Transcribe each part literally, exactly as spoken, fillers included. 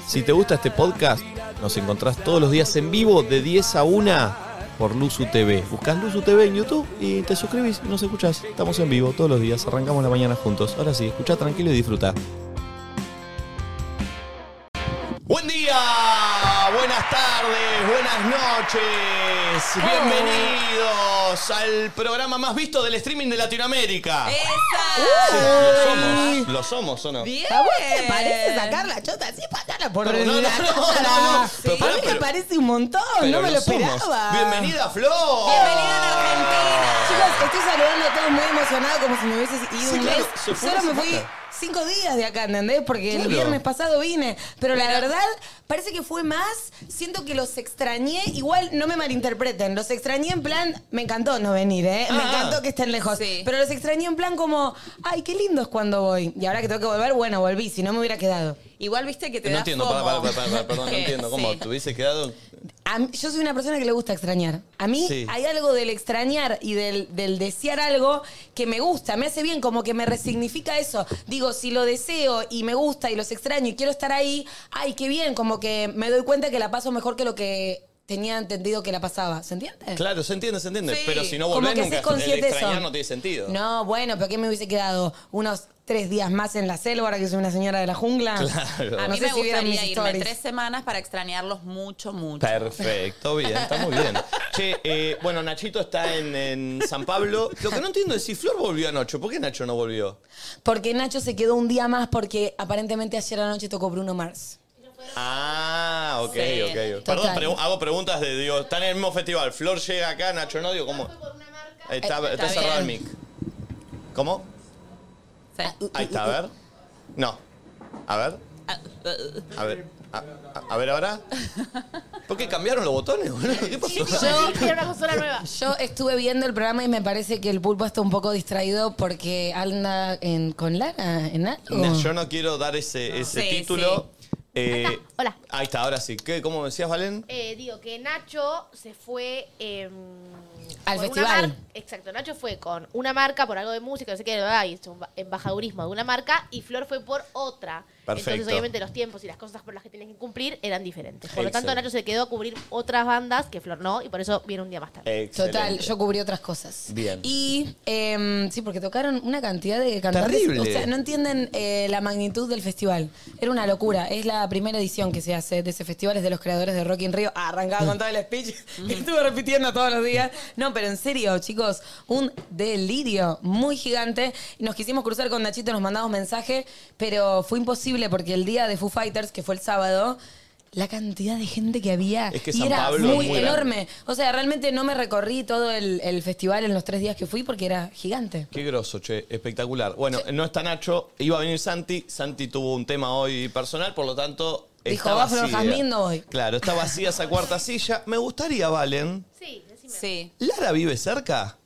Si te gusta este podcast, nos encontrás todos los días en vivo de diez a una por Luzu T V. Buscás Luzu T V en YouTube y te suscribís y nos escuchás. Estamos en vivo todos los días, arrancamos la mañana juntos. Ahora sí, escuchá tranquilo y disfruta. ¡Buen día! Buenas tardes, buenas noches. Bienvenidos al programa más visto del streaming de Latinoamérica. ¡Esa! Sí, lo somos. ¿Lo somos o no? Bien. ¿A vos te parece sacar la chota así? Pasala por Pero no, no, la no, no, cara. no. Pero A pará, mí me pero- parece un montón, Pero no me lo somos. esperaba. Bienvenida, Flor. Bienvenida a la Argentina. Chicos, estoy saludando a todos muy emocionada como si me hubieses ido Sí, un claro, mes. se fue Solo una me fui semana. cinco días de acá, ¿entendés? Porque Claro. el viernes pasado vine. Pero la verdad, parece que fue más. Siento que los extrañé. Igual no me malinterpreten. Los extrañé en plan. Me encantó no venir, ¿eh? Me Ah. encantó que estén lejos. Sí. Pero los extrañé en plan como. Ay, qué lindo es cuando voy. Y ahora que tengo que volver, bueno, volví. Si no me hubiera quedado. Igual viste que te No da entiendo, FOMO. para, para, para, para, perdón, no ¿Qué? entiendo. ¿Cómo? Sí. ¿Te hubiese quedado? A mí- yo soy una persona que le gusta extrañar. A mí Sí. hay algo del extrañar y del, del desear algo que me gusta, me hace bien, como que me resignifica eso. Digo, si lo deseo y me gusta y los extraño y quiero estar ahí, ay, qué bien, como que me doy cuenta que la paso mejor que lo que tenía entendido que la pasaba. ¿Se entiende? Claro, se entiende, se entiende. Sí. Pero si no Como volvés que nunca, seas consciente el de extrañar eso. no tiene sentido. No, bueno, pero ¿qué me hubiese quedado? Unos tres días más en la selva ahora que soy una señora de la jungla. Claro. A No mí sé me si vieron gustaría mis irme stories. tres semanas para extrañarlos mucho, mucho. Perfecto, bien, está muy bien. Che, eh, bueno, Nachito está en, en San Pablo. Lo que no entiendo es si Flor volvió anoche. ¿Por qué Nacho no volvió? Porque Nacho se quedó un día más porque aparentemente ayer anoche tocó Bruno Mars. Ah, ok, Sí. ok. Perdón, Total. pregu- hago preguntas de, digo, están en el mismo festival. Flor llega acá, Nacho no, digo, ¿cómo? Está, Eh, está está cerrado el bien. mic. ¿Cómo? Sí. Ahí está, a ver. No. A ver. A ver. A, a- a ver ahora. ¿Por qué cambiaron los botones, boludo? ¿Qué pasó? Yo, Era una consola nueva. yo estuve viendo el programa y me parece que el pulpo está un poco distraído porque anda en, con Lara en algo. No, yo no quiero dar ese, ese Sí, título. Eh, Ahí está, hola. Ahí está, ahora sí. ¿Qué, ¿Cómo decías, Valen? Eh, digo que Nacho se fue eh, Al por una festival. mar- Exacto, Nacho fue con una marca por algo de música, no sé qué, y hizo un embajadurismo de una marca y Flor fue por otra. Perfecto. Entonces, obviamente, los tiempos y las cosas por las que tenían que cumplir eran diferentes. Por lo tanto, Excelente. Nacho se quedó a cubrir otras bandas que Flor no, y por eso viene un día más tarde. Excelente. Total, yo cubrí otras cosas. Bien. Y eh, sí, porque tocaron una cantidad de cantantes. Terrible. O sea, no entienden eh, la magnitud del festival. Era una locura. Es la primera edición que se hace de ese festival, es de los creadores de Rock in Rio. Ah, arrancaba con todo el speech. Estuve repitiendo todos los días. No, pero en serio, chicos, un delirio muy gigante. Y nos quisimos cruzar con Nachito, nos mandamos mensaje, pero fue imposible porque el día de Foo Fighters, que fue el sábado, la cantidad de gente que había Es que y San era Pablo es muy, muy enorme. O sea, realmente no me recorrí todo el, el festival en los tres días que fui porque era gigante. Qué groso, che, espectacular. Bueno, no está Nacho, iba a venir Santi. Santi tuvo un tema hoy personal, por lo tanto. Dijo, está va Flor vacía. Jazmín, no voy. Claro, está vacía esa cuarta silla. Me gustaría, Valen. Sí, decime. Sí. ¿Lara vive cerca?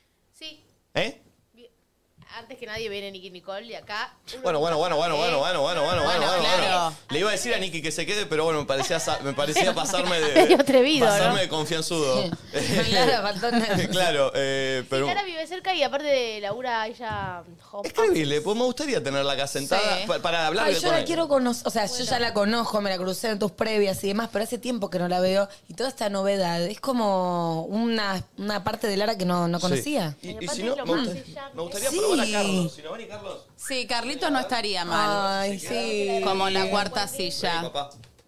Sí. ¿Eh? Vi- Antes que nadie viene Nicky Nicole y acá. uno- Bueno, bueno, bueno, bueno, bueno, bueno, bueno, bueno, bueno, Bueno, bueno, claro. bueno. Le iba a decir a Nicky que se quede, pero bueno, me parecía, sa- me parecía pasarme de. Medio atrevido, Pasarme ¿no? de confianzudo. Lara, faltó nada. Claro, eh, pero. Sí, Lara vive cerca y aparte de Laura, ella. home Escribile, office. pues me gustaría tenerla acá sentada Sí. pa- para hablar Ay, de yo con la ella. quiero conocer, o sea, yo ya la conozco, me la crucé en tus previas y demás, pero hace tiempo que no la veo y toda esta novedad es como una, una parte de Lara que no, no Sí. conocía. Y, y Aparte si no, lo me, más gusta- se llama- me gustaría Sí. probar a Carlos. Si no ven y Carlos. Sí, Carlitos no estaría mal. Ay, sí. Como la cuarta Vení, silla. papá.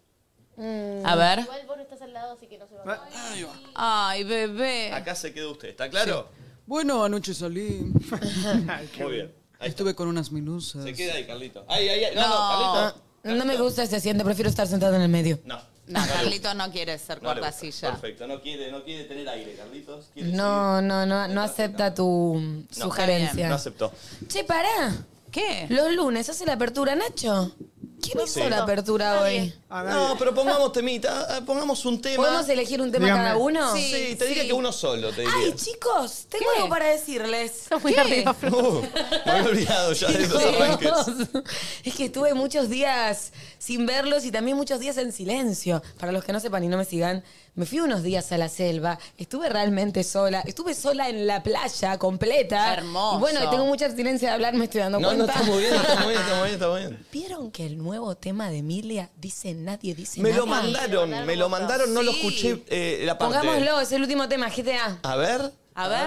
A ver. Igual vos no estás al lado, así que no se va a Ay, bebé. Acá se queda usted, ¿está claro? Bueno, anoche salí. Muy bien. Ahí está. Estuve con unas minusas. Se queda ahí, Carlito. Ay, ay, ay. No, no, No. Carlito. No me gusta ese asiento, prefiero estar sentado en el medio. No. No, Carlitos no quiere ser No le cuarta gusta. silla. Perfecto, no quiere, no quiere tener aire, Carlitos. Quiere No, no, no, no acepta tu No, sugerencia. seguir. No aceptó. Che, pará. ¿Qué? Los lunes hace la apertura, Nacho. ¿Quién hizo Sí. la apertura hoy? No, pero pongamos temita, ah, pongamos un tema. ¿Podemos elegir un tema Dígame. cada uno? Sí, te diría sí. que uno solo, te diría. Ay, chicos, tengo ¿Qué? algo para decirles. Sos muy ¿Qué? arriba, Flor. Uh, me había olvidado ya de esos arranques. Chicos, es que estuve muchos días sin verlos y también muchos días en silencio. Para los que no sepan y no me sigan, me fui unos días a la selva, estuve realmente sola, estuve sola en la playa completa. Hermoso. Y bueno, tengo mucha abstinencia de hablar, me estoy dando No, no, cuenta. está muy bien, está muy bien, está muy bien, está muy bien. ¿Vieron que el nuevo tema de Emilia, dice nadie, dice Me nada. lo mandaron, me lo mandaron, no lo Sí. escuché eh, la parte. Pongámoslo, es el último tema, G T A. A ver. A ver.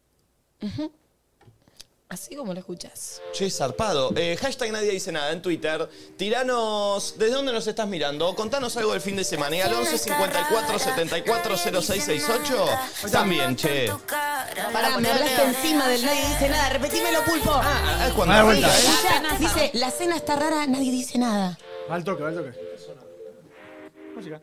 Así como lo escuchás. Che, zarpado. Eh, hashtag nadie dice nada en Twitter. Tiranos, ¿desde dónde nos estás mirando? Contanos algo del fin de semana. Y al once cincuenta y cuatro setenta y cuatro cero seis sesenta y ocho. También, che. Pará, me hablaste encima del nadie dice nada. Repetímelo, Pulpo. Ah, es cuando Ah, arranca, vuelta. ¿eh? Escuchá, apenas dice, la cena está rara, nadie dice nada. Va al toque, va al toque. Música.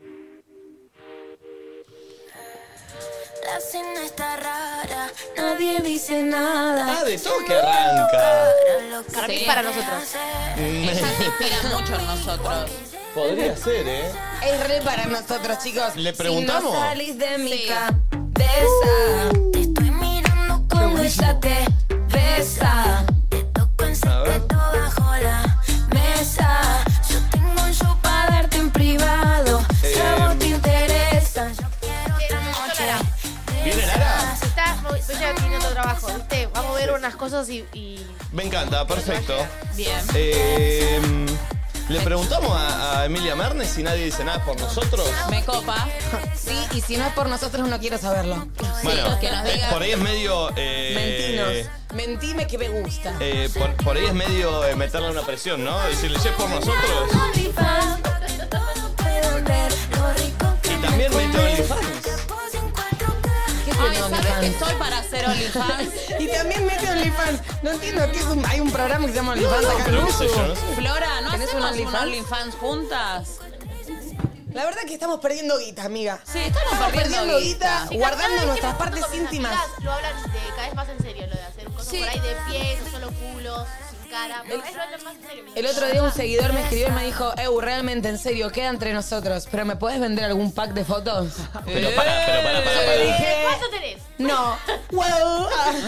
La cena está rara, Nadie dice nada. Ah, de toque arranca. Para mí Sí. es para nosotros. Ella se inspira mucho en nosotros. Podría ser, ¿eh? Es re para nosotros, chicos. ¿Le preguntamos? Si no salís de mi Sí. cabeza, te estoy mirando cuando ella te besa. Te toco en A ver. secreto bajo la mesa. Yo tengo un show para darte en privado. Si a vos te interesa, yo quiero Eh, otra no, noche. Lara. ¿Viene Lara? Se está ella tiene otro trabajo, ¿viste? Vamos a ver unas cosas y, y Me encanta, perfecto. Bien. Eh, ¿Le preguntamos a, a Emilia Mernes si nadie dice nada por nosotros? Me copa. sí, y si no es por nosotros, no quiero saberlo. Bueno, que nos eh, diga. por ahí es medio... Eh, Mentinos. Mentime que me gusta. eh, por, por ahí es medio eh, meterle una presión, ¿no? Decirle, che, por nosotros. OnlyFans, todo puede doler, lo rico que Y me también mete pones. OnlyFans. Vos en cuatro K. ¿Qué Ay, tiene ¿sabes OnlyFans? que estoy para hacer OnlyFans? Y también mete OnlyFans. No entiendo, ¿qué es un- hay un programa que se llama OnlyFans acá en Pero qué sé Luzu. yo, no sé. Flora, ¿no ¿Tenés un hacemos un OnlyFans? OnlyFans juntas? La verdad que estamos perdiendo guita, amiga. Sí, estamos perdiendo guita. Sí, guardando cada vez nuestras que me partes junto con mis íntimas. amigas, Lo hablan de cada vez más en serio, lo de hacer cosas Sí. por ahí de pies, solo culos, sin cara. Pero lo hablan más en serio. El otro día un seguidor me escribió y me dijo, Eu, realmente, en serio, queda entre nosotros, pero ¿me puedes vender algún pack de fotos? Pero para, pero para, para, Yo le para. dije, ¿Cuánto tenés? no. Wow.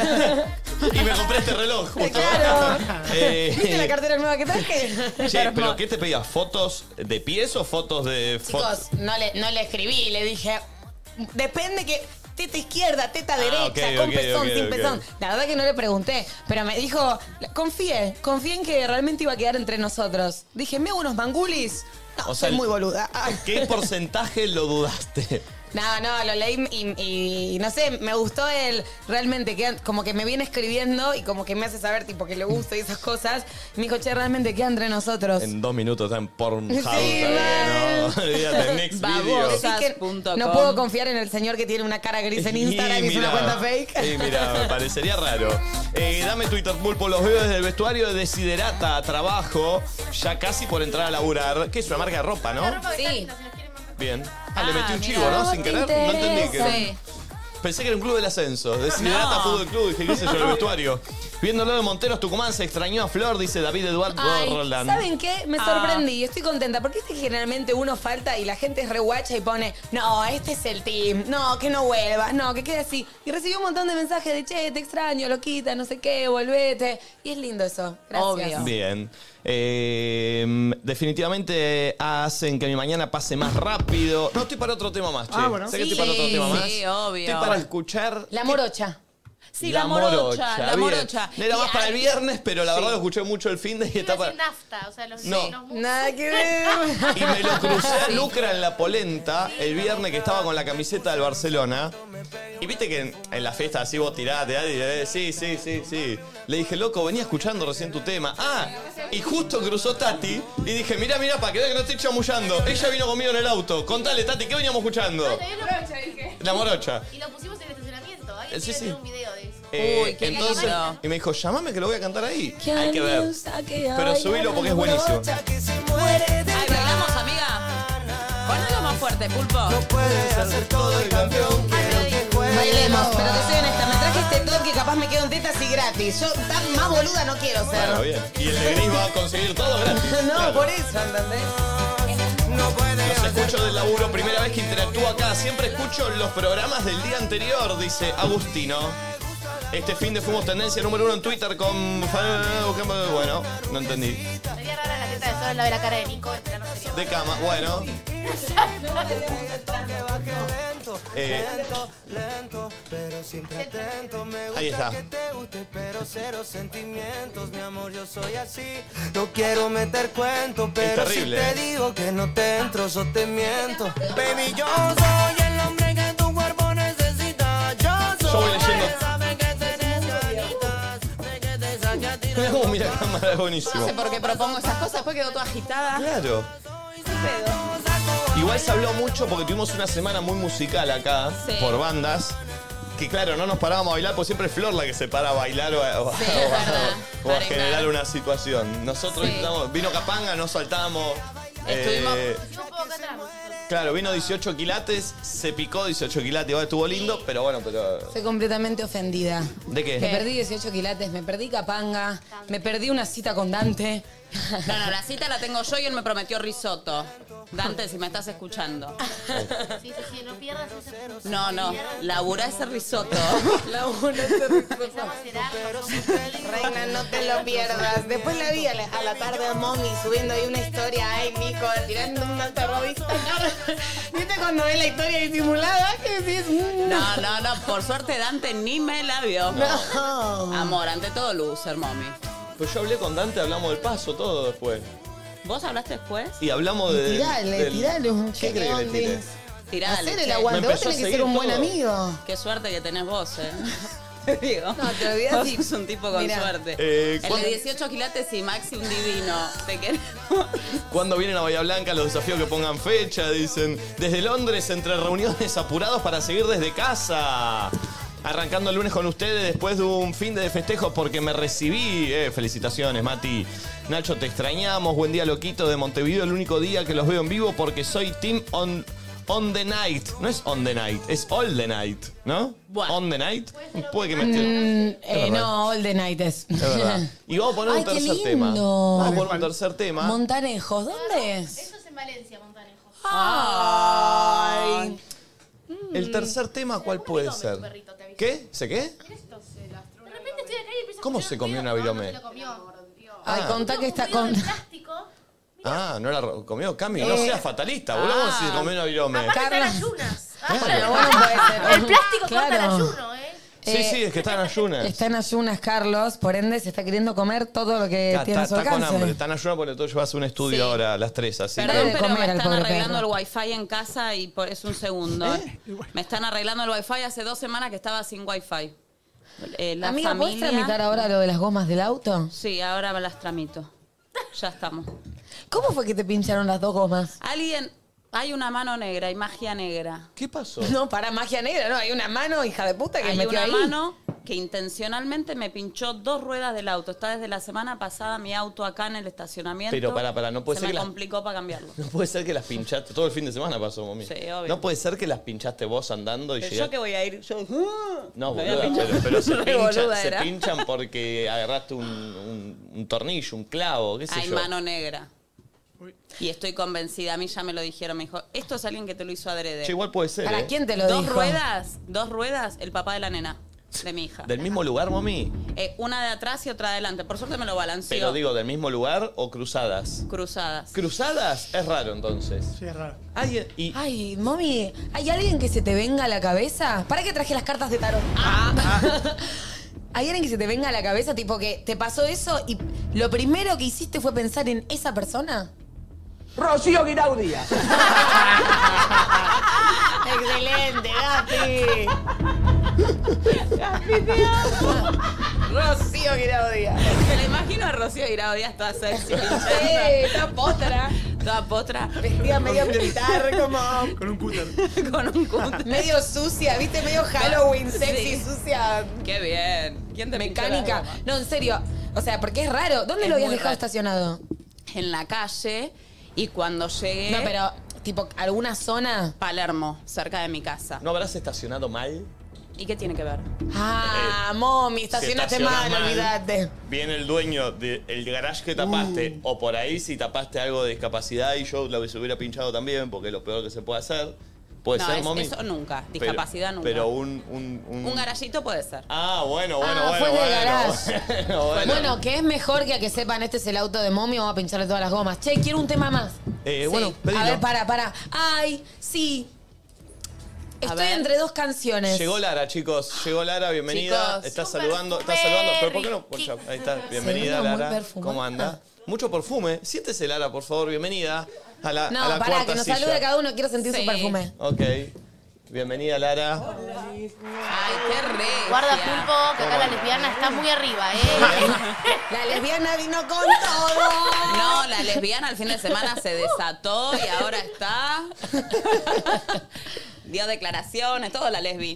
Y me compré este reloj, justo. Claro. Eh, ¿Viste la cartera nueva que traje? Che, pero ¿qué te pedías? ¿Fotos de pies o fotos de fotos? Chicos, no le, no le escribí, le dije, depende que... Teta izquierda, teta Ah, derecha, ok, con ok, pezón, ok, sin ok. pezón. La verdad que no le pregunté, pero me dijo, confié, confié en que realmente iba a quedar entre nosotros. Dije, ¿me hago unos mangulis? No, O sea, soy muy boluda. ¿Qué porcentaje lo dudaste? No, no, lo leí y, y no sé, me gustó el realmente que como que me viene escribiendo y como que me hace saber tipo que le gusta y esas cosas. Y me dijo, che, realmente queda entre nosotros. En dos minutos está en Pornhub. Sí, ¿sabes? mal. No, olvídate, next video. Decís que punto com. no puedo confiar en el señor que tiene una cara gris en Instagram y, es una cuenta fake. Sí, mira, me parecería raro. Eh, dame Twitter, Pulpo, los veo desde el vestuario de Desiderata, trabajo, ya casi por entrar a laburar. ¿Qué es una marca de ropa, no? La ropa Sí. de Tati, si nos quieren mandar. Bien. Ah, le Ah, metí un mira. chivo, ¿no? No Sin te querer. No entendí que. interesa. Sí. Pensé que era un club del ascenso. Desiderata, No. fútbol club, dije, qué sé yo, el vestuario. Viéndolo de Monteros, Tucumán, se extrañó a Flor, dice David Eduardo Ay, Roland. ¿saben qué? Me Ah. sorprendí, estoy contenta, porque este generalmente uno falta y la gente es re guacha y pone, no, este es el team, no, que no vuelvas, no, que quede así. Y recibí un montón de mensajes de, che, te extraño, loquita, no sé qué, volvete. Y es lindo eso, gracias. Obvio. Bien. Eh, definitivamente hacen que mi mañana pase más rápido. No, estoy para otro tema más, che. Ah, bueno. Sé que Sí, estoy para otro tema más. sí, obvio. Estoy para escuchar. La morocha. Sí, la morocha, la bien. morocha. Era más Y para el hay- viernes, pero la Sí. verdad lo escuché mucho el fin de y Iba está a para... decir nafta, o sea, los, No. los mus- Nada que ver. Y me lo crucé a Lucra en la polenta el viernes que estaba con la camiseta del Barcelona. Y viste que en, en la fiesta así vos tirás, tirás, y eh, sí, sí, sí, sí. Le dije, loco, venía escuchando recién tu tema. Ah, y justo cruzó Tati y dije, mira, mira, para que vea que no estoy chamullando. Ella vino conmigo en el auto. Contale, Tati, ¿qué veníamos escuchando? Todavía lo- La morocha. Y lo pusimos en el estacionamiento. Alguien Sí, quiere sí. hacer un video de eso. Eh, Uy, qué entonces, lindo. y me dijo, llámame que lo voy a cantar ahí. Hay que ver. Pero Pero subilo porque es buenísimo. Ay, bailamos, amiga. Ponelo más fuerte, Pulpo. Bailemos, pero te soy honesta, me traje este top que capaz me quedo en tetas y gratis. Yo tan más boluda no quiero ser. Bueno, bien. Y el de Gris va a conseguir todo gratis. No, Claro. por eso, ¿entendés? Los escucho del laburo, primera vez que interactúo acá. Siempre escucho los programas del día anterior, dice Agustino. Este fin de fuimos tendencia número uno en Twitter con... Bueno, no entendí. Sería rara la teta de sol al lado de la cara de Nico, pero no sería. De cama, bueno. lento, Eh, lento, lento, pero siempre atento. Me gusta Ahí está. que te guste, pero cero sentimientos. Mi amor, yo soy así. No quiero meter cuento, pero si terrible, te eh. digo que no te entro, yo te miento. Baby, yo soy el hombre que tu cuerpo necesita. Yo soy. Yo voy leyendo. Sabe que te necesitas, de que te saque a ti. Mira cómo mira la cámara, es buenísimo. No sé por qué propongo esas cosas, después quedó toda agitada. Claro. Igual se habló mucho porque tuvimos una semana muy musical acá, Sí. por bandas. Que claro, no nos parábamos a bailar, porque siempre es Flor la que se para a bailar o a, o a- Sí, es o a- verdad. o a Pareja. generar una situación. Nosotros Sí. intentamos, vino Capanga, no saltamos. Estuvimos- eh, Hicimos un poco acá atrás. claro, vino dieciocho quilates, se picó dieciocho quilates, igual estuvo lindo, pero bueno, pero. Estoy completamente ofendida. ¿De qué? Me perdí dieciocho quilates, me perdí Capanga, me perdí una cita con Dante. No, no, la cita la tengo yo y él me prometió risotto. Dante, si me estás escuchando. Sí, sí, sí, no pierdas ese. No, no, laburá ese risotto. Labura ese risotto. Empezamos a cenar. Reina, no te lo pierdas. Después la vi a la, a la tarde a Mommy subiendo ahí una historia. Ay, Nico, tirando una terrorista. ¿Viste cuando ves la historia disimulada? Que decís, mm, No, no, no, por suerte Dante ni me la vio. no. Amor, ante todo loser, mommy. Pues yo hablé con Dante, hablamos del paso, todo después. ¿Vos hablaste después? Y hablamos de. Tirale, del- tirale un ¿Qué crees que le tire? Tirale. Hacer el che. aguante. Me Vos empezó a tenés que seguir ser un buen todo. amigo. Qué suerte que tenés vos, eh. Te digo. No, te olvidás Vos y- sos un tipo con Mirá. suerte. Eh, el ¿cuándo- de dieciocho quilates y Maxi un divino. Te queremos. Cuando vienen a Bahía Blanca los desafíos que pongan fecha, dicen. Desde Londres, entre reuniones apurados para seguir desde casa. Arrancando el lunes con ustedes después de un fin de festejos porque me recibí. Eh, felicitaciones, Mati. Nacho, te extrañamos. Buen día, loquito de Montevideo. El único día que los veo en vivo porque soy team on, on the night. No es on the night, es all the night, ¿no? Bueno. On the night. Puede que me esté... Mm, Es eh, verdad. no, All the Night es. Es verdad. Y vamos a poner Ay, un qué tercer lindo. tema. Vamos a poner un tercer tema. Montanejos, ¿dónde es? Eso es en Valencia, Montanejo. Ay. El tercer tema, ¿cuál puede come ser? tu perrito, te aviso. ¿Qué? ¿Se qué? De repente estoy acá y empiezo a ¿Cómo escuchar se un comió ruido. una No, no virome? se lo comió. Ay, Ah. contá que está Un ruido con. de plástico. Ah, no era ro- comió Cami. No Eh. seas fatalista, boludo. ¿Cómo se comió una virome? Aparte están Carlos. ayunas. Bueno, bueno, puede ser. El plástico corta el Claro. ayuno, ¿eh? Sí, Eh, sí, es que está en ayunas. Está en ayunas, Carlos, por ende se está queriendo comer todo lo que Está, tiene a está- su está con alcance. hambre, está en ayunas porque tú llevas un estudio Sí. ahora a las tres, así Perdón, de que... pero comer me al están pobre arreglando perro. el wifi en casa y por es un segundo. ¿eh? Me están arreglando el wifi hace dos semanas que estaba sin wifi. Eh, la Amiga, ¿puedes familia- tramitar ahora lo de las gomas del auto? Sí, ahora me las tramito. Ya estamos. ¿Cómo fue que te pincharon las dos gomas? Alguien, hay una mano negra, hay magia negra. ¿Qué pasó? No, para magia negra, no, hay una mano, hija de puta, que Hay metió una ahí. mano que intencionalmente me pinchó dos ruedas del auto. Está desde la semana pasada mi auto acá en el estacionamiento. Pero para, para, no puede Se ser me que las- complicó para cambiarlo. No puede ser que las pinchaste. Todo el fin de semana pasó, mami. Sí, obvio. No puede ser que las pinchaste vos andando y Pero llegaste... yo que voy a ir, yo... No, Me voy a boluda, pinchar. pero, pero se, Re pinchan, boluda se era. pinchan porque agarraste un, un- un tornillo, un clavo, qué sé Hay yo. mano negra. Y estoy convencida, a mí ya me lo dijeron, me dijo, esto es alguien que te lo hizo adrede. Che, igual puede ser, ¿Para ¿eh? quién te lo Dos dijo? ruedas, dos ruedas, el papá de la nena, de mi hija. ¿Del mismo lugar, mami? Eh, una de atrás y otra de adelante. Por suerte me lo balanceó. Pero digo, ¿del mismo lugar o cruzadas? Cruzadas. ¿Cruzadas? Es raro, entonces. Sí, es raro. Alguien... Y... Ay, mami, ¿hay alguien que se te venga a la cabeza? ¿Para qué traje las cartas de tarot? Ah. ¿Hay alguien que se te venga a la cabeza, tipo que te pasó eso y lo primero que hiciste fue pensar en esa persona? Rocío Guirao Díaz. ¡Excelente, Gapi! Rocío Guirao Díaz. Me la imagino a Rocío Guirao Díaz toda sexy. Sí, toda potra. Toda potra. Vestida medio militar, como Con un cúter. Con un cúter. medio sucia, ¿viste? Medio Halloween, sexy, Sí. sucia, Qué bien. ¿Quién te pinchó mecánica. la goma? No, en serio. O sea, porque es raro. ¿Dónde Es lo habías muy dejado raro. estacionado? En la calle y cuando llegué... No, pero, tipo, ¿alguna zona? Palermo, cerca de mi casa. ¿No habrás estacionado mal? ¿Y qué tiene que ver? Ah, mami, estacionaste Si estacionás mal, mal, olvídate. Viene el dueño del garage que tapaste, o por ahí si tapaste algo de discapacidad y yo lo se hubiera pinchado también, porque es lo peor que se puede hacer. Puede No, ser, es- mami. eso nunca. Pero- Discapacidad nunca. Pero un... Un, un- Un garallito puede ser. Ah, bueno, bueno, Ah, bueno, fue de bueno, garage. bueno, bueno. Bueno, que es mejor que a que sepan este es el auto de mommy, vamos a pincharle todas las gomas. Che, quiero un tema más. Eh, Sí. bueno, pedilo. A ver, para, para. Ay, sí. Estoy ver. entre dos canciones. Llegó Lara, chicos. Llegó Lara, bienvenida. Chicos. Está Super saludando, está perfume, saludando. Pero ¿por qué no? Ricky. Poncha, ahí está. Bienvenida, Seguro, muy Lara. perfumada. ¿Cómo anda? Mucho perfume. Siéntese, Lara, por favor. Bienvenida a la, No, a la pará, cuarta que nos silla. salude cada uno. Quiero sentir Sí. su perfume. Ok. Bienvenida, Lara. Ay, qué re. Guarda, Pulpo, que acá la lesbiana está muy arriba, ¿eh? La lesbiana vino con todo. No, la lesbiana al fin de semana se desató y ahora está. Dio declaraciones, todo la lesbi.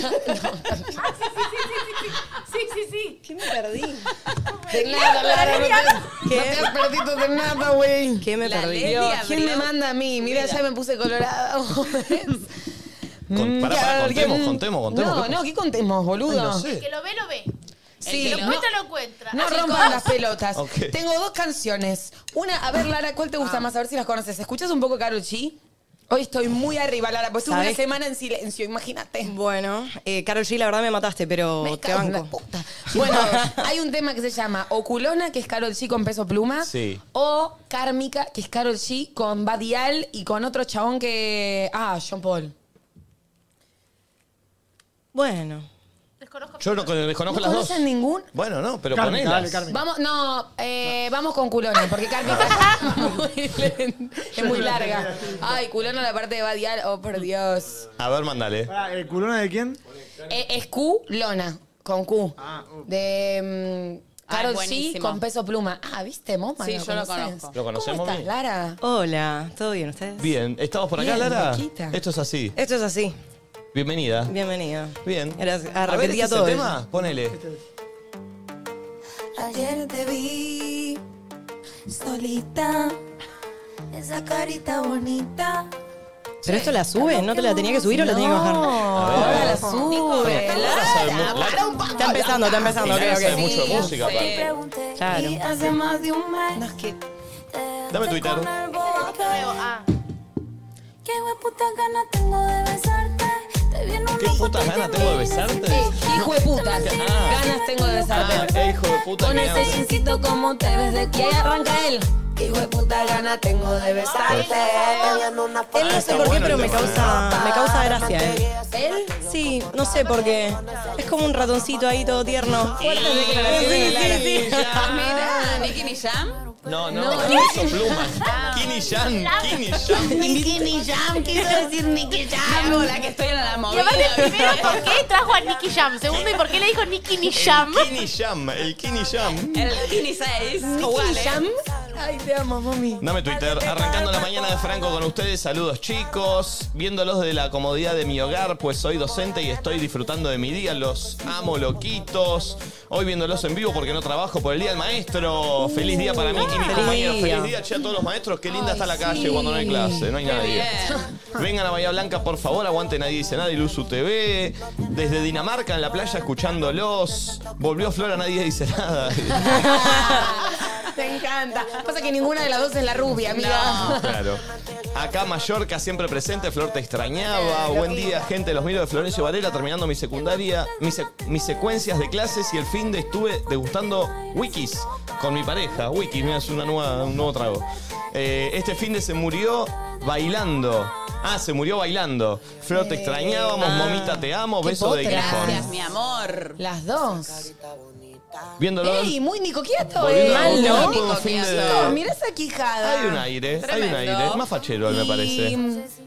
Sí, sí, sí. ¿Qué me perdí? De nada, Lara. No te, ¿Qué? no te has perdido de nada, güey. ¿Qué me La perdí? lesbi Dios, ¿quién abrió me manda a mí? Mira, vida. ya me puse colorada. Con- pará, pará, contemos, contemos, contemos. No, ¿Qué no, ¿qué contemos, boludo? Ay, no sé. El que lo ve, lo ve. Sí, El que lo no, encuentra, lo encuentra. no Chicos, rompan las pelotas. Ok. Tengo dos canciones. Una, a ver, Lara, ¿cuál te gusta más? A ver si las conoces. ¿Escuchas un poco Karol G? Hoy estoy muy arriba, Lara, pues estuve una ¿Sabes? semana en silencio, imagínate. Bueno, eh, Karol G, la verdad me mataste, pero Me te cago en la banco. puta. Bueno, hay un tema que se llama Oculona, que es Karol G con Peso Pluma. Sí. O Kármica, que es Karol G con Badial y con otro chabón que... Ah, Jean Paul. Bueno. Desconozco. Yo no con- desconozco ¿No las dos. conocen ningún? Bueno, no, pero Kármica, dale, ponelas. Kármica. Vamos, no, eh, vamos con Culona, porque Kármica muy lenta, es muy larga. Ay, Culona la parte de Badial, oh por Dios. A ver, mandale. Pará, ¿el culona de quién? Eh, es Culona, con Q. Ah, uh. De mm, Ah, Karol es G buenísimo. con Peso Pluma. Ah, ¿viste, Moma? Sí, yo lo conocés? conozco. ¿Lo conocemos, ¿Cómo estás, Mami? Lara? Hola, ¿todo bien ustedes? Bien, ¿estamos por acá, Bien, Lara? loquita. Esto es así. Esto es así. Bienvenida. Bienvenida. Bien. Gracias. A Ah, ver, repetía ¿este es todo el eso. tema? Ponele. Ayer te vi solita, esa carita bonita. ¿Pero esto la sube? ¿No te la tenía que subir o la tenía que bajar? No, A ver. ahora la sube. Lara sabe mu- Lara- Está empezando, está empezando. Lara Ok, sabe ok. mucho de música, aparte. Pregunté Claro. y hace más de un mes. No, es que... Dame Twitter. Con el Luego, bote. ah. Qué hueputa ganas tengo de besarte. Te viene un ¿Qué hijo putas que ganas te tengo de mire. besarte? Eh, hijo de puta. Ah. Ganas tengo de besarte. Ah, qué hijo de puta Con que ese habla. jeansito como te ves de... Y ahí arranca él. Hijo de puta gana tengo de besarte. Él no sé por qué, bueno pero el me tema. causa, me causa gracia él. ¿Él? Sí, no sé por qué. Es como un ratoncito ahí todo tierno. Fuertes declaraciones, Lara. Sí, sí, sí. Ah, mira, Nicky ni Jam. No, no, Peso Pluma. Kini Jan, Kini Jan. Nicky Jam, quiso decir Nicky Jam. Hago la que estoy en la Y movida. aparte, primero, ¿por qué trajo a Nicky Jam? Segundo, ¿y por qué le dijo Nicky ni Jam? El Kini Jam, el Kini Jam. El Kini seis. Nicky Igual, ¿eh? Jam. Ay, te amo, mami. Dame Twitter, arrancando la mañana de Franco con ustedes. Saludos, chicos. Viéndolos de la comodidad de mi hogar, pues soy docente y estoy disfrutando de mi día. Los amo, loquitos. Hoy viéndolos en vivo porque no trabajo por el Día del Maestro. Feliz día para mí y mis Feliz compañeros. día. Feliz día, che, a todos los maestros. Qué linda Ay, está la calle sí. cuando no hay clase. No hay Qué nadie. bien. Vengan a Bahía Blanca, por favor. Aguante Nadie Dice Nada y Luzu T V. Desde Dinamarca, en la playa, escuchándolos. Volvió Flora, Nadie Dice Nada. Te encanta. Pasa que ninguna de las dos es la rubia, amiga. No. Claro. Acá Mallorca siempre presente, Flor te extrañaba. Buen día, gente. Los miro de Florencio Varela terminando mi secundaria, mis, sec- mis secuencias de clases y el fin de estuve degustando wikis con mi pareja. Wikis, mira, es una nueva, un nuevo trago. Eh, este fin de se murió bailando. Ah, se murió bailando. Flor te extrañábamos, Momita te amo, Qué beso de potra. Gijón. Gracias, mi amor. Las dos. Viéndolo. ¡Ey, muy Nico Quieto, volviendo eh! a Mal, ¿no? fue un fin de- No, mira esa quijada. Hay un aire, hay un Tremendo. aire. Es más fachero, me parece.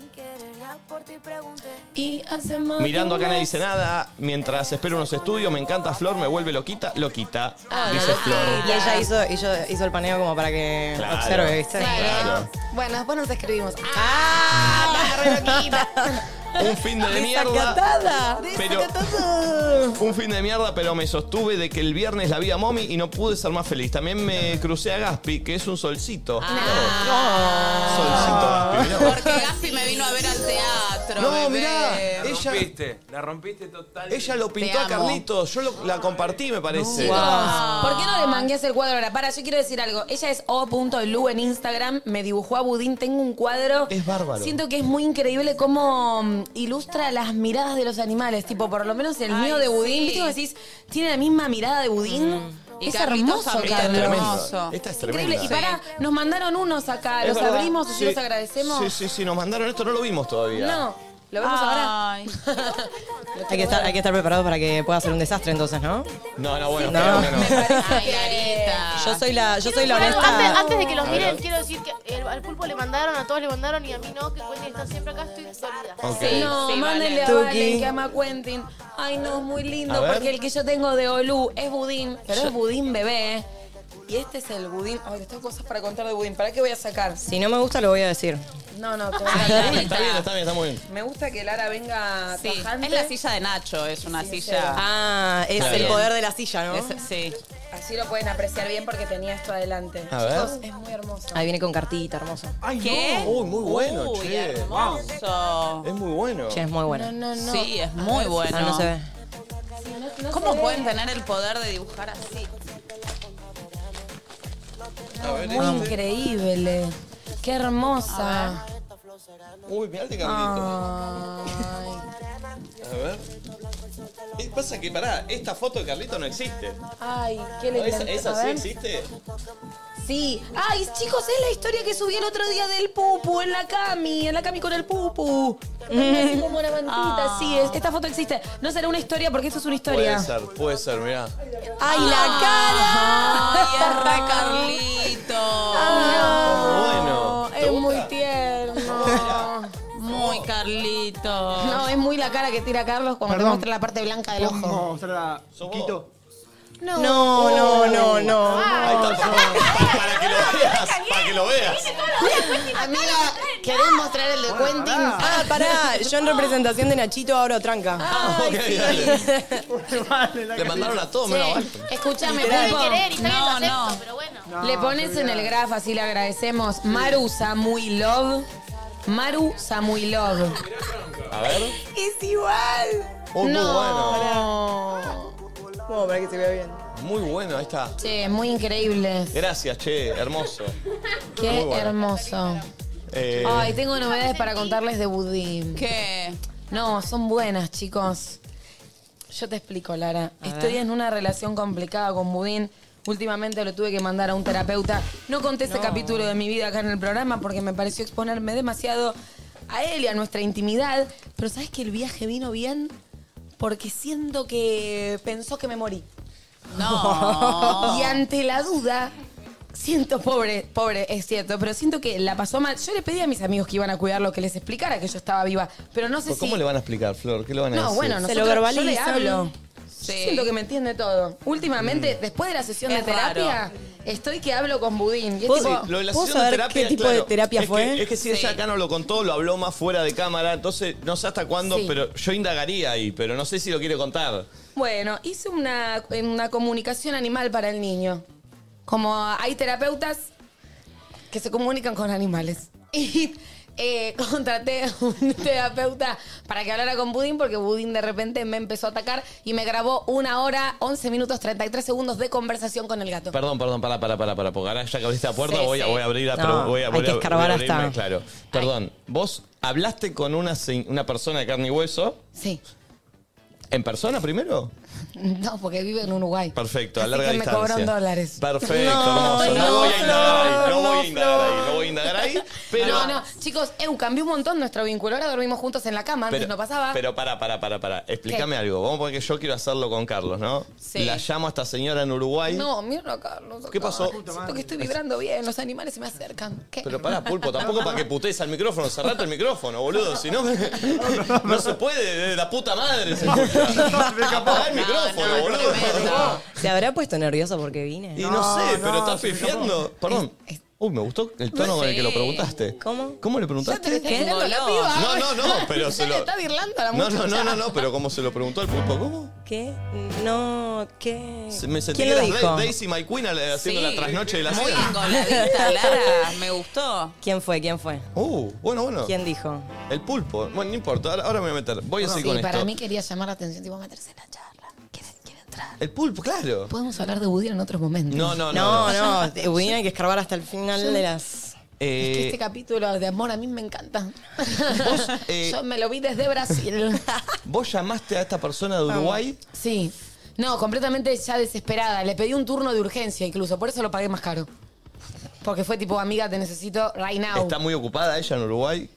Y, y hace más Mirando de acá un nadie mes. dice nada, mientras espero unos estudios, me encanta Flor, me vuelve loquita, loquita, Ah, dice loquita. Flor. Y ella hizo, hizo, hizo el paneo como para que Claro. observe, ¿viste? Claro. Bueno, después nos escribimos. ¡Ah! ¡Está re loquita! Un fin de mierda. Desacatada. Pero- Desacatada. Un fin de mierda, pero me sostuve de que el viernes la vi a Mommy y no pude ser más feliz. También me crucé a Gaspi, que es un solcito. Solcito Gaspi, mirá vos. Porque Gaspi me vino a ver al teatro. No, bebé. mirá, La ella, rompiste, la rompiste total. ella lo pintó Te a amo. Carlitos. Yo lo- la compartí, me parece. ¿Por qué no le mangueas el cuadro ahora? Para, yo quiero decir algo. Ella es o.lu en Instagram, me dibujó a Budín, tengo un cuadro. Es bárbaro. Siento que es muy increíble cómo mm, ilustra las miradas de los animales. Tipo, por lo menos el Ay, mío de Budín. sí. ¿Viste cómo decís? Tiene la misma mirada de Budín. Y Es Carlitos hermoso, también. Esta es Carlos. tremenda. Hermoso. Esta es Increíble. tremenda. Y para, nos mandaron unos acá. Es ¿Los verdad. abrimos y Sí. los agradecemos? Sí, sí, sí, nos mandaron esto, no lo vimos todavía. No. ¿Lo vemos ahora? Ay. Hay que, estar, hay que estar preparado para que pueda ser un desastre entonces, ¿no? No, no, bueno, No. creo que no. Me parece Ay, que... Larita. Yo soy la, yo soy la Bueno, honesta. antes, antes de que los A miren, ver. quiero decir que el- al pulpo le mandaron, a todos le mandaron y a mí no, que Quentin está siempre acá, estoy dolida. Ok. Sí. No, Sí, mándenle vale. a Valen Tuki. que ama a Quentin. Ay, no, es muy A lindo ver. porque el que yo tengo de Olú es budín, pero es budín bebé. Y este es el budín. Ay, tengo cosas para contar de budín. ¿Para qué voy a sacar? Si no me gusta, lo voy a decir. No, no, te voy Ay, a Larita. Está bien, está bien, está muy bien. Me gusta que Lara venga Sí, tajante. es la silla de Nacho, es una Sí, silla. Ah, es Está el bien. poder de la silla, ¿no? Es- sí. Así lo pueden apreciar bien porque tenía esto adelante. A ver. Chicos, es muy hermoso. Ahí viene con cartita, hermoso. ¿Qué? Uy, muy bueno, Uy, che. hermoso. Es muy bueno. Che, es muy bueno. No, no, no. Sí, es muy bueno. Ah, no se ve. No ¿Cómo se ve. pueden tener el poder de dibujar así? A ver, Muy este. increíble. Qué hermosa. Uy, mirá este Carlito. Ay. A ver. Eh, pasa que, pará, esta foto de Carlito no existe. Ay, ¿qué ¿No? le ¿Esa, plantea? esa A sí ver. existe? Sí. Ay, chicos, es la historia que subí el otro día del pupu en la cami, en la cami con el pupu. Así como una mantita, sí, es- esta foto existe. No será una historia porque esto es una historia. Puede ser, puede ser, mirá. ¡Ay, la cara! Ay, es re Carlito. Bueno. ¿te Es gusta? muy tierno. Muy Carlito. No, es muy la cara que tira Carlos cuando te Perdón. muestra la parte blanca del ¿Puedo ojo. mostrar a ¿Sos Quito? No, no, no, no. Ahí está, para, para que lo veas, para que lo veas. Amiga, ¿querés mostrar el de Quentin? Ah, pará, yo en representación de Nachito abro tranca. Ok, dale. Le mandaron a todos menos a Val. Escúchame, Pueden Pulpo. querer y está bien, lo No, acepto, no. pero bueno. No, Le pones en el graph, así le agradecemos. Maru Samuilov. Maru Samuilov. A ver. Es igual. Oh, muy bueno. No. Vamos para que se vea bien. Muy bueno, ahí está. Che, muy increíble. Gracias, che, hermoso. Qué Muy bueno. hermoso. Eh, Ay, tengo novedades para contarles de budín. ¿Qué? No, son buenas, chicos. Yo te explico, Lara. Estoy en una relación complicada con budín. Últimamente lo tuve que mandar a un terapeuta. No conté ese capítulo de mi vida acá en el programa porque me pareció exponerme demasiado a él y a nuestra intimidad. Pero ¿sabes que el viaje vino bien? Porque siento que pensó que me morí. No. Y ante la duda, siento, pobre, pobre, es cierto, pero siento que la pasó mal. Yo le pedí a mis amigos que iban a cuidarlo, que les explicara que yo estaba viva, pero no sé ¿Cómo si... ¿Cómo le van a explicar, Flor? ¿Qué le van a No, decir? bueno, Se nosotros, lo yo le verbalizan. hablo. Sí. Siento que me entiende todo. Últimamente, después de la sesión de Es terapia, raro. estoy que hablo con budín. Y es ¿Puedo- tipo, Lo de la ¿Puedo sesión de saber terapia, qué tipo de claro, terapia es fue? Que, es que si Sí. ella acá no lo contó, lo habló más fuera de cámara, entonces no sé hasta cuándo, Sí. pero yo indagaría ahí, pero no sé si lo quiere contar. bueno, hice una, una comunicación animal para el niño. Como hay terapeutas que se comunican con animales. Y eh, contraté a un terapeuta para que hablara con Budín porque Budín de repente me empezó a atacar y me grabó una hora, once minutos, treinta y tres segundos de conversación con el gato. Perdón, perdón, para, para, para, para, porque ahora ya que abriste la puerta Sí, voy, a, sí. voy a abrir la No, pero voy a, hay voy a- que escarbar voy a abrirme, hasta- claro. Perdón, vos hablaste con una, se- una persona de carne y hueso, Sí. ¿en persona primero? No, porque vive en Uruguay. Perfecto, a Así larga que me distancia. cobran dólares. Perfecto, No, hermoso. No, no, voy a indagar ahí, no Flor, voy a no, indagar ahí, Flor. no voy a indagar ahí, pero... No, no, chicos, Eu, cambió un montón nuestro vínculo. Ahora dormimos juntos en la cama, antes Pero, no pasaba. pero para, para, para, para. Explícame algo. Vamos porque yo quiero hacerlo con Carlos, ¿no? Sí. La llamo a esta señora en Uruguay. No, mira a Carlos. ¿Qué acá. pasó? Siento que estoy vibrando bien, los animales se me acercan. ¿Qué? Pero para, Pulpo, tampoco para que putees al micrófono. Cerrate el micrófono, boludo. Si no, no se puede. De la puta madre se escucha. Apagá el micrófono, boludo. ¿Se habrá puesto nervioso porque vine? Y no, sé, pero no, estás se me pifiando. Perdón. Uy, me gustó el tono con el que lo preguntaste. ¿Cómo? ¿Cómo le Ya te le preguntaste? está tirando la piba. No, no, no, pero Ya se le lo... está dirlando a la No, no, muchacha. no, no, no, pero ¿cómo se lo preguntó al Pulpo? ¿Cómo? ¿Qué? No, ¿qué? Se- Me sentí ¿Quién que lo eras dijo? Da- Daisy My Queen al- haciendo la trasnoche de la Muy cena. engoladita, Lara. Me gustó. ¿Quién fue? ¿Quién fue? Uh, bueno, bueno. ¿Quién dijo? El Pulpo. Bueno, no importa, ahora, ahora me voy a meter. Voy a seguir Sí, con para esto. mí quería llamar la atención, tipo meterse en la charla. ¿Quiere, quiere entrar? El Pulpo, claro. Podemos hablar de Woody en otros momentos. No, no, no. No, no, Budín hay que escarbar hasta el final de las... Es que Eh, este capítulo de amor a mí me encanta. Vos, eh, Yo me lo vi desde Brasil. ¿Vos llamaste a esta persona de Uruguay? Sí. No, completamente ya desesperada. Le pedí un turno de urgencia incluso, por eso lo pagué más caro. Porque fue tipo, amiga, te necesito right now. ¿Está muy ocupada ella en Uruguay?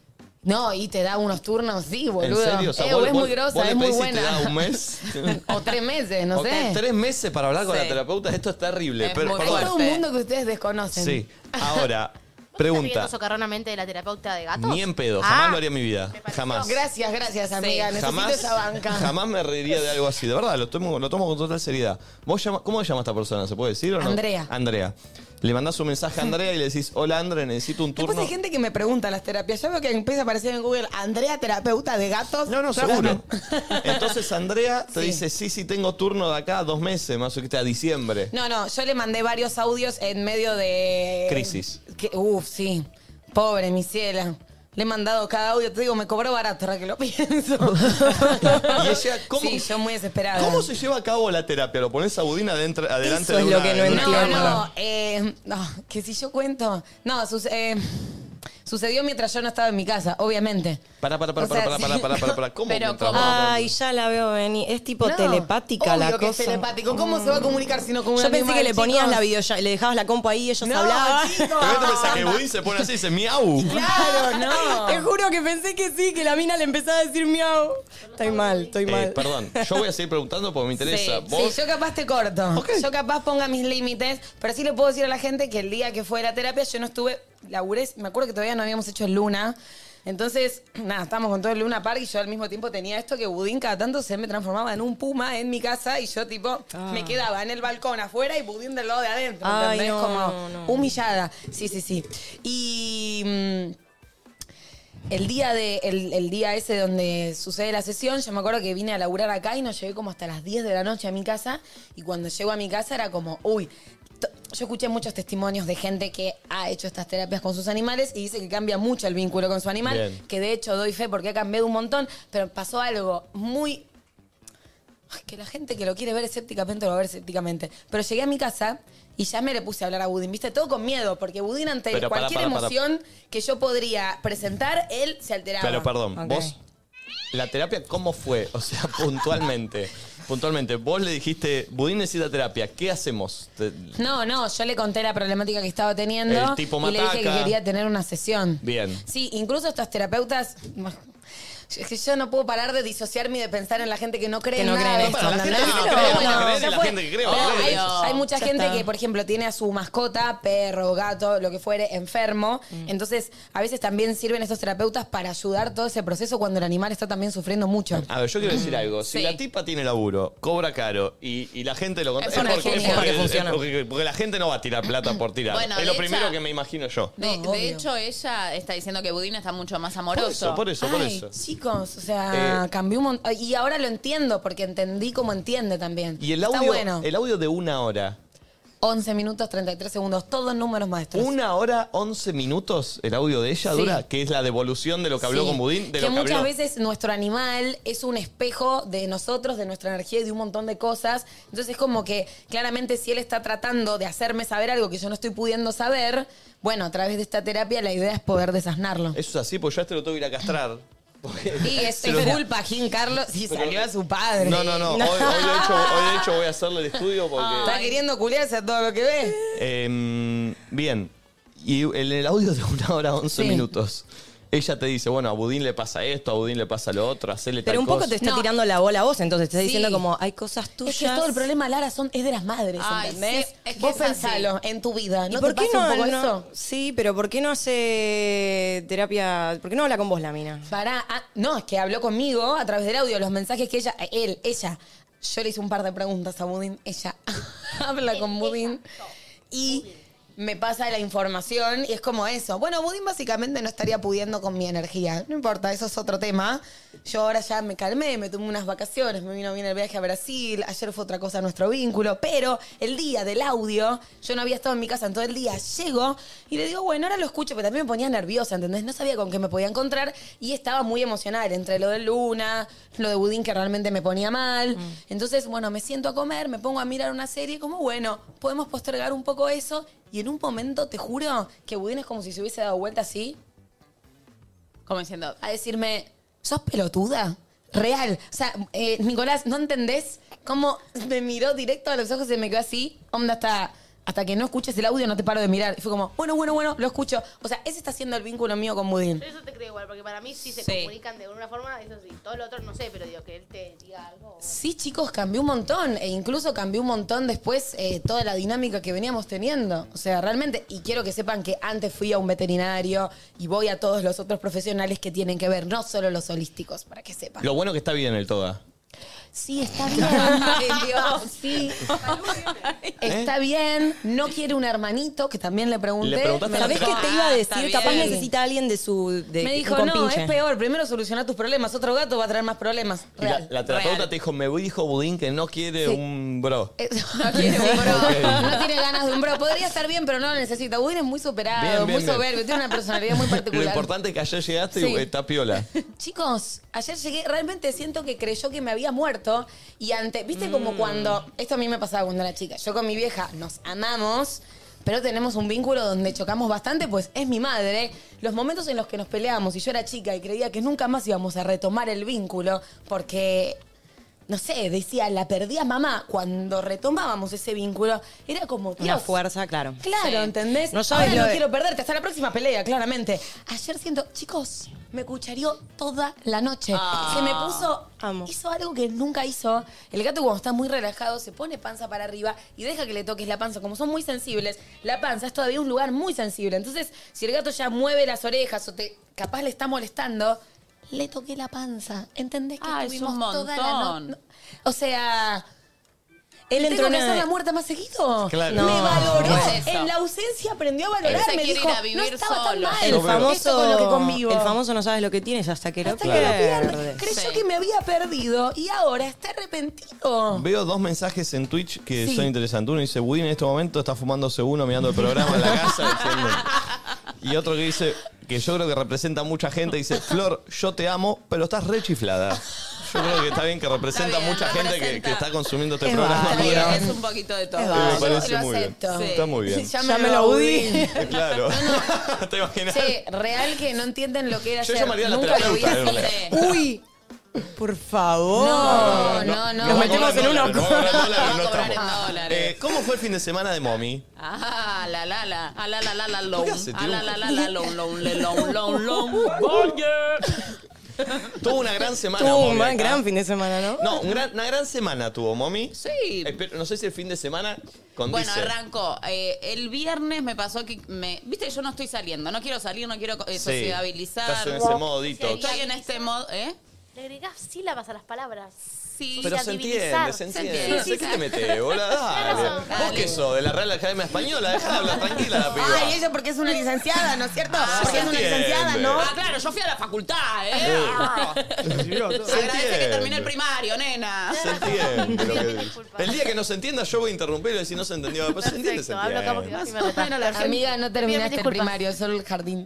No, y te da unos turnos, sí, boludo. ¿En serio? O sea, eh, vos- es vos- muy grosa, vos le es muy pedís y buena. te da un mes. O tres meses, no Ok, sé. Tres meses para hablar con Sí. la terapeuta, esto es terrible. Es pero, muy perdón. Hay todo un fuerte. mundo que ustedes desconocen. Sí. Ahora, ¿Estás pregunta. riendo socarronamente de la terapeuta de gatos? Ni en pedo, jamás Ah, lo haría en mi vida. Jamás. Gracias, gracias, amiga. Necesito Jamás, esa banca. jamás me reiría de algo así. De verdad, lo tomo, lo tomo con total seriedad. ¿Vos llama, ¿Cómo se llama esta persona? ¿Se puede decir o no? Andrea. Andrea. Le mandás un mensaje a Andrea y le decís, hola Andrea, necesito un Después turno. hay gente que me pregunta las terapias. Yo veo que empieza a aparecer en Google Andrea, terapeuta de gatos. No, no, seguro. Entonces Andrea te Sí. dice, sí, sí, tengo turno de acá a dos meses, más o menos a diciembre. No, no, yo le mandé varios audios en medio de... Crisis. Que, uf, sí. Pobre, mi ciela. Le he mandado cada audio, te digo, me cobró barato ahora que lo pienso. Y ella, ¿cómo, Sí, yo muy desesperada. ¿cómo se lleva a cabo la terapia? ¿Lo pones a Budín adentro, adelante Eso de es una, lo que no de una No, entiendo. cámara? no, eh, no, que si yo cuento... No, sus- eh, sucedió mientras yo no estaba en mi casa, obviamente. Pará, pará, pará, O sea, pará, pará, sí. pará, pará, pará. ¿Cómo? Pero mientras ¿cómo? vos- Ay, ya la veo venir. Es tipo No, telepática la obvio que cosa. es telepático. ¿Cómo se va a comunicar si no con un Yo pensé animal, que le ponías chicos? la videollamada, le dejabas la compu ahí y ellos No, hablaban. chicos. ¿Pero qué te pensás que Budín se pone así y dice miau? Claro, no. Te juro que pensé que sí, que la mina le empezaba a decir miau. Estoy mal, estoy Eh, mal. perdón, yo voy a seguir preguntando porque me interesa. Sí, ¿Vos? sí, yo capaz te corto. Ok. Yo capaz ponga mis límites, pero sí le puedo decir a la gente que el día que fue la terapia yo no estuve, laburé, me acuerdo que todavía no habíamos hecho el Luna. Entonces, nada, estábamos con todo el Luna Park y yo al mismo tiempo tenía esto que Budín cada tanto se me transformaba en un puma en mi casa y yo tipo me quedaba en el balcón afuera y Budín del lado de adentro, Ay, ¿entendés? no, Como no, no. humillada. Sí, sí, sí. Y... mm, el día de el, el día ese donde sucede la sesión, yo me acuerdo que vine a laburar acá y nos llegué como hasta las diez de la noche a mi casa y cuando llego a mi casa era como, uy, to- yo escuché muchos testimonios de gente que ha hecho estas terapias con sus animales y dice que cambia mucho el vínculo con su animal, Bien. que de hecho doy fe porque ha cambiado un montón, pero pasó algo muy... Ay, que la gente que lo quiere ver escépticamente lo va a ver escépticamente. Pero llegué a mi casa y ya me le puse a hablar a Budín, ¿viste? Todo con miedo, porque Budín ante Pero pará, cualquier pará, pará. emoción que yo podría presentar, él se alteraba. Pero perdón, Ok. vos, la terapia, ¿cómo fue? O sea, puntualmente, puntualmente, vos le dijiste, Budín necesita terapia, ¿qué hacemos? Te- No, no, yo le conté la problemática que estaba teniendo El tipo y le dije que mataca. quería tener una sesión. Bien. Sí, incluso estos terapeutas... Es que yo no puedo parar de disociarme y de pensar en la gente que no cree Que en no nada cree en de esto, esto, la gente ¿entendés? que no Pero cree, bueno, van a creer ya y la fue. gente que cree, Pero va a creer. hay, hay mucha Ya gente está. que, por ejemplo, tiene a su mascota, perro, gato, lo que fuere, enfermo. Mm. Entonces, a veces también sirven estos terapeutas para ayudar todo ese proceso cuando el animal está también sufriendo mucho. A ver, yo quiero decir algo. Si Sí. la tipa tiene laburo, cobra caro y, y la gente lo contrata, Es una genia. Porque funciona. porque, porque la gente no va a tirar plata por tirar. Bueno, es lo de primero hecho- que me imagino yo. De, No, de obvio. hecho, ella está diciendo que Budín está mucho más Por amoroso. eso, por eso, por Ay, eso. chicos, o sea, Eh, cambió un montón. Y ahora lo entiendo, porque entendí como entiende también. Y el Está audio, bueno. el audio de una hora. once minutos, treinta y tres segundos, todos números maestros. Una hora, once minutos, el audio de ella Sí. dura, que es la devolución de lo que habló Sí. con Budín, de que lo que muchas habló. veces nuestro animal es un espejo de nosotros, de nuestra energía y de un montón de cosas. Entonces es como que claramente si él está tratando de hacerme saber algo que yo no estoy pudiendo saber, bueno, a través de esta terapia la idea es poder desasnarlo. Eso es así, pues yo a este lo tengo que ir a castrar. Porque- Y es, Se es lo- culpa, Jim Carlos, y Pero- salió a su padre. No, no, no. Hoy, hoy, de hecho, hoy de hecho voy a hacerle el estudio porque... Está queriendo culiarse a todo lo que ve. Em, bien. Y en el audio de una hora, once Sí. minutos, ella te dice, bueno, a Budín le pasa esto, a Budín le pasa lo otro, hacerle Pero tal un poco cosa. te está No. tirando la bola a vos, entonces te está Sí. diciendo como hay cosas tuyas. Es que todo el problema, Lara, son, es de las madres, Ay, ¿entendés? sí, es que Vos es así. pensalo en tu vida, ¿Y ¿no por te qué pasa no, un poco no- eso? Sí, pero ¿por qué no hace terapia? ¿Por qué no habla con vos la mina? Pará, ah, no, es que habló conmigo a través del audio, los mensajes que ella, él, ella, yo le hice un par de preguntas a Budín, ella habla con Budín y me pasa la información y es como eso. Bueno, Budín básicamente no estaría pudiendo con mi energía, no importa, eso es otro tema. Yo ahora ya me calmé, me tomé unas vacaciones, me vino bien el viaje a Brasil, ayer fue otra cosa nuestro vínculo, pero el día del audio, yo no había estado en mi casa en todo el día, llego y le digo, bueno, ahora lo escucho, pero también me ponía nerviosa, ¿entendés? No sabía con qué me podía encontrar y estaba muy emocional entre lo de Luna, lo de Budín que realmente me ponía mal. Entonces, bueno, me siento a comer, me pongo a mirar una serie, como bueno, podemos postergar un poco eso y en un momento, te juro, que Budín es como si se hubiese dado vuelta así Como diciendo, a decirme, ¿sos pelotuda? Real. O sea, eh, Nicolás, ¿no entendés cómo me miró directo a los ojos y me quedó así? Onda hasta, hasta que no escuches el audio no te paro de mirar. Y fue como, bueno, bueno, bueno, lo escucho. O sea, ese está siendo el vínculo mío con Budín. Yo eso te creo igual, porque para mí sí se Sí. comunican de alguna forma, eso sí. Todo lo otro no sé, pero digo, que él te diga algo. Sí, chicos, cambió un montón. E incluso cambió un montón después eh, toda la dinámica que veníamos teniendo. O sea, realmente, y quiero que sepan que antes fui a un veterinario y voy a todos los otros profesionales que tienen que ver, no solo los holísticos, para que sepan. Lo bueno que está bien el toga. Sí, está bien. Ay, Dios, sí. Está bien. No quiere un hermanito, que también le pregunté. Le preguntaste ¿Sabés a la qué te iba a Ah, está decir? bien. Capaz necesita alguien de su... De, Me dijo, con no, pinche. es peor. Primero soluciona tus problemas. Otro gato va a traer más problemas. Y la, Real. la terapeuta Real. te dijo, me dijo Budín que no quiere Sí. un bro. Eh, No quiere un bro. Ok. No tiene ganas de un bro. Podría estar bien, pero no lo necesita. Budín es muy superado, Bien, bien, muy bien. soberbio. Tiene una personalidad muy Lo particular. importante es que ayer llegaste Sí. y está piola. Chicos, ayer llegué, realmente siento que creyó que me había muerto y ante, viste Mm. como cuando, esto a mí me pasaba cuando era chica, yo con mi vieja nos amamos, pero tenemos un vínculo donde chocamos bastante, pues es mi madre. Los momentos en los que nos peleamos y yo era chica y creía que nunca más íbamos a retomar el vínculo porque... No sé, decía, la perdí a mamá. Cuando retomábamos ese vínculo, era como, Una Dios, fuerza, claro. claro, Sí. ¿entendés? No sabes Ahora lo no de- quiero perderte, hasta la próxima pelea, claramente. Ayer siento, chicos, me cuchareó toda la noche. Ah. Se me puso, hizo algo que nunca hizo. El gato cuando está muy relajado se pone panza para arriba y deja que le toques la panza. Como son muy sensibles, la panza es todavía un lugar muy sensible. Entonces, si el gato ya mueve las orejas o te capaz le está molestando, le toqué la panza. ¿Entendés que Ah, es estuvimos un toda la no- montón. no- O sea... Él ¿Le entró tengo que en hacer una- la muerte más seguido? Claro. Me No, valoró. no es eso. En la ausencia aprendió a Él valorar. se Me quiere dijo, ir a vivir no estaba tan solo. mal. El Esto famoso, con lo que convivo. el famoso no sabes lo que tienes hasta que lo Hasta que lo pierde. pierdes. Creyó Sí. que me había perdido y ahora está arrepentido. Veo dos mensajes en Twitch que Sí. son interesantes. Uno dice, Budín en este momento está fumándose uno mirando el programa en la casa. diciendo- Y otro que dice, que yo creo que representa a mucha gente, dice, Flor, yo te amo, pero estás re chiflada. Yo creo que está bien que representa Está bien, a mucha gente que, representa. que está consumiendo este Es programa. válido. Está pero- bien, es un poquito de todo. Es Me válido. parece Lo muy bien. acepto. Sí. Está muy bien. Llámelo a Budín. Claro. ¿Te imaginas? Che, real que no entienden lo que era Yo ayer. llamaría a la Nunca lo vi terapeuta. así. eh. Sí. Uy, por favor. No, no, no. Nos metemos en una... No, no, no, no, Va a no cobrar en estamos. dólares. Eh, ¿Cómo fue el fin de semana de Mommy? Ah, la la la, ah, la la la la ¿Por long, qué hace? ah, Tiene la un- la la la long, long, le long, long, long, Tuvo una gran semana. Tuvo un Mommy, gran, acá. gran fin de semana, ¿no? No, un gran- una gran semana tuvo Mommy. Sí. Espero- no sé si el fin de semana condice. Bueno, arrancó. Eh, el viernes me pasó que me. Viste, yo no estoy saliendo. No quiero salir, no quiero eh, Sí. sociabilizar. Estás en ese modo detox. Estoy en este modo. ¿Eh? Le agregás sílabas a las palabras. Sí. Pero se entiende, se entiende. No sé qué te metes, boludo. Dale. razón. ¿Vos qué sos? ¿De la Real Academia Española? Dejá hablar tranquila la piba. Ay, ella porque es una licenciada, ¿no es cierto? Porque se es una entiende. licenciada, ¿no? Ah, claro, yo fui a la facultad, ¿eh? Recibió todo. Se Agradece que entiende. terminé el primario, nena. Se entiende lo que Pido dice. disculpas. El día que no se entienda, yo voy a interrumpir y decir no se entendió. Pero se entiende, se Perfecto, hablo acá porque entiende. Gaspi me reta. Amiga, no terminaste el disculpas. primario, solo el jardín.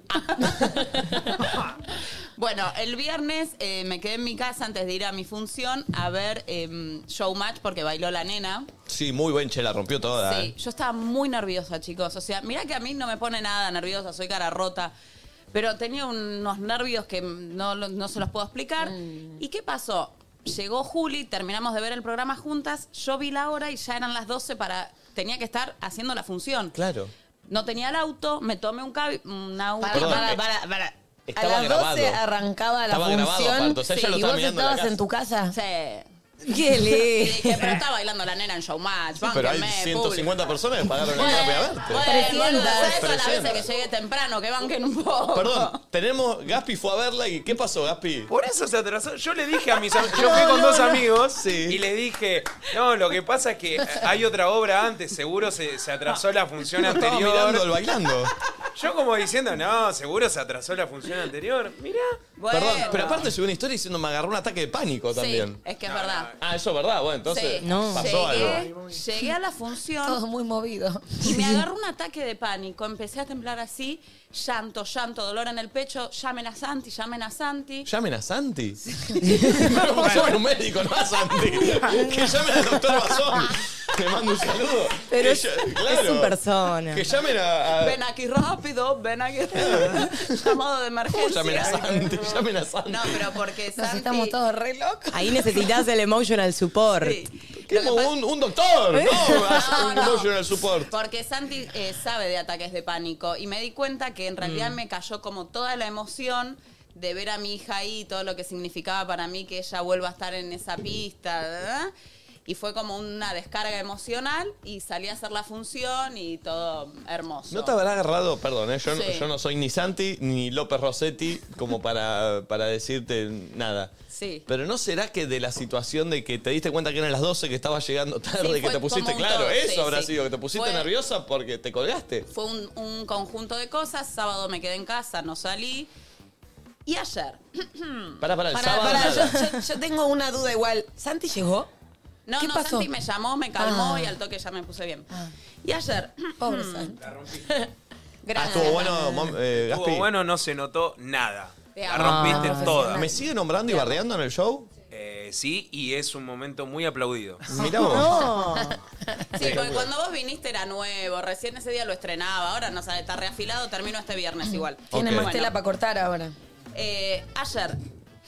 Bueno, el viernes eh, me quedé en mi casa antes de ir a mi función a ver eh, Showmatch porque bailó la nena. Sí, muy buen, che, la rompió toda. Sí, eh. yo estaba muy nerviosa, chicos. O sea, mirá que a mí no me pone nada nerviosa, soy cara rota. Pero tenía unos nervios que no, lo- no se los puedo explicar. ¿Y qué pasó? Llegó Juli, terminamos de ver el programa juntas, yo vi la hora y ya eran las doce para... Tenía que estar haciendo la función. Claro. No tenía el auto, me tomé un, cabi- un auto. Para, Perdón, para, eh, para, para. estaba a las grabado. doce arrancaba la Estaba grabado, función. aparte, o sea, ella lo ¿Y estaba vos mirando en la estabas casa. en tu casa? Sí. ¡Qué Y lindo! dije, pero está bailando la nena en Showmatch, Pero hay bánquenme, ciento cincuenta público. personas que pagaron la Bueno, entrada para verte. bueno, trescientas. boludo, ¿sabes todas las trescientas. veces que llegué temprano, que banquen un poco? Perdón, tenemos. Gaspi fue a verla y ¿qué pasó, Gaspi? Por eso se atrasó. Yo le dije a mis amigos, yo fui con dos amigos Sí. y le dije, no, lo que pasa es que hay otra obra antes, seguro se, se atrasó la función No estaba mirando el anterior. bailando. Yo como diciendo, no, seguro se atrasó la función anterior. Mirá. Bueno. Perdón, pero aparte subió una historia diciendo me agarró un ataque de pánico también. Sí, es que es verdad. Ah, eso es verdad, bueno, entonces Sí. No. pasó llegué, algo. llegué a la función Todo muy movido. y me agarró un ataque de pánico. Empecé a temblar así, llanto, llanto, dolor en el pecho. Llamen a Santi, llamen a Santi. Llamen a Santi. Pero vos llamen a un médico, no a Santi. Que llamen al doctor Bazón. Le mando un saludo. Pero Que es, ll- es claro. un persona. Que llamen a. a- Ven aquí rápido, ven aquí. Llamado de ¿Cómo emergencia. llamen a Santi? Llamen a Santi. No, pero porque Nos Santi... estamos todos re locos. Ahí necesitas el emotional support. Sí. ¿Qué? Un, un doctor, ¿no? No, Un no. emotional support. Porque Santi eh, sabe de ataques de pánico y me di cuenta que en realidad Mm. me cayó como toda la emoción de ver a mi hija ahí, todo lo que significaba para mí que ella vuelva a estar en esa pista, ¿verdad? Y fue como una descarga emocional y salí a hacer la función y todo hermoso. ¿No te habrá agarrado, perdón, eh, yo, no- Sí. yo no soy ni Santi ni López Rossetti como para, para decirte nada? Sí. Pero ¿no será que de la situación de que te diste cuenta que eran las doce, que estabas llegando tarde, Sí, que fue te pusiste, como un claro, todo, eso sí, habrá sí. sido, que te pusiste Fue- nerviosa porque te colgaste? Fue un, un conjunto de cosas. Sábado me quedé en casa, no salí. Y ayer. Pará, pará, el Pará, sábado pará, nada. yo, yo- yo tengo una duda igual. ¿Santi llegó? No, ¿Qué no, pasó? Santi me llamó, me calmó Ah. y al toque ya me puse bien. Y ayer. Pobre Santi. Ah, Gracias. estuvo bueno, mom- eh, Estuvo Gaspi. bueno, no se notó nada. Te La amo. rompiste Ah, toda. ¿Me sigue nombrando y bardeando en el show? Eh, sí, y es un momento muy aplaudido. Mirá vos. No. Sí, porque cuando vos viniste era nuevo, recién ese día lo estrenaba, ahora no sabe, está reafilado, termino este viernes igual. Tiene Ok. más Bueno, tela para cortar ahora. eh, ayer.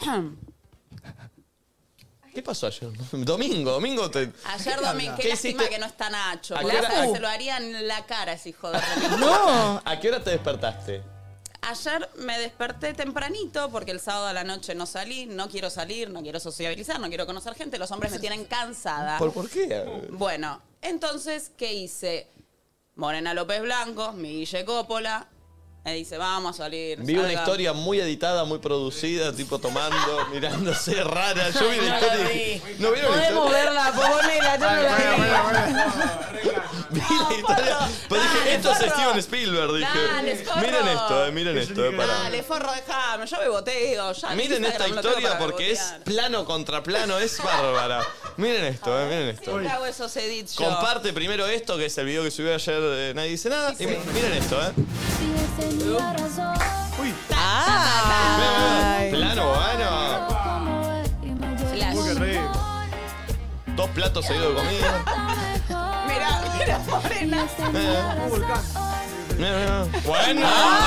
¿Qué pasó ayer? Domingo, domingo te... Ayer domingo, qué, ¿Qué lástima hiciste? que no está Nacho. ¿A Porque qué hora- ¿sabes? Uh. Se lo haría en la cara ese hijo de remil. No. ¿A qué hora te despertaste? Ayer me desperté tempranito porque el sábado a la noche no salí, no quiero salir, no quiero sociabilizar, no quiero conocer gente, los hombres me tienen cansada. ¿Por, por qué? Bueno, entonces, ¿qué hice? Morena López Blanco, mi Guille Coppola, me dice, vamos a salir. Vi una salga. historia muy editada, muy producida, tipo tomando, mirándose rara. Yo vi la No historia la y vi. dije, ¿no vieron la Podemos historia? verla, ponela, yo no la vi. Vi la historia. Pero dije, Dale, esto es forro. Steven Spielberg. Dije, Dale, forro. miren esto, eh, miren esto, eh, para. Dale, forro, dejame, yo beboteo. Ya Miren esta Instagram lo tengo historia para porque es bebotear. plano contra plano, es bárbara. Miren esto, eh, miren esto. Siempre hago esos edits yo. Comparte primero esto, que es el video que subió ayer de Nadie Dice Nada. Y miren esto, eh. Ay. Plano, bueno. Flash. Uy, qué rico. Dos platos seguidos de comida. Mirá, mira, morena. Eh, mira, mira. Bueno.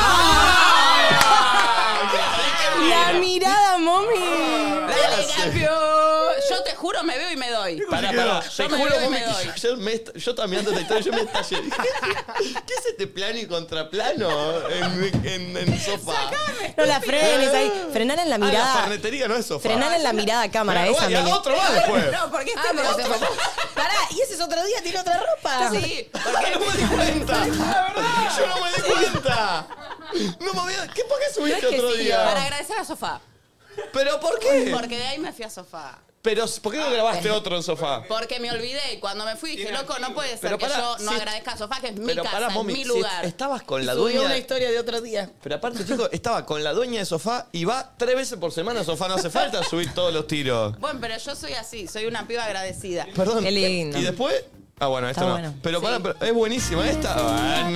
La mirada, mommy. Dale, cambio. Yo te juro, me veo y me doy. Pará, pará, te Yo me juro, veo y mami, me que doy. yo, ayer me est- yo también antes de esta historia, yo me estallé. Dije, ¿qué es este plano y contraplano en, en, en sofá? No la frenes ahí. Frenar en la Ah, la mirada. farnetería no es sofá. Frenar en la mirada a cámara, Pero, esa, guay, Meli. otro más después. No, porque este Ah, me pero se otro. fue. Pará, y ese es otro día, tiene otra ropa. Sí, No porque me di cuenta. Yo no me di cuenta. No me había... ¿Qué, ¿Por qué subiste No es que otro sí, día? para agradecer a Sofá. ¿Pero por qué? Porque de ahí me fui a Sofá. Pero, ¿por qué no grabaste otro en sofá? Porque me olvidé y cuando me fui dije, loco, no puede ser Pero que pará, yo no si- agradezca a Sofá, que es mi Pero casa, pará, es mami, mi si lugar. estabas con la Subió dueña... una historia de otro día. Pero aparte, chicos, estaba con la dueña de sofá y va tres veces por semana a sofá. No hace falta subir todos los tiros. Bueno, pero yo soy así, soy una piba agradecida. Perdón. Qué lindo. ¿Y después? Ah, bueno, esto Está no. bueno. Pero, Sí. pará, pero es buenísima esta. Bueno.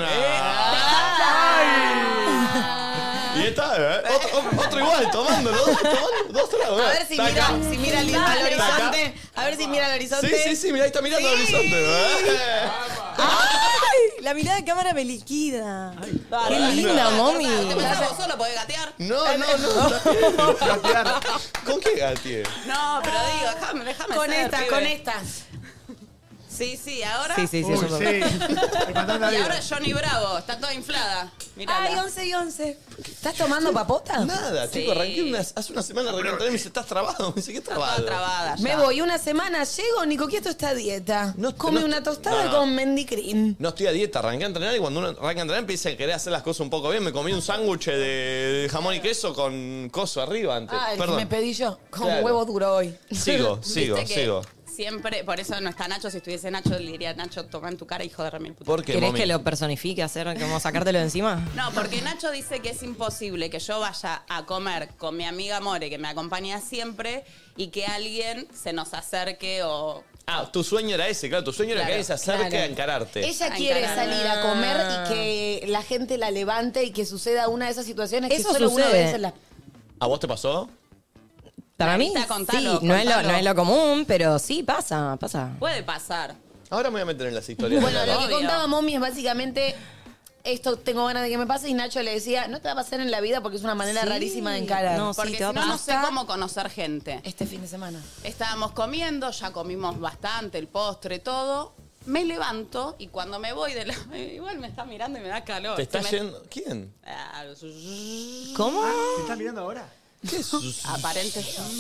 Y está, ¿eh? Otro, otro igual, tomándolo. Dos, tomando, dos tragos. A ver si Está mira, acá. si mira al, Está al acá. horizonte. A ver si mira al horizonte. Sí, sí, sí, mirá, ahí está mirando al horizonte. ¿eh? ¡Ay! La mirada de cámara me liquida. Qué Dale. linda, mommy. ¿Te pensás que vos solo podés gatear? No, no, no. ¿Con qué gatie? No, pero digo, déjame, déjame Con ser, esta, pibe. con esta. Sí, sí, ahora. Sí, sí, sí. Uy, eso sí. es El cantante Y arriba. ahora Johnny Bravo, está toda inflada. Mirá. Ay, once y once. ¿Estás tomando papota? Nada, Sí. chico, arranqué una, hace una semana reencontré y me dice, ¿estás trabado? Me dice, ¿qué Está trabado? toda trabada ya. Me voy una semana, llego, Nico Quieto está a dieta. No, Come no, una tostada no. con mendicrín. No estoy a dieta, arranqué a entrenar y cuando uno arranca a entrenar empieza a querer hacer las cosas un poco bien. Me comí un sándwich de, de jamón y queso con coso arriba antes. Ah, el Perdón. que me pedí yo. Con Claro. huevo duro hoy. Sigo, Viste sigo, que sigo. Siempre, por eso no está Nacho. Si estuviese Nacho, le diría, Nacho, toma en tu cara, hijo de remil puta. ¿Por qué, ¿Querés mami? que lo personifique, hacer como sacártelo de encima? No, porque Nacho dice que es imposible que yo vaya a comer con mi amiga More, que me acompaña siempre, y que alguien se nos acerque o... Ah, tu sueño era ese, claro. Tu sueño era Claro, que alguien se acerque claro. a encararte. Ella A quiere encarar. salir a comer y que la gente la levante y que suceda una de esas situaciones que Eso solo una sucede. vez en la... ¿A vos te pasó? Para mí, Marita, contalo, sí, no es, lo, contalo. no es lo común, pero sí, pasa, pasa. Puede pasar. Ahora me voy a meter en las historias. Bueno, de lo la- que Obvio. contaba Mommy es básicamente esto tengo ganas de que me pase, y Nacho le decía, no te va a pasar en la vida porque es una manera Sí. rarísima de encarar. No, Porque sí, si te va a no, no pasar. sé cómo conocer gente. Este fin de semana. Estábamos comiendo, ya comimos bastante, el postre, todo. Me levanto y cuando me voy de la... Igual me está mirando y me da calor. ¿Te está Se me- yendo? ¿Quién? Ah, ¿Cómo? ¿Te estás mirando ahora? ¿Qué es? Aparente.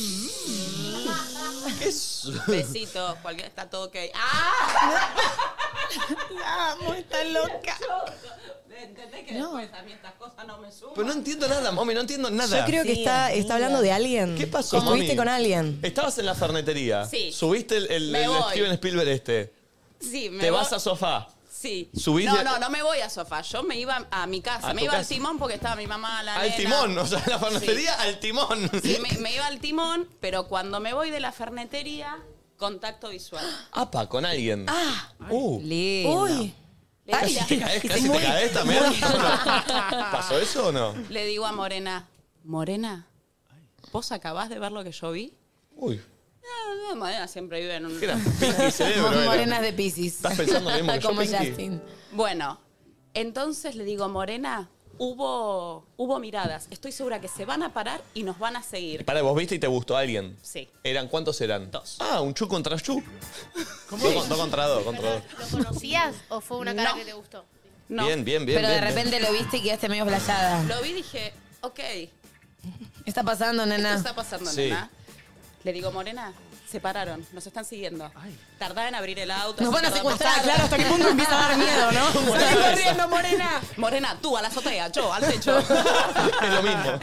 ¿Qué es? Besito, cualquier está todo ok. ¡Ah! La amo, está loca. ¿Entendés que después a mí estas cosas no me suman? Pero no entiendo nada, mami, no entiendo nada. Yo creo que Sí, está, amiga. está hablando de alguien. ¿Qué pasó, ¿Estuviste mami? con alguien? Estabas en la fernetería. Sí. Subiste el, el, Me el voy. Steven Spielberg este. Sí, me Te voy- vas a sofá. Sí. Subís no, de- no, no me voy a sofá. Yo me iba a mi casa. ¿A me tu iba al casa? timón porque estaba mi mamá, la Al nena. timón, o sea, en la fernetería al timón. Sí, me, me iba al timón, pero cuando me voy de la fernetería, contacto visual. Apa, con alguien. Ah, Uh. Lindo. uy. Casi te caes, casi te caes también. ¿Pasó eso o no? Le digo a Morena, Morena, ¿vos acabás de ver lo que yo vi? Uy. No, no, Morena siempre vive en un... ¿Qué era? Pinky cerebro era. Morenas de Piscis. ¿Estás pensando lo mismo que yo, Como Pinky? Justin. Bueno, entonces le digo, Morena, hubo, hubo miradas. Estoy segura que se van a parar y nos van a seguir. Para, vos viste y te gustó alguien. Sí. ¿Eran cuántos eran? Dos. Ah, un chu contra chu. ¿Cómo? Dos, dos contra dos, contra dos. ¿Lo conocías o fue una cara No. que te gustó? No. Bien, bien, bien. Pero de bien, bien. repente lo viste y quedaste medio playada. Lo vi y dije, ok, ¿Qué está pasando, ¿qué nena? está pasando, Sí. nena? Le digo, Morena, se pararon, nos están siguiendo. Tardaba en abrir el auto. Nos se van a tardaba- secuestrar. Claro, ¿hasta qué punto empieza a dar miedo, no? Salí corriendo, Morena. Morena, tú a la azotea, yo al techo. Es lo mismo.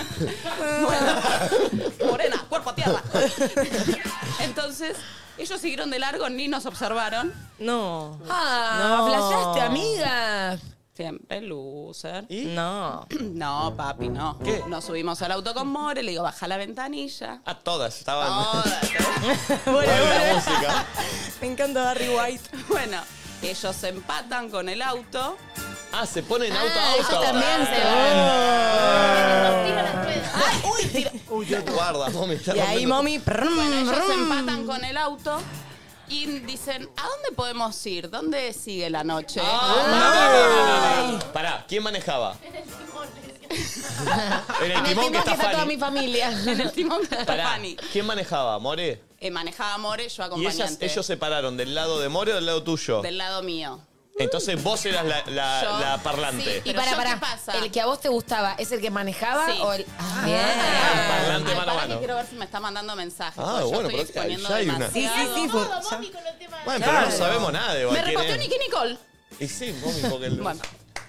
Morena, cuerpo a tierra. Entonces, ellos siguieron de largo, ni nos observaron. No. Ah, No. flashaste, amiga. Siempre loser. ¿Y? No. No, papi, no. ¿Qué? Nos subimos al auto con More, le digo, baja la ventanilla. A todas estaban. Todas. Bueno, la música. Me encanta Barry White. Bueno, ellos se empatan con el auto. Ah, se ponen auto a Ah, auto. ellos también se Ah. Tira las ruedas. Uy, tira. Guarda, mami. está Y ahí, rompiendo- mami. prum, Bueno, ellos se brum. empatan con el auto y dicen, ¿a dónde podemos ir? ¿Dónde sigue la noche? Ah, Pará, ¿quién manejaba? En el En el timón que timón está toda Fanny. mi familia. En el timón de Pará, Fanny. ¿quién manejaba? ¿More? Eh, manejaba More, yo Y acompañante. ellas, ellos se pararon del lado de More o del lado tuyo. Del lado mío. Entonces vos eras la, la- Yo- la parlante. sí. Y Pero para, yo, para, ¿qué pasa? ¿el que a vos te gustaba es el que manejaba Sí. o el...? Ah, Bien. Parlante Ay, mano a pará que mano. quiero ver si me está mandando mensajes. Ah, porque yo bueno, estoy pero exponiendo ya hay una- Sí, demasiado. sí, sí. fue- Todo, ya. mami, con el tema de... Bueno, pero no sabemos nada de Me quién reposteó es. Nicky Nicole. Y sí, mami, porque... el- Bueno,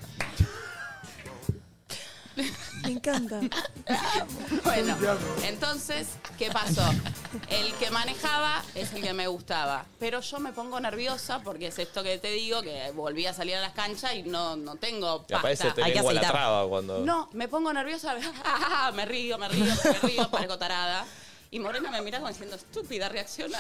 Me encanta. bueno. Entonces, ¿qué pasó? El que manejaba es el que me gustaba. Pero yo me pongo nerviosa porque es esto que te digo, que volví a salir a las canchas y no, no tengo Que aparece pasta. te Hay que lengua la aceitar. traba cuando... No, me pongo nerviosa, me río, me río, me río, parezco tarada. Y Morena me mira como diciendo, estúpida, reacciona.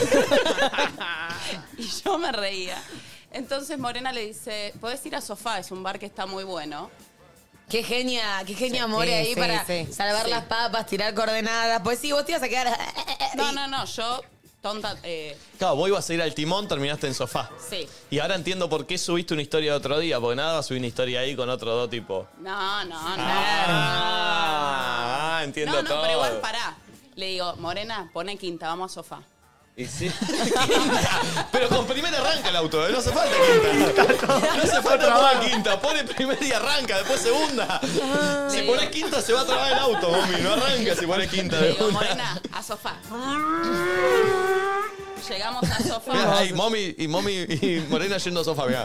Y yo me reía. Entonces Morena le dice, podés ir a Sofá, es un bar que está muy bueno. Qué genia, qué genia, Sí, More, sí, ahí sí, para sí. salvar Sí. las papas, tirar coordenadas. Pues sí, vos te ibas a quedar... No, no, no, yo, tonta, eh, Claro, vos ibas a ir al timón, terminaste en sofá. sí. Y ahora entiendo por qué subiste una historia de otro día, porque nada, subí una historia ahí con otro dos tipo. No, no, no. Ah, entiendo No, no, todo. pero igual pará. Le digo, Morena, pone quinta, vamos a Sofá. Y sí. Quinta. Pero con primera arranca el auto, ¿eh? No hace falta quinta. No hace falta poner quinta. Pone primera y arranca, después segunda. Si Le pone digo- quinta se va a trabar el auto, mami. No arranca si pone quinta Le de digo, una. Morena, a Sofá. Llegamos a Sofá. Mirá, ahí, mommy y mommy y Morena yendo a sofá, mirá.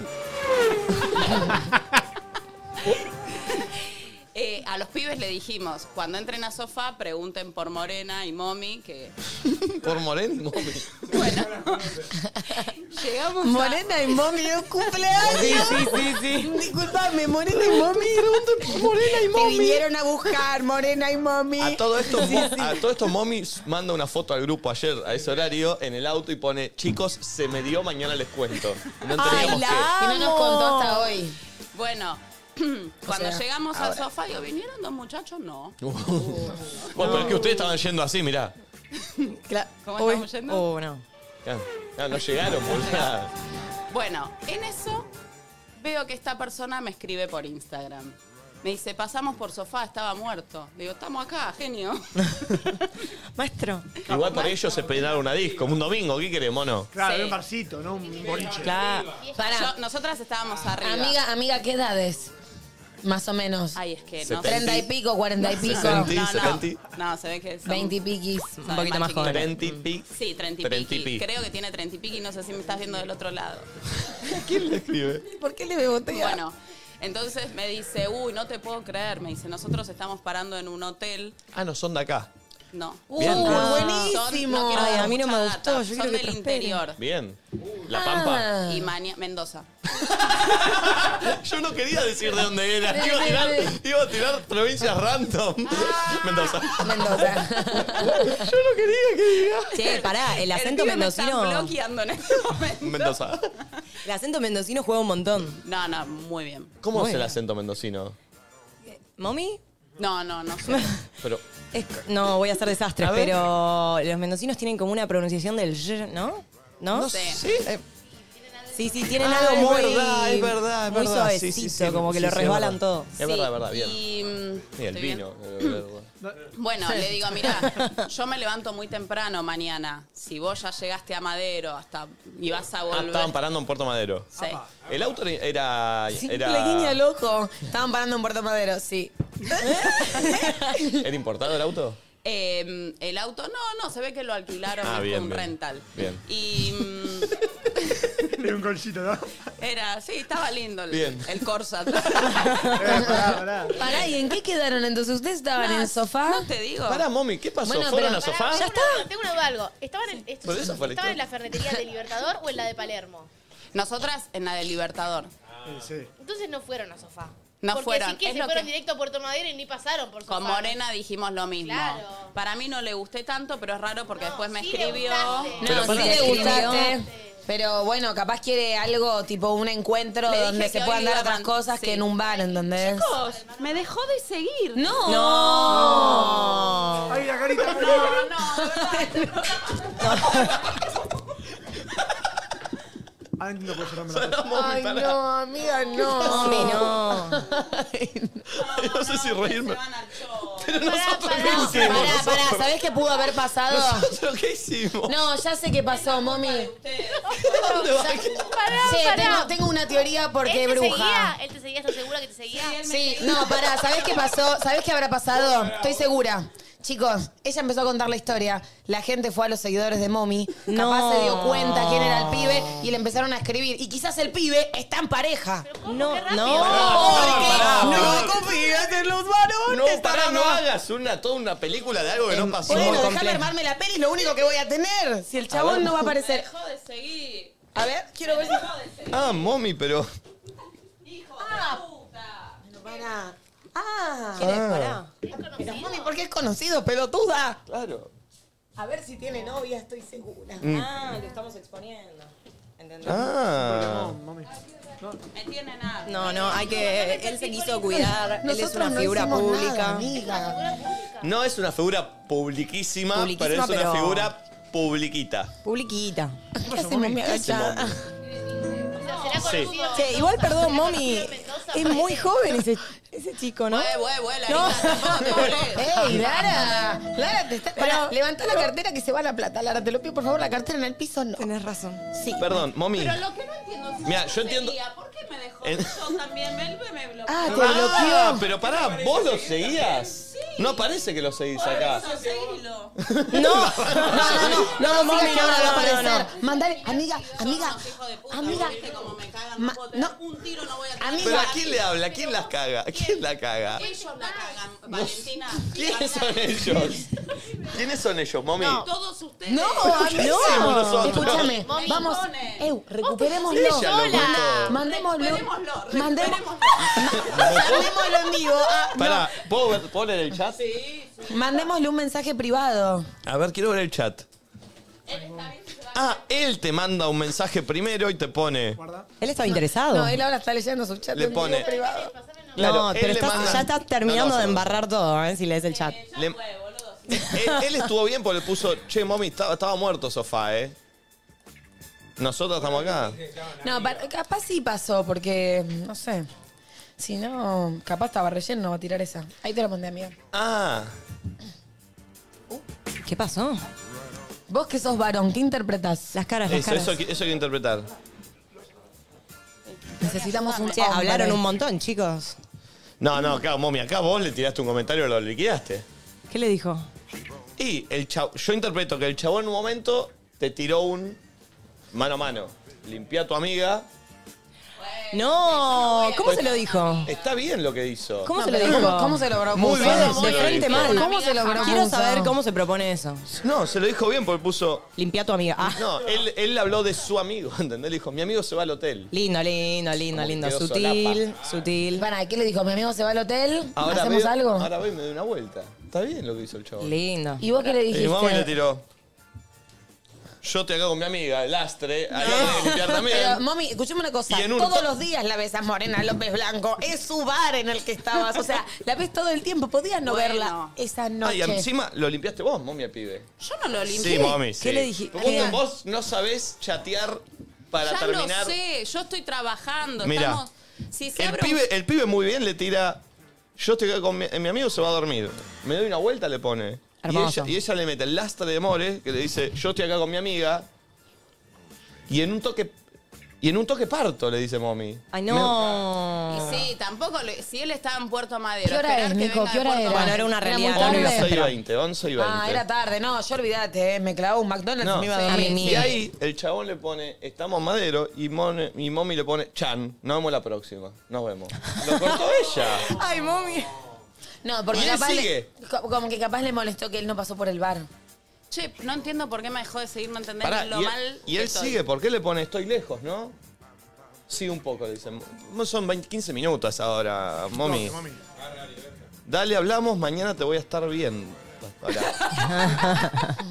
Eh, a los pibes le dijimos, cuando entren a Sofá, pregunten por Morena y Momi, que... Por Morena y mommy. Bueno, llegamos a... Morena y Mommy, un cumpleaños. Sí, sí, sí, sí. Disculpame, Morena y Mommy. Morena y Mommy. Te vinieron a buscar, Morena y Mommy. A todo esto, mo- a todo esto mommy manda una foto al grupo ayer a ese horario en el auto y pone, chicos, se me dio, mañana les cuento. Y no Ay, entendíamos la qué. amo. Y no nos contó hasta hoy. Bueno, cuando sea, llegamos ahora. al Sofá, digo, ¿vinieron dos muchachos? No. Bueno, pero es que ustedes estaban yendo así, mirá. Cla- ¿Cómo Uy. estamos yendo? Oh, no. Ya, ya no llegaron, boludo. Bueno, en eso veo que esta persona me escribe por Instagram. Me dice, pasamos por sofá, estaba muerto. Digo, estamos acá, genio. Maestro. Igual por ellos se peinaron una disco, un domingo, ¿qué querés, mono? Claro, Sí. un barcito, no un boliche. Claro. Pará. Yo- nosotras estábamos arriba. Amiga, amiga, ¿qué edades? Más o menos. Ay, es que no Setenta. sé. Treinta y pico, cuarenta y pico. Sesenta. No, no. setenta. No, se ve que son- Veinte y piquis. son Un poquito más chiquitos. joven. Treinta y pico. Sí, treinta y Treinta y piqui. pico. Creo que tiene treinta y piqui y no sé si me estás viendo del otro lado. ¿Quién le escribe? ¿Por qué le bebotea? Bueno, entonces me dice, uy, no te puedo creer. Me dice, nosotros estamos parando en un hotel. Ah, no, son de acá. No. Uh, Bien. buenísimo. Son- no quiero Ay, dar a mí no mucha me data. gustó, yo Son quiero que del prospere. interior. Bien. La Pampa. Ah. Y Mania- Mendoza. Yo no quería decir de dónde era. Iba a tirar, iba a tirar provincias random. Mendoza. Mendoza. Yo no quería que diga. Che, pará, el acento pibe me está mendocino. bloqueando en este momento. Mendoza. El acento mendocino juega un montón. No, no, muy bien. ¿Cómo es el Bueno. acento mendocino? ¿Mommy? No, no, no sé. Pero. Es- no, voy a hacer desastres, A ver. pero los mendocinos tienen como una pronunciación del y, ¿no? ¿No? No sé. ¿Sí? Eh, sí, sí, tienen Ah, algo es muy, verdad, es verdad, es muy verdad. suavecito, Sí, sí, sí, como que sí, lo sí, es resbalan verdad. todo. Es verdad, es verdad, bien. Y, mm, Y el ¿estoy bien? vino. es verdad. Bueno, le digo, mirá, yo me levanto muy temprano mañana. Si vos ya llegaste a Madero hasta y vas a Ah, volver. estaban parando en Puerto Madero. Sí. El auto era. Sí, Era, le guiña el ojo. Estaban parando en Puerto Madero, sí. ¿Era importado el auto? Eh, el auto, no, no, se ve que lo alquilaron, Ah, fue bien, un bien. rental. Bien. Y mm, Le un golcito, ¿no? era, sí, estaba lindo el, Bien. el Corsa. Eh, pará, pará. Pará, ¿y en qué quedaron entonces? ¿Ustedes estaban en el sofá? No te digo. Pará, mami, ¿qué pasó? Bueno, ¿Fueron pero- al sofá? Pará, tengo una- Tengo una duda algo. ¿Estaban en, estos- Por eso fue la ¿estaban en la historia. ferretería de Libertador o en la de Palermo? Nosotras en la del Libertador. Sí, sí. Entonces no fueron a sofá. No Porque fueron, sí que es se lo fueron que- directo a Puerto Madero y ni pasaron por sofá. Con Morena dijimos lo mismo. Claro. Para mí no le gusté tanto, pero es raro porque No, después me sí le escribió. gustaste. No, Pero sí pará. le gustaste. Pero bueno, capaz quiere algo tipo un encuentro Le dije donde que se hoy puedan dar iba a otras man- cosas sí. que en un bar, ¿entendés? Chicos, me dejó de seguir. No. No. Ay, la carita. No, no, de verdad. Ah, no puedo cerrarme la Pará, mami, Ay, pará. no, amiga, no. Mami, no. No sé si reírme. Se van al show. Pero nosotros pará, qué Pará, hicimos. pará, ¿sabés qué pudo haber pasado? ¿Nosotros qué hicimos? No, ya sé qué pasó, mami. ¿Dónde va? Pará, Sí, pará. tengo, tengo una teoría porque ¿Él te bruja. seguía? ¿Él te seguía? ¿Estás segura que te seguía? Sí, no, pará, ¿sabés qué pasó? ¿Sabés qué habrá pasado? Estoy segura. Chicos, ella empezó a contar la historia. La gente fue a los seguidores de Mommy. No. Capaz se dio cuenta quién era el pibe y le empezaron a escribir. Y quizás el pibe está en pareja. No, Qué rápido. no. pará, no pará. confías en los varones. No, pará, no hagas una, toda una película de algo que no pasó. Bueno, déjame complejo. armarme la peli, es lo único que voy a tener. Si el chabón no va a aparecer. Dejó de seguir. A ver, quiero ver si. Ah, mami, pero. Hijo de puta. Pará. Ah. ¿Quién es? Pará. Pero Mommy, ¿por qué es conocido, pelotuda? Claro. A ver si tiene novia, estoy segura. Ah, lo estamos exponiendo. ¿Entendés? Ah. No, mami. Me tiene nada. No, no, hay que. Él se quiso cuidar. Él es Nosotros una no figura hicimos pública. nada, amiga. No es una figura publiquísima, Publiquísima, pero es una pero- figura publiquita. Publiquita. ¿Qué hacemos, mi agachada? O sea, será Sí. conocido. Che, igual, perdón, mommy. Mendoza, Es muy joven ese, ese chico, ¿no? Güey, güey, güey, No. Larita, tampoco te volés. ¡Ey, Lara! Lara, te está... Pará, levantá la cartera que se va la plata. Lara, te lo pido, por favor, la cartera en el piso, no. Tenés razón. Sí. Perdón, mami. Pero lo que no entiendo es Mira, si yo entiendo- seguía, ¿por qué me dejó? En- Yo también, me, me bloqueó. Ah, te Ah, bloqueó. pero pará, ¿vos lo seguías? No parece que lo seguís acá. Eso, seguilo. No, No, no, no, no, no, mami, que ahora va a no, aparecer. no, no. Mandale, amiga, amiga, Unos hijos de puta, amiga. ¿viste cómo me cagan? Ma- No puedo tener no. un tiro, no voy a tener. Amiga. ¿Pero a quién le habla? ¿A quién las caga? ¿A quién la caga? Ellos la cagan, Valentina. ¿Quiénes son ellos? ¿Quiénes son ellos, mami? Todos ustedes. No, ¿Qué amiga. hacemos nosotros? Escúchame, Mami, vamos. pone. Eu, recuperémoslo. Ella lo sola. contó. Mandémoslo. Recuperémoslo, Mandemos- recuperémoslo. Mandémoslo en vivo. Ah, no. Pará, ¿puedo ver, ¿puedo leer el chat? Mandémosle un mensaje privado. A ver, quiero ver el chat. Ah, él te manda un mensaje primero y te pone. Él estaba interesado. No, él ahora está leyendo su chat Le en vivo pone- privado. Claro, no, él pero le estás- manda- ya estás terminando No, no, de solo- embarrar todo, ¿eh? Si lees el chat. Le- él, él estuvo bien porque le puso, che, mami, estaba, estaba muerto sofá, ¿eh? Nosotros estamos acá. No, pa- capaz sí pasó, porque, no sé. Si no, capaz estaba relleno, va a tirar esa. Ahí te la mandé, amiga. Ah. ¿Qué pasó? Vos que sos varón, ¿qué interpretás? Las caras, las Eso, caras. eso, hay que- eso hay que interpretar. Necesitamos un Sí, hombre. hablaron un montón, chicos. No, no, acá, Momi, acá vos le tiraste un comentario y lo liquidaste. ¿Qué le dijo? Y el chavo, yo interpreto que el chabón en un momento te tiró un mano a mano. Limpia a tu amiga. No, ¿cómo se lo dijo? Está bien lo que hizo. ¿Cómo No, se lo pero dijo? ¿cómo- cómo se lo propuso? Muy bien. De se lo frente dijo. mal. ¿Cómo se lo propuso? Quiero saber cómo se propone eso. No, se lo dijo bien porque puso... Limpia a tu amiga. Ah. No, él, él habló de su amigo, ¿entendés? Le dijo, mi amigo se va al hotel. Lindo, lindo, lindo, Como lindo. quedó Sutil, sutil. Para, ¿qué le dijo? ¿Mi amigo se va al hotel? Ahora ¿Hacemos veo- algo? Ahora voy y me doy una vuelta. Está bien lo que hizo el chabón. Lindo. ¿Y vos qué le dijiste? Y mami le tiró. Yo te acá con mi amiga, el astre, ahí tenés que limpiar también. Pero, mami, escuchame una cosa. Y en un Todos to- los días la ves a Morena López Blanco. Es su bar en el que estabas. O sea, la ves todo el tiempo. Podías no Bueno. verla esa Ah, noche. y encima lo limpiaste vos, mami, al pibe. Yo no lo limpié. Sí, mami, sí. ¿Qué le dije? Vos, ¿Qué? vos no sabés chatear para ya terminar. lo sé, yo estoy trabajando. Mirá, Estamos, si se El abre un- pibe, el pibe muy bien le tira. Yo estoy acá con mi, mi amigo, se va a dormir. Me doy una vuelta, le pone. Y Hermoso. ella, y ella le mete el lastre de More, que le dice, yo estoy acá con mi amiga. Y en un toque. Y en un toque parto, le dice Mommy. Ay, no. Y sí, tampoco, lo- si él estaba en Puerto Madero. ¿Qué hora esperar es, que Nico? venga ¿Qué de hora Puerto era? Bueno, era una Era realidad. muy no tarde. ibas a once y esperar. veinte, once y veinte. Ah, era tarde. No, yo olvídate, eh, me clavaba un McDonald's No, y me iba a sí, dormir. a mí Y ahí el chabón le pone, estamos en Madero, y Mon- mi Mommy le pone, Chan, nos vemos la próxima. Nos vemos. Lo cortó ella. Ay, mami. No, porque ¿Y él capaz sigue? le, co- como que capaz le molestó que él no pasó por el bar. Che, no entiendo por qué me dejó de seguir, no entendés Pará, lo y él, mal y él que estoy. sigue, ¿por qué le pone estoy lejos, no? Sí, un poco, le dicen. Son veinte, quince minutos ahora, Mommy. Mami. Dale, hablamos, mañana te voy a estar bien. Hola.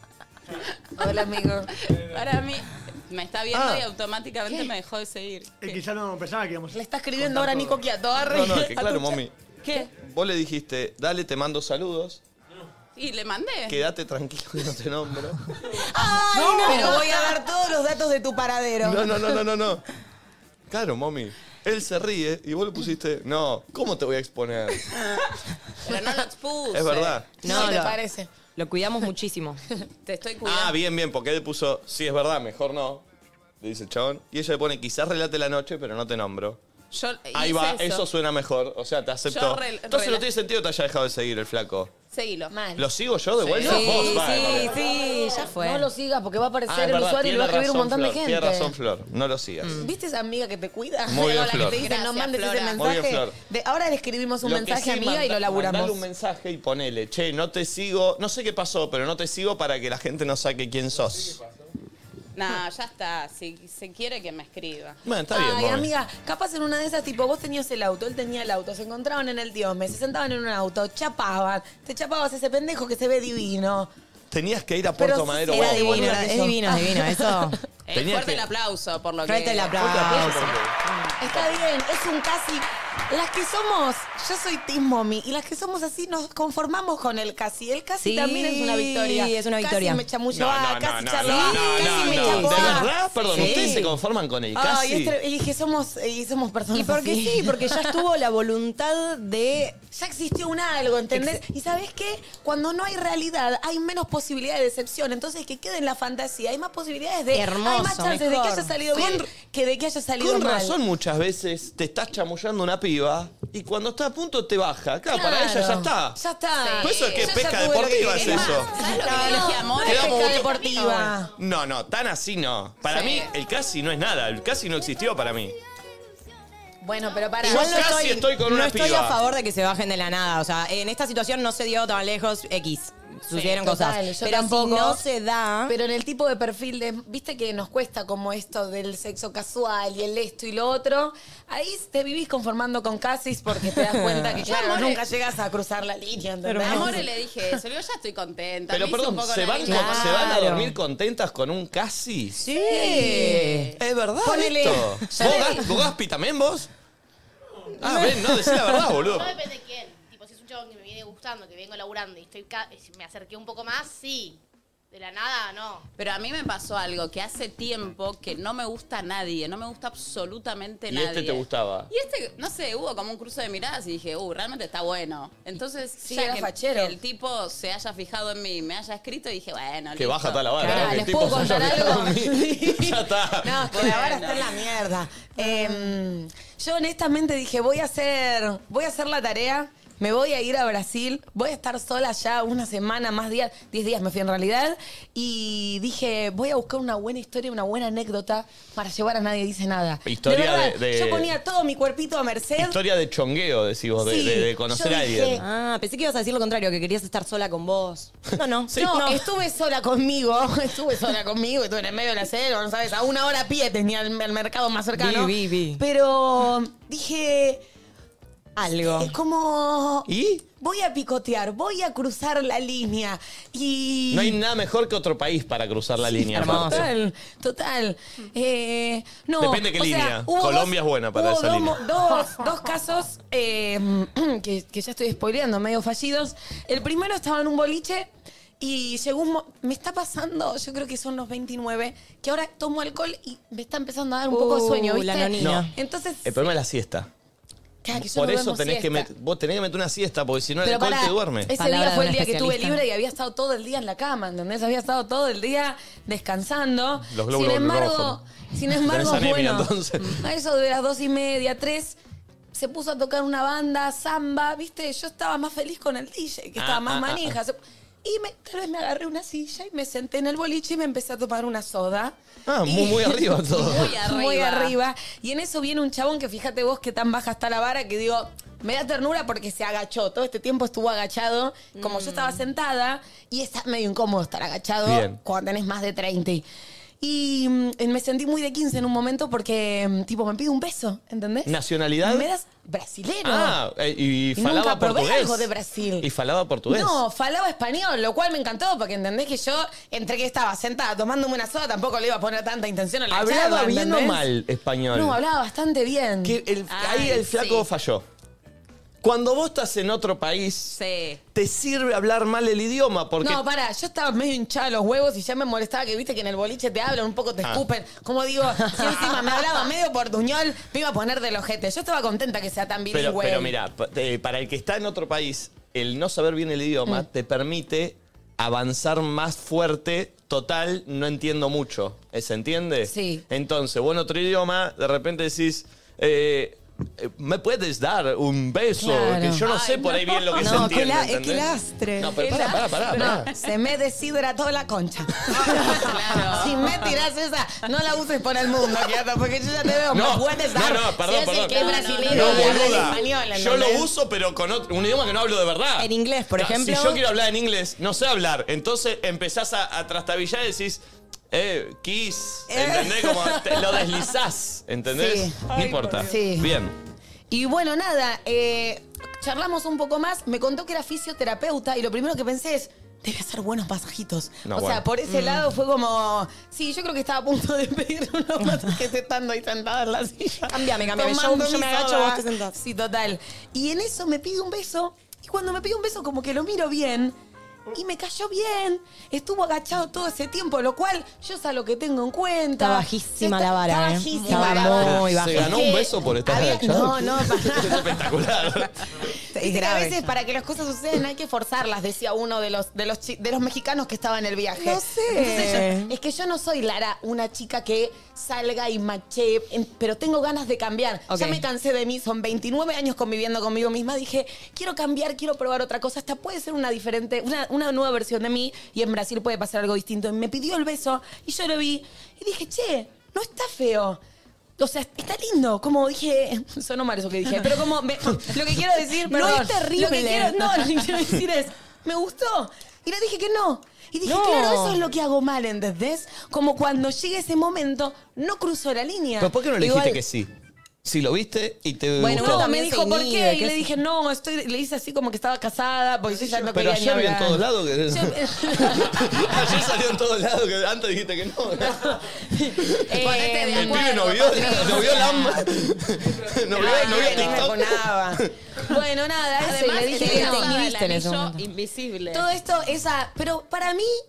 Hola, amigo. Para mí, me está viendo Ah. y automáticamente me dejó de seguir. Es que ya no pensaba que íbamos Le está escribiendo ahora Nico Quiato. No, no, que claro, Mommy. ¿Qué? Vos le dijiste, dale, te mando saludos, Y le mandé. quédate tranquilo que no te nombro. Ay, no, pero voy a dar todos los datos de tu paradero. No, no, no, no, no, no. Claro, Mommy. Él se ríe y vos le pusiste, no, ¿cómo te voy a exponer? Pero no lo expuse. Es verdad. No, ¿Qué te lo- parece? Lo cuidamos muchísimo. Te estoy cuidando. Ah, bien, bien, porque él puso, sí, es verdad, mejor no. Le dice el chabón. Y ella le pone, quizás relate la noche, pero no te nombro. Yo Ahí hice va, eso. eso. suena mejor. O sea, te acepto. Yo rel- Entonces rela- no tiene sentido que te haya dejado de seguir el flaco. Seguilo. Mal. ¿Lo sigo yo de vuelta? Sí, Vos, va, sí, va. sí, ya fue. No lo sigas porque va a aparecer Ah, es el verdad, usuario y le va a tiene escribir un razón, montón de Flor, gente. Tiene razón, Flor. No lo sigas. ¿Viste esa amiga que te cuida? Muy bien, O la Flor. que te dice, no Gracias, mandes ese Flora. mensaje. Muy bien, Flor. De- ahora le escribimos un Lo que mensaje sí, a amiga y manda- lo laburamos. Mandale un mensaje y ponele, che, no te sigo, no sé qué pasó, pero no te sigo para que la gente no saque quién sos. No, ya está. Si se quiere que me escriba. Bueno, está bien, Ay, Mommy. amiga, capaz en una de esas, tipo, vos tenías el auto, él tenía el auto, se encontraban en el Diome, se sentaban en un auto, chapaban, te chapabas ese pendejo que se ve divino. Tenías que ir a Pero Puerto sí, Madero. Era vos. divino, boluda era- que es sos. divino, es divino. Eso. Eh, Tenías fuerte que- el aplauso por lo que... Tráete el aplauso. Está bien, es un casi. Las que somos, yo soy Team Mommy, y las que somos así nos conformamos con el casi. El casi Sí, también es una victoria. es una victoria. Casi me chamulló, No, ah, no, casi no, charló, no, ah, no, casi no, me no. chapó. ¿De ah. verdad? Perdón, Sí. ¿ustedes se conforman con el Ay, casi? es tre- y que somos, y somos personas Y porque así. sí, porque ya estuvo la voluntad de... Ya existió un algo, ¿entendés? Y ¿sabés qué? Cuando no hay realidad, hay menos posibilidades de decepción. Entonces, que quede en la fantasía. Hay más posibilidades de... Hermoso, hay más chances de que mejor. haya salido Con- bien que de que haya salido Con mal. razón muchas veces te estás chamullando una piba y cuando está a punto te baja. Claro, para ella ya está. Ya está. Pues eso es que Yo ya pesca tuve lo deportiva que- es más, eso. ¿Sabes lo que No, le dije a no, More? no es Quedamos pesca mucho- deportiva. No, no, tan así no. Para Sí. mí el casi no es nada. El casi no existió para mí. Bueno, pero para... Yo Igual no casi estoy, estoy con no una estoy piba. a favor de que se bajen de la nada. O sea, en esta situación no se dio tan lejos X. Sucedieron Total, cosas. yo Pero tampoco. si no se da... Pero en el tipo de perfil de, viste que nos cuesta como esto del sexo casual y el esto y lo otro, ahí te vivís conformando con casis porque te das cuenta que Yo, claro, More- nunca llegas a cruzar la línea, ¿entendés? A More le dije eso. Le digo, ya estoy contenta. Pero Me hizo perdón, un poco ¿se la van, misma. con- ¿se van a Claro. dormir contentas con un casi? Sí. ¿Es verdad Ponele- esto? ¿Vos, Ya le- Gas- vos, Gaspi, también vos? Ah, ven, no, decí la verdad, boludo. No depende de quién. Tipo, si es un chabón que me viene gustando, que vengo laburando y estoy ca- si me acerqué un poco más, sí. De la nada, no. Pero a mí me pasó algo que hace tiempo que no me gusta nadie, no me gusta absolutamente ¿Y nadie. este te gustaba? Y este, no sé, hubo como un cruce de miradas y dije, uh, realmente está bueno. Entonces, Sí, ya era que, fachero. que el tipo se haya fijado en mí, me haya escrito, dije, bueno, Que listo. baja toda la vara. Claro, ¿no? Que ¿les el tipo puedo se haya contar fijado algo? en mí. Ya está. No, es que la vara está en la mierda. Eh, yo honestamente dije, voy a hacer, voy a hacer la tarea, me voy a ir a Brasil, voy a estar sola ya una semana, más días, diez días me fui en realidad, y dije, voy a buscar una buena historia, una buena anécdota para llevar a Nadie Dice Nada. Historia de verdad, de- de- yo ponía todo mi cuerpito a merced. Historia de chongueo, decís vos, de, Sí, de- de conocer yo a dije- alguien. Ah, pensé que ibas a decir lo contrario, que querías estar sola con vos. No, no. no, estuve sola conmigo, estuve sola conmigo, estuve en el medio de la selva, ¿no sabes? A una hora a pie tenía el, el mercado más cercano. Vi, vi, vi. Pero dije, Algo. es como... ¿Y? Voy a picotear, voy a cruzar la línea y... No hay nada mejor que otro país para cruzar la línea. aparte. Total, total. Eh, no, Depende qué o sea, línea. hubo Colombia es buena para hubo esa dos, línea. mo- Dos, dos casos eh, que, que ya estoy spoileando, medio fallidos. El primero estaba en un boliche y llegó un... mo- Me está pasando, yo creo que son los veintinueve, que ahora tomo alcohol y me está empezando a dar un poco de Uh, sueño, ¿viste? la nonina. No. Entonces... El problema es la siesta. claro, que yo Por no eso duermo tenés que, siesta. met- vos tenés que meter una siesta, porque si no el Pero alcohol pará, te duerme. ese Palabra día de fue el un día que tuve especialista. libre y había estado todo el día en la cama, ¿entendés? Había estado todo el día descansando. Los glóbulos sin embargo, rojos. sin embargo, Tenés anemia, bueno, entonces. a eso de las dos y media, tres, se puso a tocar una banda, samba, ¿viste? Yo estaba más feliz con el D J, que estaba Ah, más ah, ah, manija. Se- Y me, tal vez me agarré una silla y me senté en el boliche y me empecé a tomar una soda. Ah, Y- muy, muy arriba todo. Muy arriba. Muy arriba. Y en eso viene un chabón que fíjate vos qué tan baja está la vara que digo, me da ternura porque se agachó. Todo este tiempo estuvo agachado, como yo estaba sentada, y está medio incómodo estar agachado Bien. cuando tenés más de treinta. Y mm, me sentí muy de quince en un momento porque, mm, tipo, me pide un beso, ¿entendés? ¿Nacionalidad? Me das brasilero. Ah, eh, y Y falaba nunca probé portugués. algo de Brasil. Y falaba portugués. No, falaba español, lo cual me encantó, porque entendés que yo, entre que estaba sentada tomándome una soda, tampoco le iba a poner tanta intención a la ¿Hablaba charla, bien o ¿entendés? mal español? No, hablaba bastante bien. Que el- Ay, ahí el flaco sí. falló. Cuando vos estás en otro país, Sí. te sirve hablar mal el idioma porque... No, pará, yo estaba medio hinchada los huevos y ya me molestaba que viste que en el boliche te hablan, un poco te Ah. escupen. Como digo, si encima me hablaba medio portuñol, me iba a poner del ojete. Yo estaba contenta que sea tan bilingüe. Pero, pero mira, pa- te- para el que está en otro país, el no saber bien el idioma te permite avanzar más fuerte. Total, no entiendo mucho. ¿Se entiende? Sí. Entonces, vos en otro idioma, de repente decís... eh, eh, ¿me puedes dar un beso? Claro. Que yo no Ay, sé por ahí bien lo que no. se No, entiende. qué la- es que ¿entendés? lastre. No, pero pará, pará, pará. pará. No, se me deshidrató la concha. Claro. Si me tirás esa, no la uses por el mundo, Kiata, porque yo ya te veo. No, me puedes dar. no, no, perdón, si es el perdón. que es No, no, brasileño No, y habla en boluda. español, Yo lo ¿entendés? uso, pero con otro- un idioma que no hablo de verdad. En inglés, por No, ejemplo. Si yo quiero hablar en inglés, no sé hablar. Entonces empezás a, a trastabillar y decís, eh, kiss. ¿Entendés? Como te- lo deslizás. ¿Entendés? Sí. No importa. Sí. Bien. Y bueno, nada, eh, charlamos un poco más. Me contó que era fisioterapeuta y lo primero que pensé es, debe hacer buenos masajitos. No, o bueno. sea, por ese lado fue como, sí, yo creo que estaba a punto de pedir unos masajes estando ahí sentada en la silla. Cámbiame, cámbiame. Yo- tomando yo mi me agacho, soda. vos te sentás. Sí, total. Y en eso me pide un beso. Y cuando me pide un beso, como que lo miro bien. Y me cayó bien. Estuvo agachado todo ese tiempo, lo cual yo es a lo que tengo en cuenta. Está bajísima la vara, Está ¿eh? bajísima Estaba la vara. muy baja. ¿Se ganó Es un que beso por estar había- agachado? No, no, para nada. Es espectacular. Viste que a veces para que las cosas sucedan hay que forzarlas, decía uno de los, de los, chi- de los mexicanos que estaba en el viaje. No sé. Entonces yo- es que yo no soy, Lara, una chica que salga y maché, en- pero tengo ganas de cambiar. Ok. Ya me cansé de mí, son veintinueve años conviviendo conmigo misma. Dije, quiero cambiar, quiero probar otra cosa. Esta puede ser una diferente, una, una nueva versión de mí y en Brasil puede pasar algo distinto. Y me pidió el beso y yo lo vi y dije, che, no está feo. O sea, está lindo. Como dije, sonó mal eso que dije, pero como me- lo que quiero decir, No perdón, es terrible. Lo que quiero, no, lo que quiero decir es, me gustó. Y le dije que no. Y dije, No. claro, eso es lo que hago mal, ¿entendés? Como cuando llegue ese momento, no cruzó la línea. ¿Pero por qué no le Igual- dijiste que sí? Si lo viste y te Bueno, gustó. uno No, también me se dijo, ¿por inhibe, qué? Y qué le sé dije, no, estoy, le hice así como que estaba casada, porque yo ya no Pero quería ayer ni vi en hablar. todos lados que... Yo- ayer salió en todos lados que antes dijiste que no. Eh, Ponete de El acuerdo. pibe no vio, no vio la... No vio, no vio Ni me TikTok. ponaba. Bueno, nada, eso. Además, y le dije que que te no. inhibiste en ese anillo momento. invisible. Todo esto, esa. Pero para mí,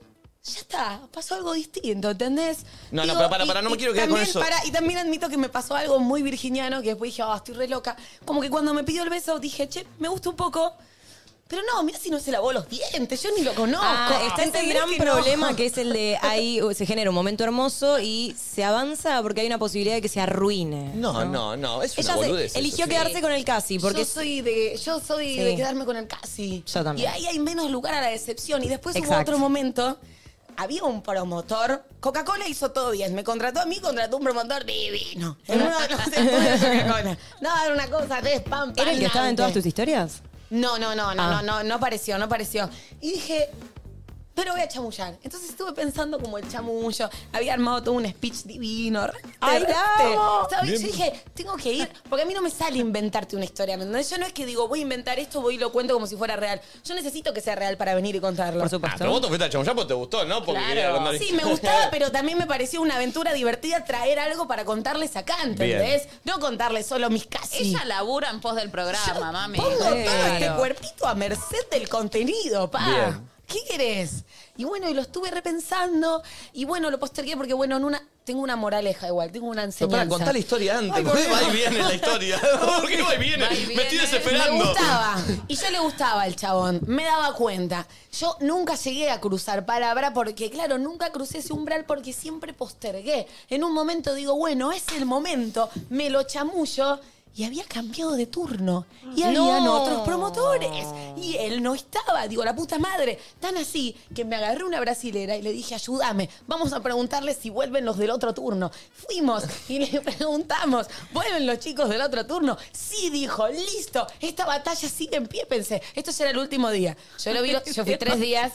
ya está, pasó algo distinto, ¿entendés? No, no, pero para, para, no me quiero quedar con también eso. para- y también admito que me pasó algo muy virginiano, que después dije, ah, estoy re loca. Como que cuando me pidió el beso dije, che, me gusta un poco. Pero no, mira si no se lavó los dientes, yo ni lo conozco. Ah, está ese ¿Entendés gran que no? problema que es el de ahí se genera un momento hermoso y se avanza porque hay una posibilidad de que se arruine. No, no, no, es una Ella se- boludez. eso, eligió sí. quedarse con el casi porque yo soy de yo soy Sí. de quedarme con el casi. Yo también. Y ahí hay menos lugar a la decepción. Y después hubo Exacto. otro momento. Había un promotor. Coca-Cola hizo todo bien. Me contrató a mí, contrató un promotor divino. En uno de los estudios de Coca-Cola. No, era una cosa de spam. ¿Era el que estaba en todas tus historias? No, no, no, no, Ah. no, no, no apareció, no apareció. Y dije, pero voy a chamullar. Entonces estuve pensando como el chamullo. Había armado todo un speech divino. re- ¡Ay, re- la amo! Estaba bien. Yo Bien. dije, tengo que ir, porque a mí no me sale inventarte una historia. ¿Me entendés? Yo no es que digo, voy a inventar esto, voy y lo cuento como si fuera real. Yo necesito que sea real para venir y contarlo. Por Ah, supuesto. pero vos te fuiste a chamullar porque te gustó, ¿no? Porque quería contar Sí, me gustaba, pero también me pareció una aventura divertida traer algo para contarles acá, ¿entendés? No contarles solo mis casi. Ella labura en pos del programa, mami. Pongo todo Claro. este cuerpito a merced del contenido, pa. Bien. ¿Qué querés? Y bueno, y lo estuve repensando. Y bueno, lo postergué porque, bueno, en una, tengo una moraleja igual, tengo una Pero enseñanza. para contar la historia antes, Ay, ¿por qué por va y Dios. viene la historia? ¿Por qué va y viene? Va y Me estoy viene. desesperando. Me gustaba. Y yo le gustaba al chabón. Me daba cuenta. Yo nunca llegué a cruzar palabra porque, claro, nunca crucé ese umbral porque siempre postergué. En un momento digo, bueno, es el momento. Me lo chamullo. Y había cambiado de turno. Y habían No. otros promotores. Y él no estaba. Digo, la puta madre. Tan así que me agarré una brasilera y le dije, ayúdame. Vamos a preguntarle si vuelven los del otro turno. Fuimos y le preguntamos, ¿vuelven los chicos del otro turno? Sí, dijo, listo. Esta batalla sigue en pie, pensé. Esto será el último día. Yo lo vi, yo fui tres días.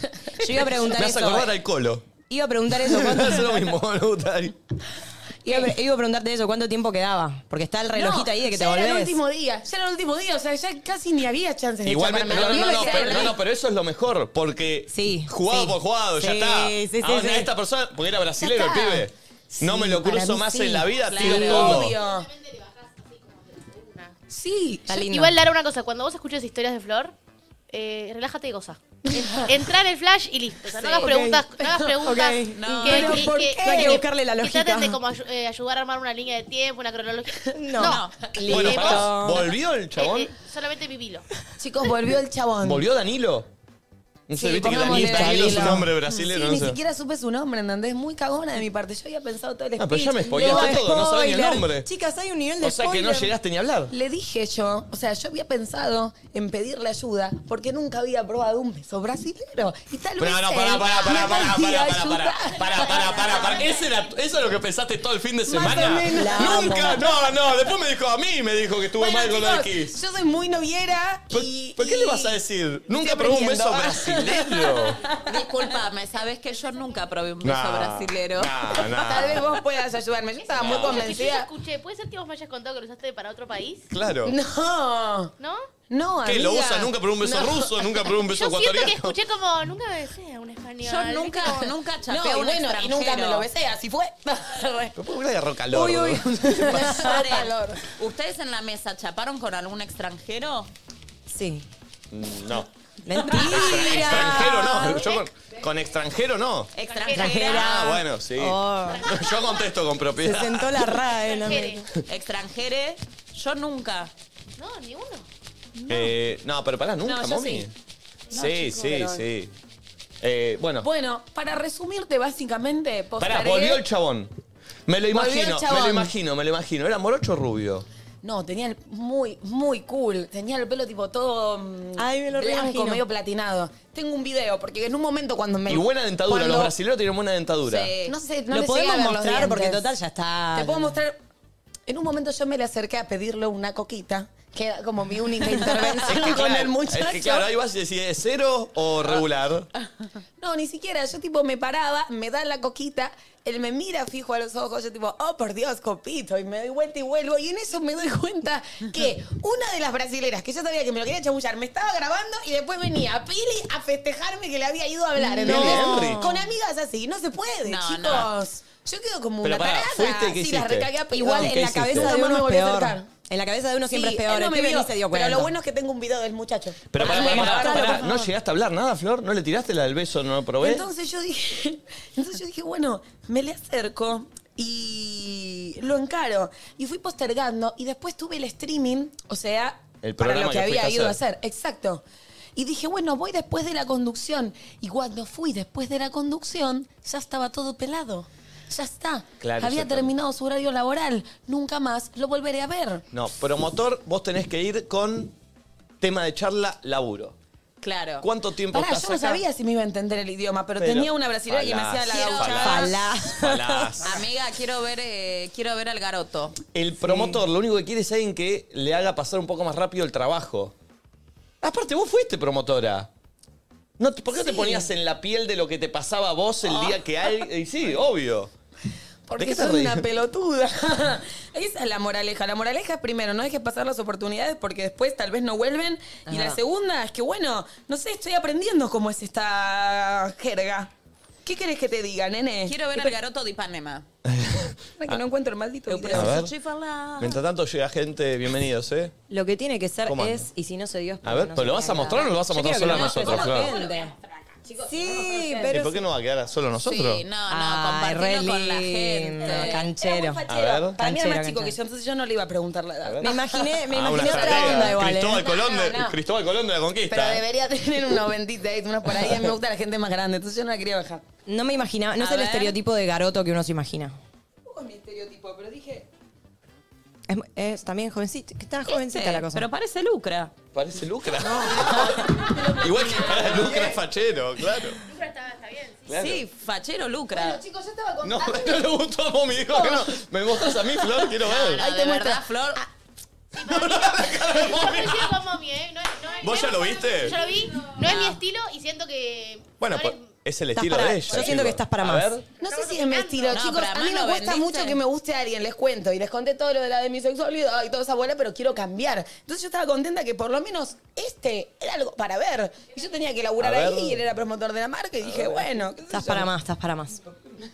Yo iba a preguntar Me hace eso. acordar al Colo. Iba a preguntar eso. Me ¿cuánto- hace lo mismo, me gusta. Iba, a, pre- iba a preguntarte eso, ¿cuánto tiempo quedaba? Porque está el relojito No, ahí de que te ya era el volvés. último día. Ya era el último día. O sea, ya casi ni había chances de Igualmente, chaparme. no, no, no, Volví no, a pero, ser- no, no, pero eso es lo mejor, porque Sí, jugado sí. por jugado, ya Sí, está. sí, sí, Ahora, sí. esta persona, porque era brasilero el Ya está. pibe, no me Sí, lo para cruzo mí más sí. en la vida, Claro. tiro todo. Obvio. Sí, Está yo- lindo. Igual, Lara, una cosa. Cuando vos escuches historias de Flor, eh, relájate y goza. Entrar en el flash y listo. O sea, no Sí. hagas preguntas, Ok. no hagas preguntas Ok. No. que, Pero que- ¿por que- qué? No hay que que- buscarle la que lógica. traten de como ayu- eh, ayudar a armar una línea de tiempo, una cronología. No. No. Bueno, Eh, pará, vos- ¿volvió el chabón? Eh, eh, solamente vivilo. Chicos, volvió el chabón. ¿Volvió Danilo? No sé, Sí, viste que pongámosle Danilo, Danilo es un Danilo. nombre brasilero, Sí, no ni sé. siquiera supe su nombre, ¿entendés? Muy cagona de mi parte. Yo había pensado todo el speech. Ah, pero ya me spoileaste Luego, todo, no sabés ni el spoiler. nombre. Chicas, hay un nivel de O sea que no spoiler. llegaste ni a hablar. Le dije yo, o sea, yo había pensado en pedirle ayuda porque nunca había probado un beso brasilero. Y tal Pero vez no, él pará, pará, me pará, pará, podía pará, pará, ayudar. pará, pará, pará, pará, pará. ¿Ese era- ¿Eso es lo que pensaste todo el fin de semana? menos. La Nunca, amo. no, no, después me dijo a mí, me dijo que estuve Bueno, mal con chicos, la X. yo soy muy noviera ¿Por, y... por qué y- le vas a decir? Nunca estoy probé un beso aprendiendo. brasilero. Disculpame, ¿sabés que yo nunca probé un beso Nah, brasilero? nah, nah. Tal vez vos puedas ayudarme. Yo estaba muy Yo, yo ya convencida. escuché, ¿puede ser que vos me hayas contado que lo usaste para otro país? Claro. No, ¿No? no, ¿Qué? ¿Lo amiga. usa? ¿Nunca probé un beso No. ruso? ¿Nunca probé un beso Yo siento ecuatoriano? que escuché como, nunca besé a un español. Yo nunca, ¿viste? Como- nunca No, chapé a y un bueno, y extranjero. nunca me lo besé, así fue. ¿Pero por qué le agarró calor? Uy, uy. Paren, Calor. ¿ustedes en la mesa chaparon con algún extranjero? Sí. Mm, No. Mentira. Extranjero no. Yo con, con extranjero no. Extranjera. Ah, bueno, sí. Oh. Yo contesto con Se propiedad. sentó la R A E en la Extranjere. mesa. Extranjere. Yo nunca. No, ni uno. Eh, no, pero pará, nunca, No, yo mami. sí. Sí, sí, pero- sí. Eh, bueno, Bueno, para resumirte básicamente, pará, postergué- volvió el chabón. Me lo Volvió el imagino, me chabón. lo imagino, me lo imagino. ¿Era morocho o rubio? No, tenía el muy, muy cool. Tenía el pelo tipo todo mm, Ay, me lo blanco, reimagino. medio platinado. Tengo un video, porque en un momento cuando me... Y buena dentadura, cuando- los brasileños tienen buena dentadura. Sí. No sé, no Lo le podemos llegué a ver los mostrar porque dientes. total ya está. Te puedo mostrar... En un momento yo me le acerqué a pedirle una coquita, que era como mi única intervención Es que, con claro, el muchacho. es que claro, ahí vas y decís, ¿es cero o regular? No, ni siquiera. Yo tipo me paraba, me da la coquita, él me mira fijo a los ojos, yo tipo, oh por Dios, copito, y me doy vuelta y vuelvo. Y en eso me doy cuenta que una de las brasileras, que yo sabía que me lo quería chamullar, me estaba grabando y después venía Pili a festejarme que le había ido a hablar. ¿entendés? Henry. Con amigas así, no se puede, No, chicos. no. Yo quedo como Pero una pará, tarada. ¿fuiste y qué Sí, la hiciste? recagué a pedo. Igual ¿Qué en la hiciste? cabeza de Nunca más uno me es volví a peor. acercar. En la cabeza de uno siempre Sí, es peor. él no El me pibe vio, ni se dio cuenta. pero lo bueno es que tengo un video del muchacho. Pero pará, Ah, pará, me pará, mostraron, pará, por ¿no favor. llegaste a hablar nada, Flor? ¿No le tiraste la del beso? ¿No lo probé? Entonces yo dije, entonces yo dije, bueno, me le acerco y lo encaro. Y fui postergando y después tuve el streaming, o sea, El para programa lo que, que había fuiste a ido a hacer. hacer. Exacto. Y dije, bueno, voy después de la conducción. Y cuando fui después de la conducción, ya estaba todo pelado. Ya está. Claro, Había exactamente. terminado su horario laboral. Nunca más lo volveré a ver. No, promotor, vos tenés que ir con tema de charla, laburo. Claro. ¿Cuánto tiempo Pará, yo estás no acá? sabía si me iba a entender el idioma, pero, Pero- tenía una brasileña que me hacía la Falaz, gauchada. Falaz. Amiga, quiero ver, eh, quiero ver al garoto. El promotor lo único que quiere es alguien que le haga pasar un poco más rápido el trabajo. Aparte, vos fuiste promotora. No, ¿por qué te Sí. ponías en la piel de lo que te pasaba a vos el día que alguien... Y sí, obvio. Porque ¿De qué te soy reís? una pelotuda. Esa es la moraleja. La moraleja es primero, no dejes pasar las oportunidades porque después tal vez no vuelven. Y la Ajá. segunda es que, bueno, no sé, estoy aprendiendo cómo es esta jerga. ¿Qué querés que te diga, nene? Quiero ver al garoto de Ipanema. Espera que no encuentro el maldito video. A ver. Soy falaz. Mientras tanto llega gente, bienvenidos, ¿eh? Lo que tiene que ser ¿Cómo anda? es, y si no se dio... es A porque ver, no ¿pero se lo vas a quiere mostrar o lo vas a Yo mostrar quiero solo a que lo nosotros, muestres Flor? gente. Sí, ¿Y pero... por qué no va a quedar solo nosotros? Sí, no, no, Ay, re compartirlo con la lindo, gente. canchero. A ver. Para mí era Canchero, más chico que canchero. yo, entonces yo no le iba a preguntar la edad. Me imaginé, me Ah, una imaginé otra estratega. onda igual, Cristóbal ¿eh? Colón de, No, no. Cristóbal Colón de la Conquista. Pero debería tener unos veintiséis, unos por ahí. A mí me gusta la gente más grande, entonces yo no la quería bajar. No me imaginaba, no A es el ver. estereotipo de garoto que uno se imagina. Es mi estereotipo, pero dije... Es, es también jovencita, que está jovencita Este, la cosa. Pero parece lucra. Parece Lucra. Igual que para Lucra fachero, claro. Lucra está, está bien. Sí. Claro. Sí, fachero lucra. Bueno, chicos, yo estaba No, contando... no le gustó a Momi, dijo que no. Me mostrás a mí, Flor, quiero ver. No, Ahí de te verdad, muestra. Flor. Yo coincido con Mommy, ¿eh? No, no es- ¿Vos ya lo viste? Yo lo vi. No es mi estilo y siento que. Bueno, no pues es- es el Estás estilo para- de ella. yo siento chicos. que estás para A más. ver. No sé si es mi estilo, No, chicos. pero A además mí me lo cuesta vendiste. mucho que me guste a alguien, les cuento. Y les conté todo lo de la demisexualidad y toda esa bola, pero quiero cambiar. Entonces yo estaba contenta que por lo menos este era algo para ver. Y yo tenía que laburar A ver. ahí y él era promotor de la marca. Y dije, bueno, qué sé Estás yo. para más, estás para más.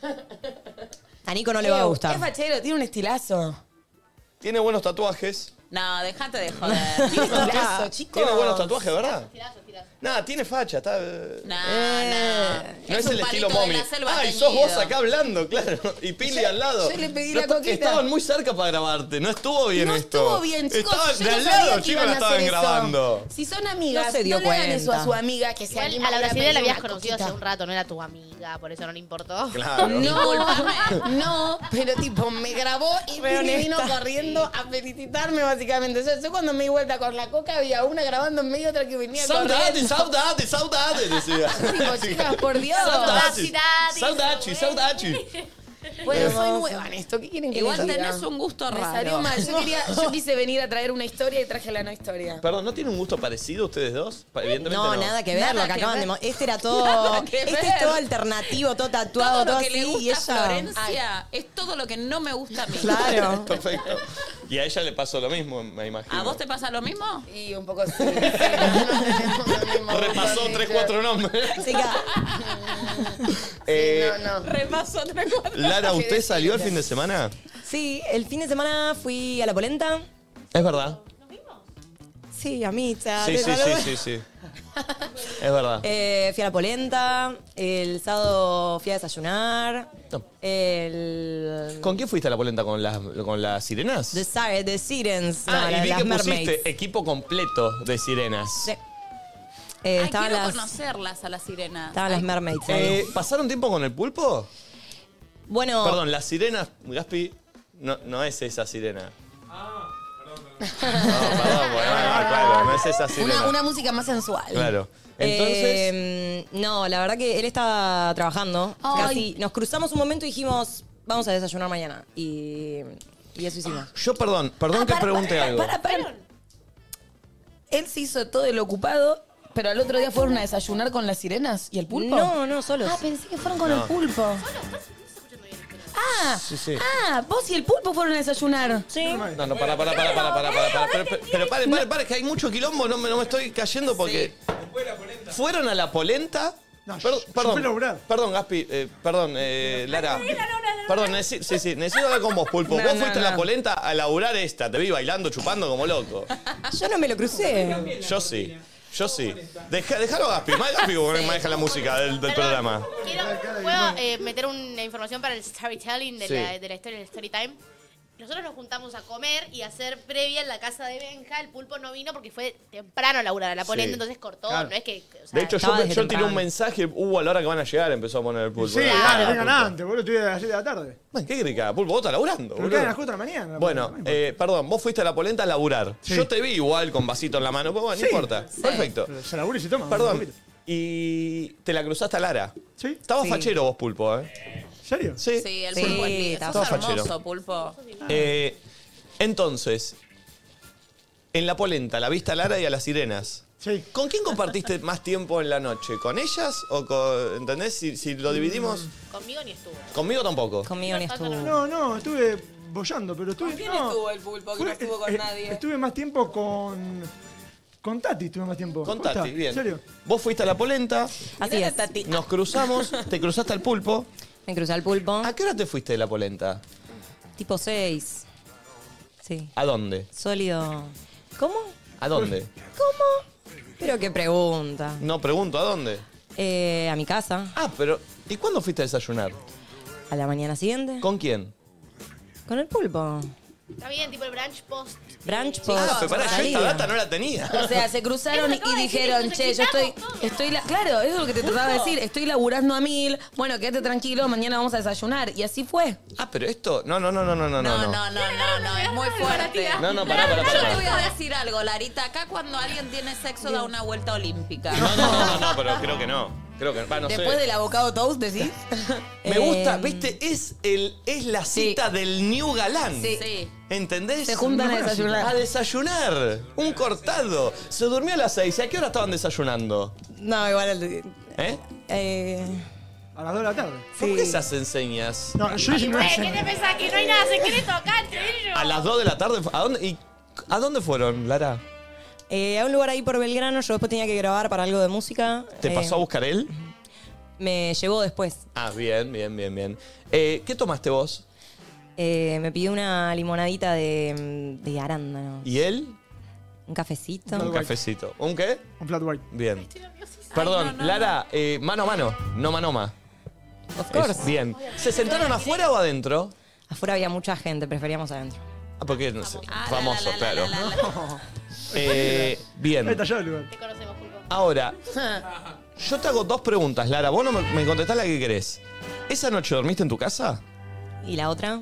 A Nico no le Eh, va a gustar. Es fachero, tiene un estilazo. Tiene buenos tatuajes. No, déjate de joder. Tiene estilazo, chicos. Tiene buenos tatuajes, ¿verdad? Tirazo, tirazo. Nada, tiene facha, está. No, no. No es, un el estilo palito de Momi. la selva Ay, sos vos teñido. acá hablando, claro. Y Pili al lado. yo le pedí No la está- coquita. Estaban muy cerca para grabarte. No estuvo bien No esto. estuvo bien, chicos. Estaban yo de no al sabía lado, que chicos, iban la a estaban hacer eso. grabando. Si son amigas, No se dio le hagan eso cuenta. a su amiga que se Igual anima a la ir brasileña la pedir habías una conocido coquita. hace un rato, no era tu amiga, por eso no le importó. Claro. No, no, pero tipo, me grabó y Re me vino honesta. corriendo a felicitarme, básicamente. O sea, yo cuando me di vuelta con la coca había una grabando en medio, otra que venía Saudade, corriendo. saudade, saudade, decía. Tipo, chicas, por Dios. Saudade, Saudade, saudade, saudade. Bueno, soy nueva en esto. ¿Qué quieren que Igual les diga? tenés un gusto Me raro. salió mal. Yo, quería, yo quise venir a traer una historia y traje la no historia. Perdón, ¿no tienen un gusto parecido ustedes dos? Pa- Evidentemente no. No, nada que ver, Nada lo que, que acaban ver. de mo- Este era todo. Nada que Este ver. es todo alternativo, todo tatuado, Todo todo, lo que así. le gusta y a ella. Florencia es todo lo que no me gusta a mí. Claro. Perfecto. Y a ella le pasó lo mismo, me imagino. ¿A vos te pasa lo mismo? Y un poco sí. sí, no tenemos lo mismo Repasó gusto, tres, ni cuatro nombres. Sí, que- Eh, No, no. Repaso tres, cuatro. Lara, ¿Qué ¿usted salió el decirte? fin de semana? sí, el fin de semana fui a La Polenta. Es verdad. Sí, a mí. Sí, sí, sí, sí, sí. Es verdad. Eh, fui a La Polenta. El sábado fui a desayunar. No. El. ¿Con quién fuiste a la polenta? ¿Con las, con las sirenas? The, Sire- the Sirens. ah, no, y la- vi las que mermaids. pusiste equipo completo de sirenas. Sí. Eh, Ay, estaban quiero las, conocerlas a las sirenas. estaban las Ay, mermaids. ahí. Eh, ¿Pasaron tiempo con el pulpo? bueno, Perdón, las sirenas, Gaspi, no, no es esa sirena. Ah, perdón, perdón. No, perdón, bueno, no, claro, no es esa sirena. Una, una música más sensual. Claro. Entonces, Eh, no, la verdad que él estaba trabajando. Ay. Casi nos cruzamos un momento y dijimos, vamos a desayunar mañana. Y, y eso hicimos. yo perdón, perdón Ah, que para, pregunte para, algo. para, para. Él se hizo todo el ocupado, pero al otro día fueron a desayunar con las sirenas y el pulpo. No, no, solos. Ah, pensé que fueron con No. el pulpo. Ah, Sí, sí. ah, vos y el pulpo fueron a desayunar. Sí. No, no, para, para, para, para, para, para, para. Pero, pero, pero pare, pare, pare, que hay mucho quilombo, no me, no me estoy cayendo porque. ¿Fueron a la polenta? No, Per- yo- yo perdón, fui a laburar. perdón, Gaspi, eh, perdón, eh, Lara. Perdón, necesito, sí, sí, necesito hablar con vos, Pulpo. No, vos no, fuiste a la no. polenta a laburar esta, te vi bailando, chupando como loco. Yo no me lo crucé. Yo sí, yo sí. Deja, déjalo a Gaspi, más Gaspi que maneja la música del, del programa. Quiero, ¿Puedo eh, meter una información para el storytelling de, Sí. la, de la historia del story time? Nosotros nos juntamos a comer y a hacer previa en la casa de Benja. El Pulpo no vino porque fue temprano a laburar a la polenta, Sí. entonces cortó. Claro. No es que. O sea, De hecho, yo, estaba desde yo tiré un temprano. mensaje, hubo a la hora que van a llegar, empezó a poner el Pulpo. Sí, Claro, dale, Pulpo. vengan antes, boludo. Estoy a las siete de la tarde. Bueno, ¿qué querés que haga? Pulpo, vos estás laburando, Pero boludo. caen a las cuatro de la mañana. Bueno, eh, perdón, vos fuiste a la polenta a laburar. Sí. Yo te vi igual con vasito en la mano, pero bueno, no Sí. importa. Perfecto. Pero se labura y se toma. Perdón. un poquito. Y te la cruzaste a Lara. ¿Sí? Estaba Sí. fachero vos, Pulpo, ¿eh? ¿En serio? Sí. Sí, el Sí, pulpo es lindo. estaba Sos fachero. hermoso, pulpo. Eh, entonces, en la polenta, la viste a Lara y a las sirenas. Sí. ¿Con quién compartiste más tiempo en la noche? ¿Con ellas o con, ¿entendés? Si, si lo dividimos, conmigo ni estuvo. conmigo tampoco. Conmigo ni estuvo. No, no, estuve bollando, pero estuve. ¿Quién no, estuvo el pulpo que no fue- estuvo con eh, nadie? Estuve más tiempo con. Con Tati, estuve más tiempo. Con ¿Posta? Tati, bien. ¿En serio? Vos fuiste a la polenta, Así es. nos cruzamos, te cruzaste al pulpo. Me crucé al pulpo. ¿A qué hora te fuiste de la polenta? Tipo seis. Sí. ¿A dónde? Sólido. ¿Cómo? ¿A dónde? ¿Cómo? Pero qué pregunta. No pregunto, ¿a dónde? Eh, a mi casa. Ah, pero ¿y cuándo fuiste a desayunar? A la mañana siguiente. ¿Con quién? Con el pulpo. Está bien, tipo el brunch post. Brunch eh, post. Ah, pero pará, yo esta salida. data no la tenía. O sea, se cruzaron Eso acabo y de decir, dijeron, nos che, yo estoy, excitamos todos". estoy la... Claro, eso es lo que te trataba de decir. Estoy laburando a mil. Bueno, quédate tranquilo, mañana vamos a desayunar. Y así fue. Ah, pero esto. No, no, no, no, no, no, No, no. no, no, no, no, es muy fuerte. No, no, pará, pará, Yo pará. te voy a decir algo, Larita. Acá cuando alguien tiene sexo da una vuelta olímpica. No, no, no, no, no, pero creo que no. Creo que va, no Después sé. del abocado toast, decís. Me gusta, Eh, viste, es el es la cita del new galán. Sí. Sí. ¿Entendés? Se juntan a A desayunar. desayunar. Un cortado. Se durmió a las seis. ¿Y a qué hora estaban desayunando? No, igual. ¿Eh? Eh, A las dos de la tarde. ¿Por Sí. qué esas enseñas? No, yo hice una Eh, ¿Qué te pensás? Que no hay nada secreto acá entre ellos. A las dos de la tarde. ¿A dónde, y, ¿a dónde fueron, Lara? eh, a un lugar ahí por Belgrano, yo después tenía que grabar para algo de música. ¿Te Eh, pasó a buscar él? Me llevó después. Ah, bien, bien, bien, bien. Eh, ¿Qué tomaste vos? Eh, me pidió una limonadita de, de arándano. ¿Y él? Un cafecito. Un cafecito. ¿Un qué? Un flat white. Bien. Perdón, no, no, Lara, eh, mano a mano, no manoma. Of course. Bien. ¿Se sentaron afuera o adentro? Afuera había mucha gente, preferíamos adentro. Ah, porque no sé. Ah, la, Famoso, la, la, claro. la, la, la. Eh, bien. Ahí está ya el lugar. Te conocemos, Pulpo. Ahora, yo te hago dos preguntas, Lara. Vos no me, me contestás la que querés. ¿Esa noche dormiste en tu casa? ¿Y la otra?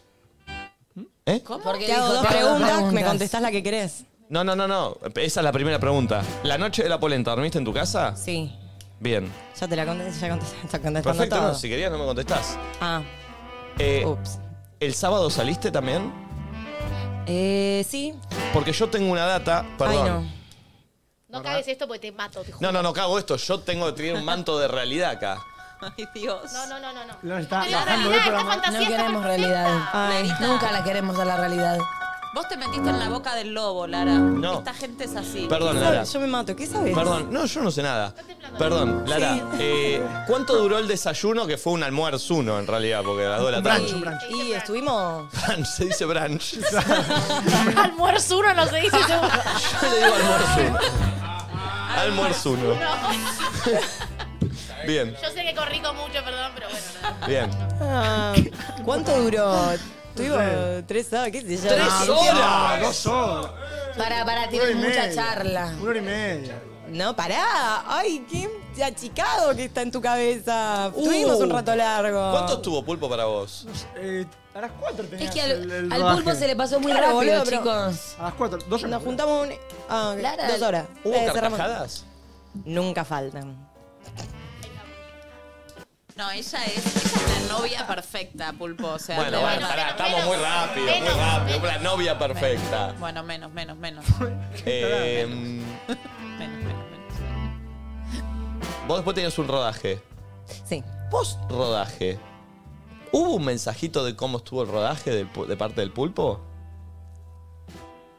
¿Eh? Porque Te hago dijo, dos te hago preguntas, me contestás la que querés. No, no, no, no. Esa es la primera pregunta. ¿La noche de la polenta dormiste en tu casa? Sí. Bien. Ya te la contesté, ya contesté, está contestando Perfecto, todo. no, si querías no me contestás. Ah, Eh, ups. ¿El sábado saliste también? Eh, sí. Porque yo tengo una data, perdón. Ay, no. No cagues esto porque te mato, te juro. No, no, no cago esto. Yo tengo que tener un manto de realidad acá. Ay, Dios. No, no, no, no. no. Lara está Pero la bajando realidad, de esta programa. fantasía No está queremos perfecta. realidad. Ay, Nunca la queremos a la realidad. Vos te metiste en la boca del lobo, Lara. No. Esta gente es así. Perdón, Lara. Yo me mato, ¿qué sabes? Perdón, no, yo no sé nada. Perdón, Lara. eh, ¿Cuánto duró el desayuno? Que fue un almuerzo uno, en realidad, porque a las dos de la Un tarde. brunch, un brunch. Y estuvimos... Brunch, se dice brunch. Almuerzo uno no se dice seguro. Yo le digo almuerzo uno. Almuerzo uno. Bien, Yo sé que corrijo mucho, perdón, pero bueno, no. bien. Ah, ¿cuánto duró? Tuvimos tres horas, qué sé yo. ¡Tres No, horas! Dos horas. Para, para, Una hora tienes y mucha media. charla. Una hora y media. No, pará. Ay, qué achicado que está en tu cabeza. Tuvimos un rato largo. ¿Cuánto estuvo Pulpo para vos? Eh, a las cuatro tenías Es que al, el, el al rodaje. pulpo se le pasó muy Claro, rápido, boludo, pero- chicos. A las cuatro. Dos horas. Nos juntamos un... ah, ok, Lara, dos horas. ¿Hubo Eh, cerramos. carcajadas? Nunca faltan. No, ella es, ella es la novia perfecta, Pulpo. O sea, Bueno, de bueno, verdad. pará, estamos menos, muy rápido, muy menos, rápido. menos. La novia perfecta. Bueno, menos, menos, menos. Eh, menos, menos, menos. vos después tenías un rodaje. Sí. Post rodaje. ¿Hubo un mensajito de cómo estuvo el rodaje del pu- de parte del Pulpo?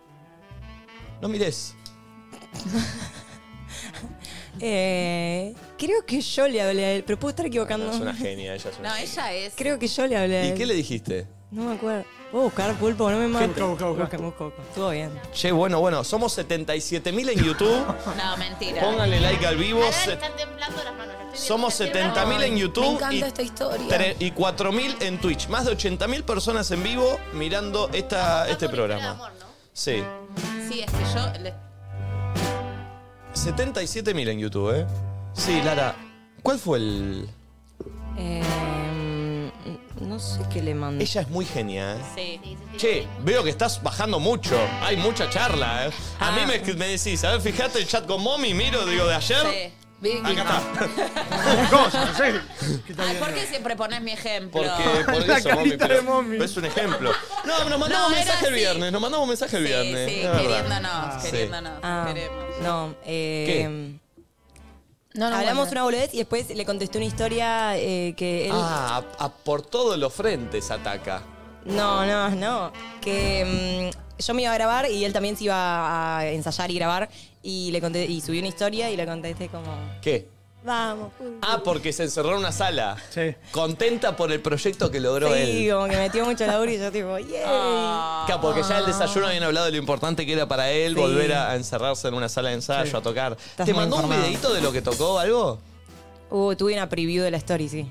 No mires. Eh, Creo que yo le hablé a él, pero puedo estar equivocando. Es una genia, ella es una No, genia. ella es. Creo que yo le hablé a ¿Y él. qué le dijiste? No me acuerdo. ¿Puedo buscar, Pulpo? No me mates. busca, busca, busca. Busca, busca, busca. Estuvo bien. Che, bueno, bueno, somos setenta y siete mil en YouTube. No, mentira. Pónganle like al vivo. Ahora Se- le están temblando las manos. la estoy viendo. Somos setenta mil en Me YouTube encanta y, esta historia. tre- y cuatro mil en Twitch. Más de ochenta mil personas en vivo mirando esta, este Una historia de programa. amor, ¿no? Sí. Sí, es que yo. le- setenta y siete mil en YouTube, ¿eh? Sí, Lara. ¿Cuál fue el...? Eh, no sé qué le mandé. Ella es muy genia, ¿eh? Sí. Sí, sí, sí. Che, veo que estás bajando mucho. Hay mucha charla, ¿eh? A Ah. mí me, me decís, a ver, fíjate el chat con Mommy, miro, digo, de ayer. Sí. Vi- Acá está. Cosa, no sé. ¿Qué está Ay, viendo? ¿por qué siempre pones mi ejemplo? Porque, por La eso, Mommy, carita pero de Mommy. es un ejemplo. No, nos mandamos No, un era mensaje el así. viernes, nos mandamos un mensaje el Sí, viernes. sí, es verdad. queriéndonos, Sí. queriéndonos. Ah, Queremos. no, eh, No, no, hablamos bueno. una boludez y después le contesté una historia eh, que él... Ah, a, a por todos los frentes ataca. No, no, no. Que mm, yo me iba a grabar y él también se iba a ensayar y grabar y le conté, y subí una historia y le contesté como... ¿Qué? Vamos, Pulpo. Ah, porque se encerró en una sala. Sí. Contenta por el proyecto que logró Sí, él. como que metió mucho laburo y yo tipo, ¡yay! Claro, porque ya el desayuno habían hablado de lo importante que era para él Sí. volver a, a encerrarse en una sala de ensayo, Sí. a tocar. Estás ¿Te muy mandó un informado. videito de lo que tocó o algo? Uh, tuve una preview de la story, sí.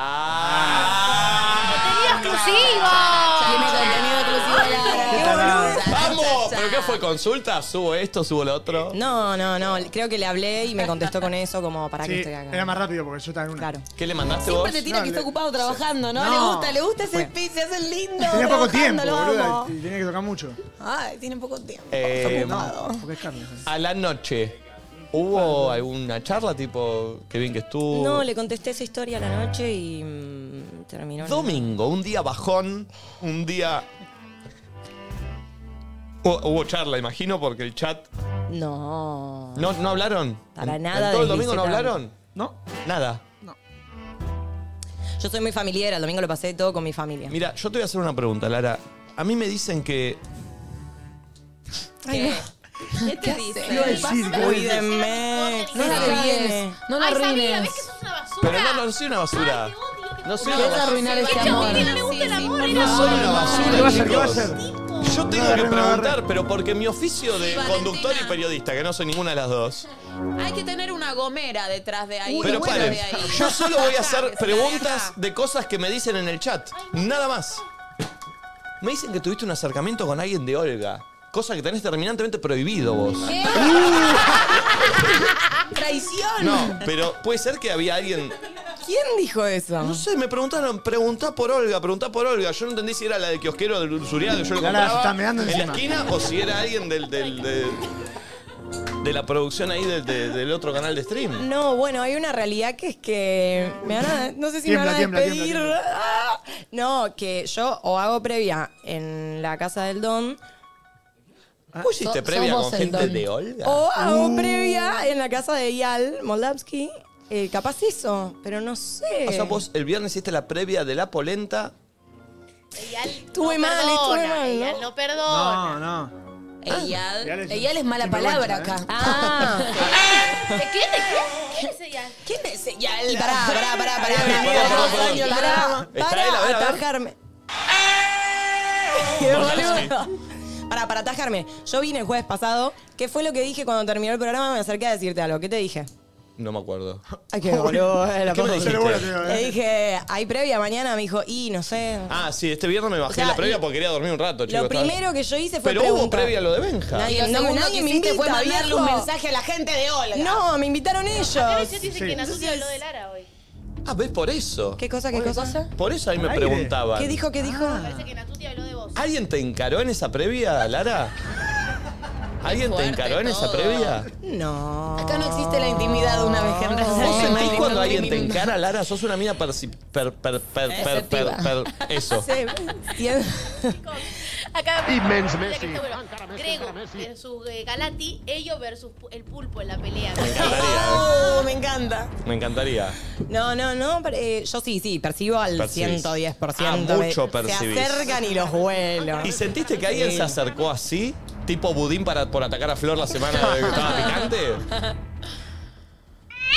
¡Ah! ¡Contenido exclusivo! Tiene contenido exclusivo de Lara. ¿Qué tal? ¡Vamos! Cha, cha, ¿Pero cha. qué fue? ¿Consulta? ¿Subo esto? ¿Subo lo otro? No, no, no. Creo que le hablé y me contestó con eso como para que Sí, estoy acá. era más rápido porque yo estaba en una. Claro. ¿Qué le mandaste Siempre vos? te tira No, que está le- ocupado trabajando, ¿no? No. Le gusta, le gusta ese Bueno. speech, se hace lindo. Tenía poco trabajando, tiempo, lo boludo. amo. Y tenía que tocar mucho. Ay, tiene poco tiempo. Eh, Está ocupado. Porque es carne. A la noche, ¿hubo alguna charla tipo, qué bien que estuvo? No, le contesté esa historia a la noche y mm, terminó. en- Domingo, un día bajón, un día... Hubo, hubo charla, imagino, porque el chat... No. ¿No, no hablaron? Para ¿En- nada ¿En todo el domingo no deslicitable. hablaron? ¿No? Nada. Yo soy muy familiar, el domingo lo pasé todo con mi familia. Mira, yo te voy a hacer una pregunta, Lara. A mí me dicen que... ¿Qué? ¿Qué te ¿Qué dice? hace? Iba a decir, ¿qué Cuídenme. No la que arruines. viene. No la Ay, Sabina, arruines. ¿ves que sos una basura? Pero no, no, no soy una basura. Ay, te odio, que No soy No una vas a basura. arruinar este Che, a amor. Sabina le gusta el Sí, sí, amor, por era- No soy una basura, ¿Qué va a hacer? ¿Qué va a chicos. hacer? Yo tengo Agarre, que no agarre. preguntar, pero porque mi oficio de Sí, Valentina. conductor y periodista, que no soy ninguna de las dos. Hay que tener una gomera detrás de ahí. Pero detrás paren, de ahí. yo solo voy a hacer Que se preguntas haga. de cosas que me dicen en el chat. Nada más. Me dicen que tuviste un acercamiento con alguien de Olga. Cosa que tenés terminantemente prohibido vos. ¿Qué? ¡Traición! No, pero puede ser que había alguien... ¿Quién dijo eso? No sé, me preguntaron, preguntá por Olga, preguntá por Olga. Yo no entendí si era la del kiosquero del Usurial que yo le Lara, compraba se está meando en la encima. esquina o si era alguien del, del, de, de la producción ahí del, de- del otro canal de stream. No, bueno, hay una realidad que es que me van a, no sé si me van a Tiembla, tiembla, despedir. tiembla, Ah. No, que yo o hago previa en la casa del Don ¿Vos hiciste So- previa sos con vos el gente don. de Olga? o hago previa en la casa de Yal Moldavsky. Eh, capaz eso, pero no sé. O sea, vos el viernes hiciste la previa de la polenta. Ella Estuve no mal, perdona, estuve mal, ella ¿no? no perdona. No, no. Ella. Ya les- Ella es mala Sinvergüenza, palabra ¿eh? acá. Ah, ¿De qué? ¿De qué? ¿Quién es ella? ¿Quién es ella? y pará, pará, pará, pará, Perdón, pará, perdón, perdón. años, pará, Está él, a ver, para a ver. atajarme. Qué boludo. Para, para atajarme. Yo vine el jueves pasado. ¿Qué fue lo que dije cuando terminó el programa? Me acerqué a decirte algo. ¿Qué te dije? No me acuerdo. Ay, qué boludo. eh, la ¿Qué me puta. dijiste? Pero bueno, tío, Le eh. dije, ¿hay previa mañana? Me dijo, y no sé. Ah, sí, este viernes me bajé O sea, la previa y- porque quería dormir un rato, chicos. Lo estaba- primero que yo hice fue Pero hubo preguntar. previa a lo de Benja. Nadie, Y lo no, segundo nadie que me hiciste invita, fue mandarle un viejo. mensaje a la gente de Olga. No, me invitaron ellos. Acá en el chat dice Sí. que Natuti habló de Lara hoy. Ah, ¿ves? Por eso. ¿Qué cosa, qué cosa? Por eso ahí me Al aire. preguntaban. ¿Qué dijo, qué dijo? Parece que Natuti habló de vos. ¿Alguien te encaró en esa previa, Lara? ¿Alguien te fuerte encaró en esa todo. previa? No. Acá no existe la intimidad de una vez que ¿Vos en sentís cuando alguien te encara, Lara? Sos una mina perci- per, per, per, per, per, per, eso. Sí, cien- Acá Inmenso mira Messi. que está bueno. Grego versus eh, Galati, ellos versus pu- el pulpo en la pelea. Me encantaría, Oh, me encanta. ¿eh? Me encantaría. No, no, no. pero, eh, yo sí, sí, percibo al Percibís. ciento diez por ciento. Ah, Me- mucho percibís. Se acercan y los vuelos. ¿Y sentiste que alguien Sí. se acercó así? ¿Tipo budín para, por atacar a Flor la semana de que estaba picante? Sí,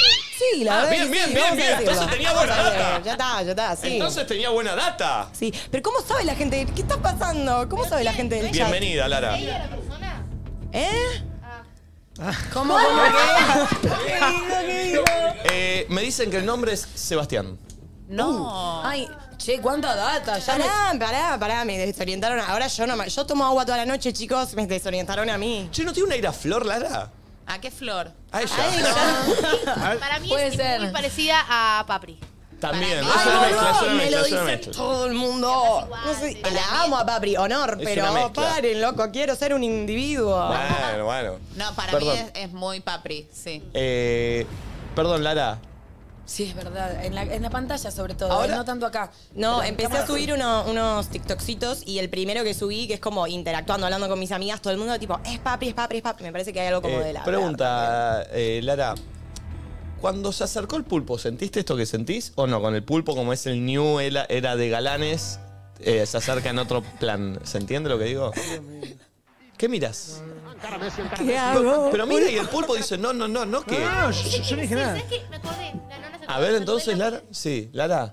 sí, la Ah, verdad. bien, que bien, sí, bien, vamos a bien. decirlo. Entonces tenía buena Vamos a data. ver, Ya está, ya está, sí. Entonces tenía buena data. Sí, pero ¿cómo sabe la gente? ¿Qué está pasando? ¿Cómo sabe la gente del chat? Bienvenida, Lara. ¿Ella la persona? ¿Eh? ¿Cómo? ¿Cómo qué? ¿Qué digo? ¿Qué digo? Eh, me dicen que el nombre es Sebastián. No. Ay, che, cuánta data. Ya me... Pará, pará, pará, me desorientaron. Ahora yo no me- yo tomo agua toda la noche, chicos, me desorientaron a mí. Che, ¿no tiene un aire a flor, Lara? ¿A qué flor? A ella. Para mí Puede es ser. muy parecida a Papri. También. Para Es mí- una Ay, mezcla, es boludo, una me mezcla, lo es una dice mezcla. todo el mundo. No sé, la amo a Papri, honor, Es pero una mezcla. paren, loco, quiero ser un individuo. Bueno, bueno. No, para Perdón. mí es, es muy papri, sí. Eh, perdón, Lara. Sí, es verdad. En la, en la pantalla, sobre todo. Ahora- eh, No tanto acá. No, Pero en empecé a cámara, subir sí. uno- unos TikToksitos y el primero que subí, que es como interactuando, hablando con mis amigas, todo el mundo tipo, es Papri, es Papri, es Papri. Me parece que hay algo como Eh, de la... pregunta, eh, Lara. Cuando se acercó el pulpo, ¿sentiste esto que sentís o no? Con el pulpo, como es el new, era, era de galanes, eh, se acerca en otro plan. ¿Se entiende lo que digo? ¿Qué miras? ¿Qué hago? Pero mira, y el pulpo dice, no, no, no, no, ¿qué? No, no, yo, yo no dije nada. ¿Sabes qué? Me acordé. La nona se A acordó, ver, se entonces, acordó. Lara. Sí, Lara.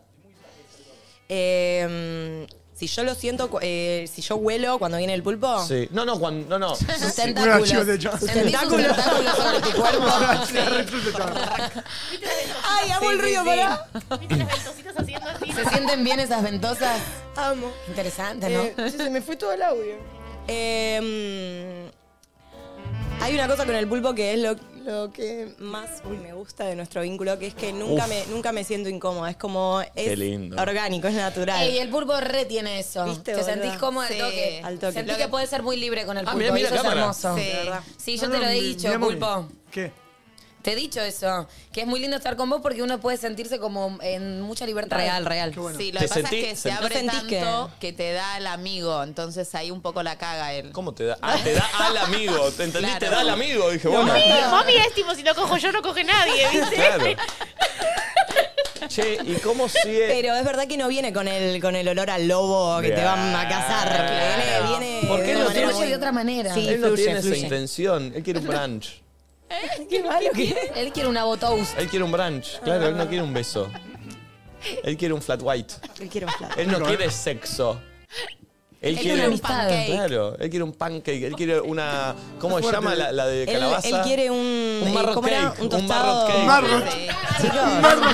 Eh, si yo lo siento, cu- eh, si yo huelo cuando viene el pulpo... Sí. No, no, cuando, no, no. Sus Uno de los tentáculos. chicos de John. Sentís sus Tentáculos. tentáculos sobre tu cuerpo. ¡Ay, amo Sí, el sí, ruido, sí. pará! ¿Viste las ventositas haciendo así? ¿Se sienten bien esas ventosas? Amo. Interesante, ¿no? Eh, sí, se me fue todo el audio. Eh, hay una cosa con el pulpo que es lo, lo que más uy, me gusta de nuestro vínculo, que es que nunca Uf. me, nunca me siento incómoda. Es como, Qué es lindo. orgánico, es natural. Ey, el pulpo re tiene eso. ¿Viste, Te boluda? sentís cómodo al Sí, toque. al toque. Sentís Lo que que- puedes ser muy libre con el Ah, pulpo. mira, y mira eso es cámara. hermoso. Sí. de verdad. Sí, yo No, te no, lo he mi- dicho, mi amor. pulpo. ¿Qué? Te he dicho eso. Que es muy lindo estar con vos porque uno puede sentirse como en mucha libertad. Real, real. Qué bueno. Sí, lo ¿Te que pasa sentí- es que se sent- abre ¿No sentís tanto que... te da el amigo, entonces ahí un poco la caga él. ¿Cómo te da? Ah, te da al amigo. ¿Te entendí? Claro. Te da al amigo. Dije, bueno. Mami, mami es tipo, si no cojo yo, no coge nadie, ¿viste? Claro. Che, ¿y cómo sigue? Pero es verdad que no viene con el, con el olor al lobo que te van a cazar. Claro. Viene, viene ¿Por qué de no una manera Fluye muy- de otra manera. Sí, Él no fluye, tiene esa fluye. intención. Él quiere un brunch. Qué malo que Él quiere una botoast. Él quiere un brunch. Claro, él no quiere un beso. Él quiere un flat white. Él quiere un flat. Él no quiere sexo. Él Él quiere quiere amistad. Claro, él quiere un pancake. Él quiere una. ¿Cómo se llama la, la de Él, calabaza? él quiere un... Un eh, marrot ¿cómo era? cake, Un un tostado... marrot cake. Marrot. Chicos,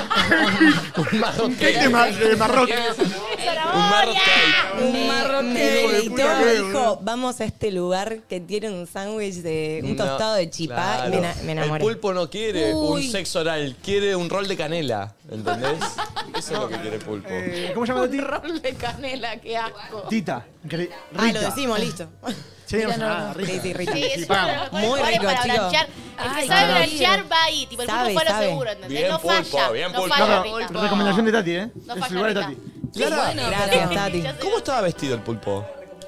Un marrot ¿Qué cake. de, ma- de Marroquí? Un marrot cake. un marrot Hijo me de gritó, puta, me boludo. dijo, vamos a este lugar que tiene un sándwich de... Un No, tostado de chipá. claro. Y me, ena- me enamoré. El pulpo no quiere Uy. un sexo oral, quiere un rol de canela. ¿Entendés? Eso es lo que quiere el pulpo. Eh, ¿Cómo se llama Titi? Rol de canela, qué asco. Tita. Incre- Ah, lo Rita. decimos, listo. Sí, no, Mira, no, nada, no. Rita. Sí, sí, Rita. Sí, es Sí, uno de vamos. los mejores Muy lugares rico, para chicos. branchear. El que Ay, sabe no. branchear va ahí. Tipo, el Sabe, pulpo fue lo sabe. seguro, ¿entendés? Bien, no pulpo, falla. bien, no pulpo. falla, No, Rita. no, recomendación de Tati, ¿eh? No Es falla, el lugar de Rita. Tati. Lara, bueno, Gracias, pero- Tati. ¿cómo estaba vestido el pulpo?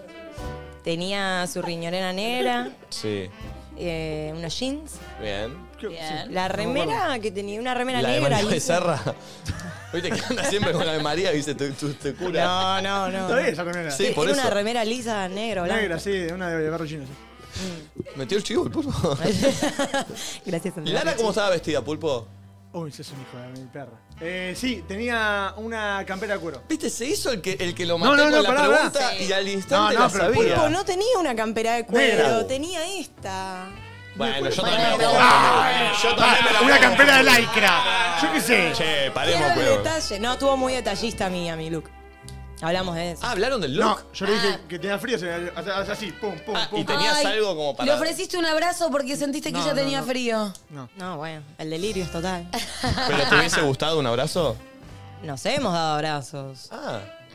Tenía su riñonera negra, Sí. eh, unos jeans. Bien. Bien. La remera que tenía, una remera La de negra. María lisa. Becerra. Viste que anda siempre con la de María y dice, te, te- te cura. No, no, no. Está bien esa remera. Sí, Era por una eso. remera lisa, negra, blanca. Negra, sí, una de barro chino. Sí. ¿Metió el chivo el pulpo? Gracias, Andrea. ¿Lara cómo estaba vestida, pulpo? Uy, ese es un hijo de mi perra. Eh, sí, tenía una campera de cuero. Viste, se hizo el que, el que lo No, maté no, no, con la pará, pregunta pará. y al instante No, no, la pero el sabía. Pulpo no tenía una campera de cuero, Negra. tenía esta. Bueno, yo Bueno, también. pero- Yo también me la Una pongo. campera de lycra. Yo qué sé. Che, paremos, Quiero el pero. detalle. No, estuvo muy detallista mi, a mi look. Hablamos de eso. Ah, ¿hablaron del look? No, yo le dije que tenía frío, se hace hace así, pum, pum, Ah, pum. y tenías Ay, algo como para. Le ofreciste un abrazo porque sentiste que No, ella no, tenía no. frío. No. No, bueno, el delirio es total. ¿Pero te hubiese gustado un abrazo? Nos hemos dado abrazos. Ah.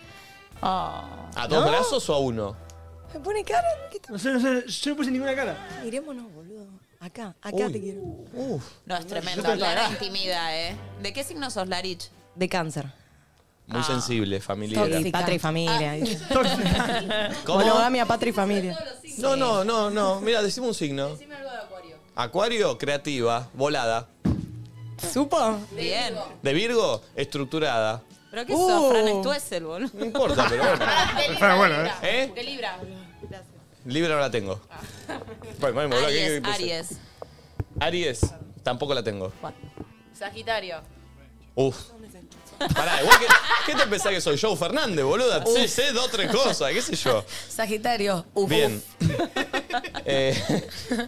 Oh. ¿A dos ¿No? brazos o a uno? Me pone cara. ¿Qué tal? No sé, no sé, yo no puse ninguna cara. Mirémonos, boludo. Acá, acá Uy. te quiero. Uf. No, es tremendo. Yo te Lara cagá. intimida, ¿eh? ¿De qué signo sos, Larich? De cáncer. Muy sensible, familiar. Y Tóxica. patria y familia. ¿Cómo? Monogamia, patria y familia. No, no, no, no. Mira, decime un signo. Decime algo de Acuario. Acuario, creativa, volada. ¿Supo? Bien. De Virgo, estructurada. ¿Pero qué Uh. sos, Fran Estuessel, boludo? No importa, pero bueno. Fue bueno, ¿eh? ¿Eh? ¿Qué libra? Libra no la tengo. Bueno, bueno, boludo, ¿qué- qué- Aries, qué- Aries. Aries, tampoco la tengo. Sagitario. Uf. Pará, igual que, ¿qué te pensás que soy Joe Fernández, boluda? Uf. Sí, sé dos, tres cosas, qué sé yo. Sagitario. Uf, Bien. uf. Eh,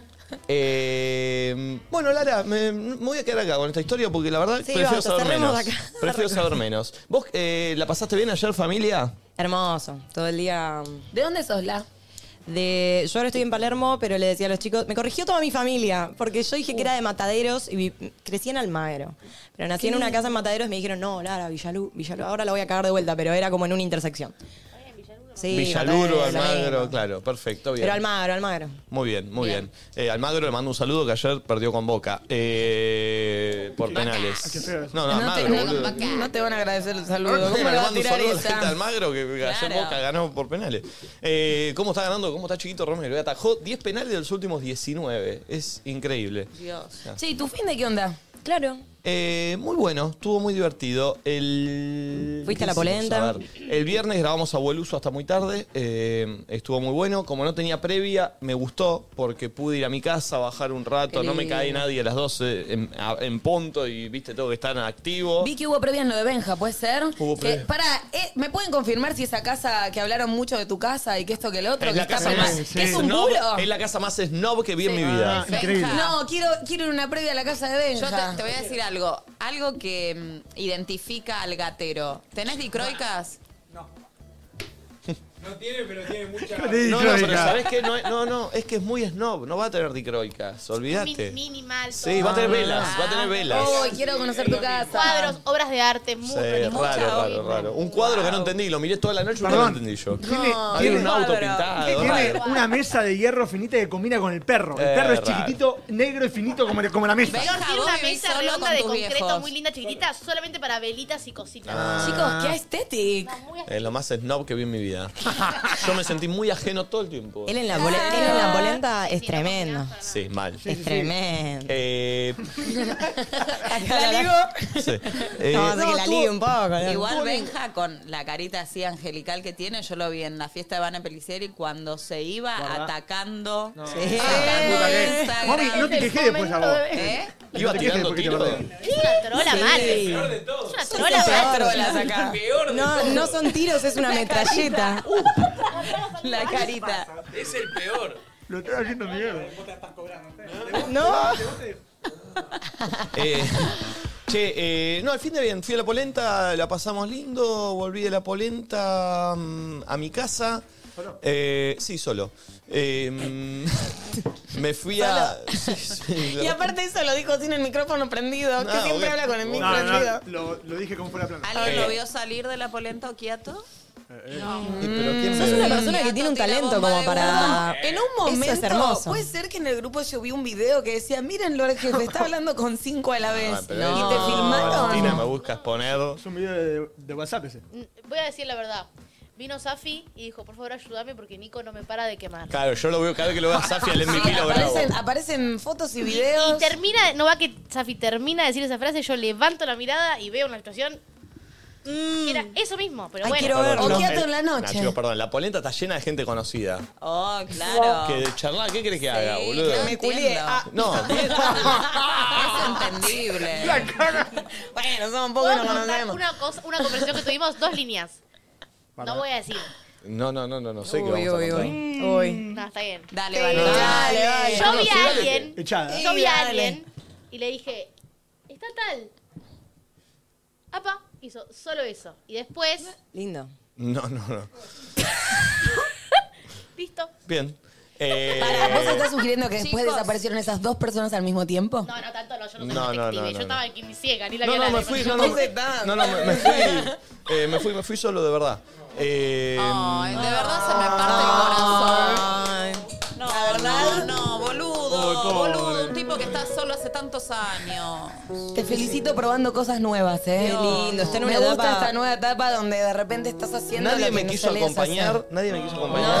eh, bueno, Lara, me, me voy a quedar acá con esta historia porque la verdad Sí, prefiero basta, saber cerremos menos. acá. Prefiero saber menos. ¿Vos eh, la pasaste bien ayer, familia? Hermoso. Todo el día. ¿De dónde sos, La? De, yo ahora estoy en Palermo, pero le decía a los chicos, me corrigió toda mi familia, porque yo dije que era de Mataderos y vi- crecí en Almagro. Pero nací en una casa en Mataderos y me dijeron, no, Lara, Villalú, Villalú, ahora la voy a cagar de vuelta, pero era como en una intersección. Sí, Villaluro, Mataderos, lo Almagro, mismo. claro, perfecto, bien. Pero Almagro, Almagro. Muy bien, muy bien. Eh, Almagro le mando un saludo que ayer perdió con Boca. Eh, por penales. Qué feo eso. No, no, No te, Almagro, no, boludo. no te van a agradecer el saludo. ¿Cómo Le le va a mando un tirar saludo a la gente de esa? Almagro que ayer Claro. Boca ganó por penales. Eh, ¿Cómo está ganando? ¿Cómo está Chiquito Romero? Y atajó diez penales de los últimos diecinueve. Es increíble. Dios. Che, ¿y tu fin de qué onda? Claro. Eh, muy bueno, estuvo muy divertido. El... ¿Fuiste a la ¿qué hicimos? polenta? A ver, el viernes grabamos Abueluso hasta muy tarde. eh, estuvo muy bueno. Como no tenía previa, me gustó porque pude ir a mi casa, bajar un rato. Qué No me lindo. cae nadie a las doce en, a- en punto y viste todo que están activos. Vi que hubo previa en lo de Benja, ¿puede ser? Hubo Que- previa. Para, eh, ¿me pueden confirmar si esa casa que hablaron mucho de tu casa y que esto que el otro? Es que la está casa con- más Sí, que es un snob, culo? es la casa más snob que vi en mi vida. Ah, increíble. No, quiero, quiero ir a una previa a la casa de Yo Benja. te, te voy a decir algo. Algo que mm, identifica al gatero. ¿Tenés dicroicas? No tiene, pero tiene mucha... ¿Qué te digo, No, no, pero hija? ¿sabés qué? No, es- no, no, es que es muy snob. No va a tener dicroicas, olvídate. Mi- minimal. Sí, todo. va a tener velas, va a tener velas. Uy, quiero conocer tu casa. Cuadros, obras de arte, muy Sí, mucha raro, raro, obra. raro. Un cuadro que no entendí, lo miré toda la noche y no lo Perdón. entendí yo. Tiene, Había tiene- un auto cuadro. pintado. tiene raro. una mesa de hierro finita que combina con el perro. El Eh, perro es raro. chiquitito, negro y finito como, como la mesa. Venga, Tiene vos una vivís mesa solo redonda con de tus concreto viejos. muy linda, chiquitita, solamente para velitas y cositas. Ah. Chicos, qué estético. Es lo más snob que vi en mi vida. Yo me sentí muy ajeno todo el tiempo. Él en la, pole- él en la polenta es tremendo. Sí, mal. Es tremendo. Eh, ¿La ligo? sí. Eh, No, así que la tú- ligo un poco. ¿no? Igual Benja con la carita así angelical que tiene, yo lo vi en la fiesta de Vane Pelicieri cuando se iba Guarda. atacando. Sí. Sacando Puta que- Instagram. Mami, no te quejé después a vos. ¿Eh? Iba No te quejes tirando porque te tiros. perdí. Es una trola Sí. mal. Sí. Es una Son trola mal. trolas acá. No, no son tiros, es una metralleta. La carita. Es el peor. Lo estás haciendo mierda. No. Eh, che, eh, no, al fin de bien, fui a la polenta, la pasamos lindo, volví de la polenta mm, a mi casa. Eh, sí, solo. Eh, mm, me fui a... sí, sí, Y la- aparte eso lo dijo sin el micrófono prendido, que No, siempre ok. habla con el No, micro no, prendido. lo, lo dije como fuera plano. ¿Alguien Eh. lo vio salir de la polenta Okiato? ¿Y pero quién Sos me- una persona que tiene un talento como para... En un Eso es momento, hermoso. puede ser que en el grupo yo vi un video que decía, mírenlo al jefe, está hablando con cinco a la vez. Ah, pero ¿Y él- te filmaron? Valentina me busca exponer. Es un video de, de WhatsApp ese. Voy a decir la verdad. Vino Safi y dijo, por favor, ayúdame porque Nico no me para de quemar. Claro, yo lo veo cada vez que lo veo a Safi al M V P lo grabo. aparecen, aparecen fotos y Y, videos. y termina, no va que Safi termina de decir esa frase, yo levanto la mirada y veo una actuación que era eso mismo, pero Ay, bueno. quiero verlo. Okiato en la Nah, noche. chicos, perdón, la polenta está llena de gente conocida. Oh, claro. Que de charlar, ¿qué querés que haga, Sí, boludo? no Me culié. entiendo. Ah, No, bien. Es entendible. bueno, somos un poco ¿Puedo y nos contar conocemos. una, cosa, una conversación que tuvimos? Dos líneas. No voy a decir. No, no, no, no, no sé qué Uy, vamos a uy, contar. uy. Uy. No, está bien. Dale, vale. Dale, dale. Yo vi sí, a dale. alguien, Echada. yo vi a Dale. alguien y le dije, está tal. Apa, hizo solo eso. Y después, Lindo. No, no, no. listo. Bien. Eh, Para, ¿vos estás sugiriendo que después Chicos. desaparecieron esas dos personas al mismo tiempo? No, no, tanto no, yo no soy No, no, detective. no, no, yo no. estaba aquí ni ciega, ni la No, vi no, a me nadie. fui, no no, no, sé tanto. no, no, me, me fui, eh, me fui, me fui solo de verdad. Eh, Ay, de verdad se me parte el corazón. No, no, no, boludo, boludo, un tipo que está solo hace tantos años. Te felicito probando cosas nuevas, ¿eh? Qué lindo, está en Me una gusta etapa- esta nueva etapa donde de repente estás haciendo nadie lo que me no quiso solías acompañar, hacer. nadie me quiso acompañar.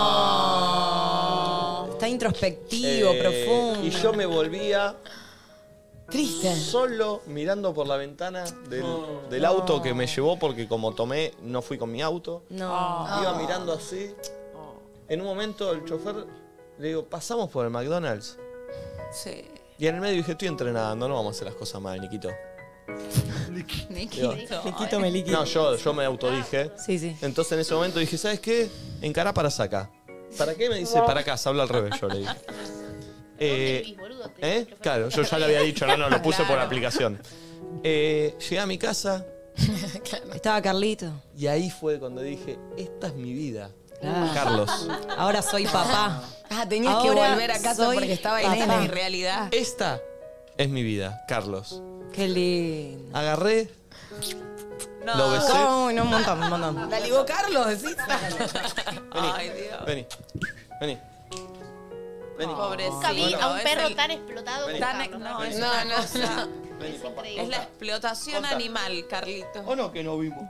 Está introspectivo, Eh, profundo. Y yo me volvía Triste. solo mirando por la ventana del, del auto que me llevó porque como tomé, no fui con mi auto. No. Iba mirando así. En un momento el chofer le digo, pasamos por el McDonald's. Sí. Y en el medio dije, estoy entrenando, no vamos a hacer las cosas mal, Niquito. Niquito. Niquito Meliqui. No, yo, yo me autodije. Sí, sí. Entonces en ese momento dije, ¿sabes qué? Encará para acá. ¿Para qué? Me dice, para casa, habla al revés, yo le dije. Eh, ¿eh? Claro, yo ya le había dicho, no, no, lo puse por la aplicación. Eh, llegué a mi casa. Estaba Carlito. Y ahí fue cuando dije, esta es mi vida. Claro. Carlos. Ahora soy papá. Ah, tenías que Ahora volver a casa soy porque estaba papá. en En realidad. Esta es mi vida, Carlos. Qué lindo. Agarré, No. lo besé. No, no, un montón, un montón. La ligó Carlos, decís. Vení, Ay, Dios. vení, vení. Vení. Pobrecito. Nunca vi a un es perro el- tan explotado como tan- Carlos. no, es No, una no, cosa- Vení, papá. Es la explotación Contá. animal, Carlito. ¿O no que no vimos?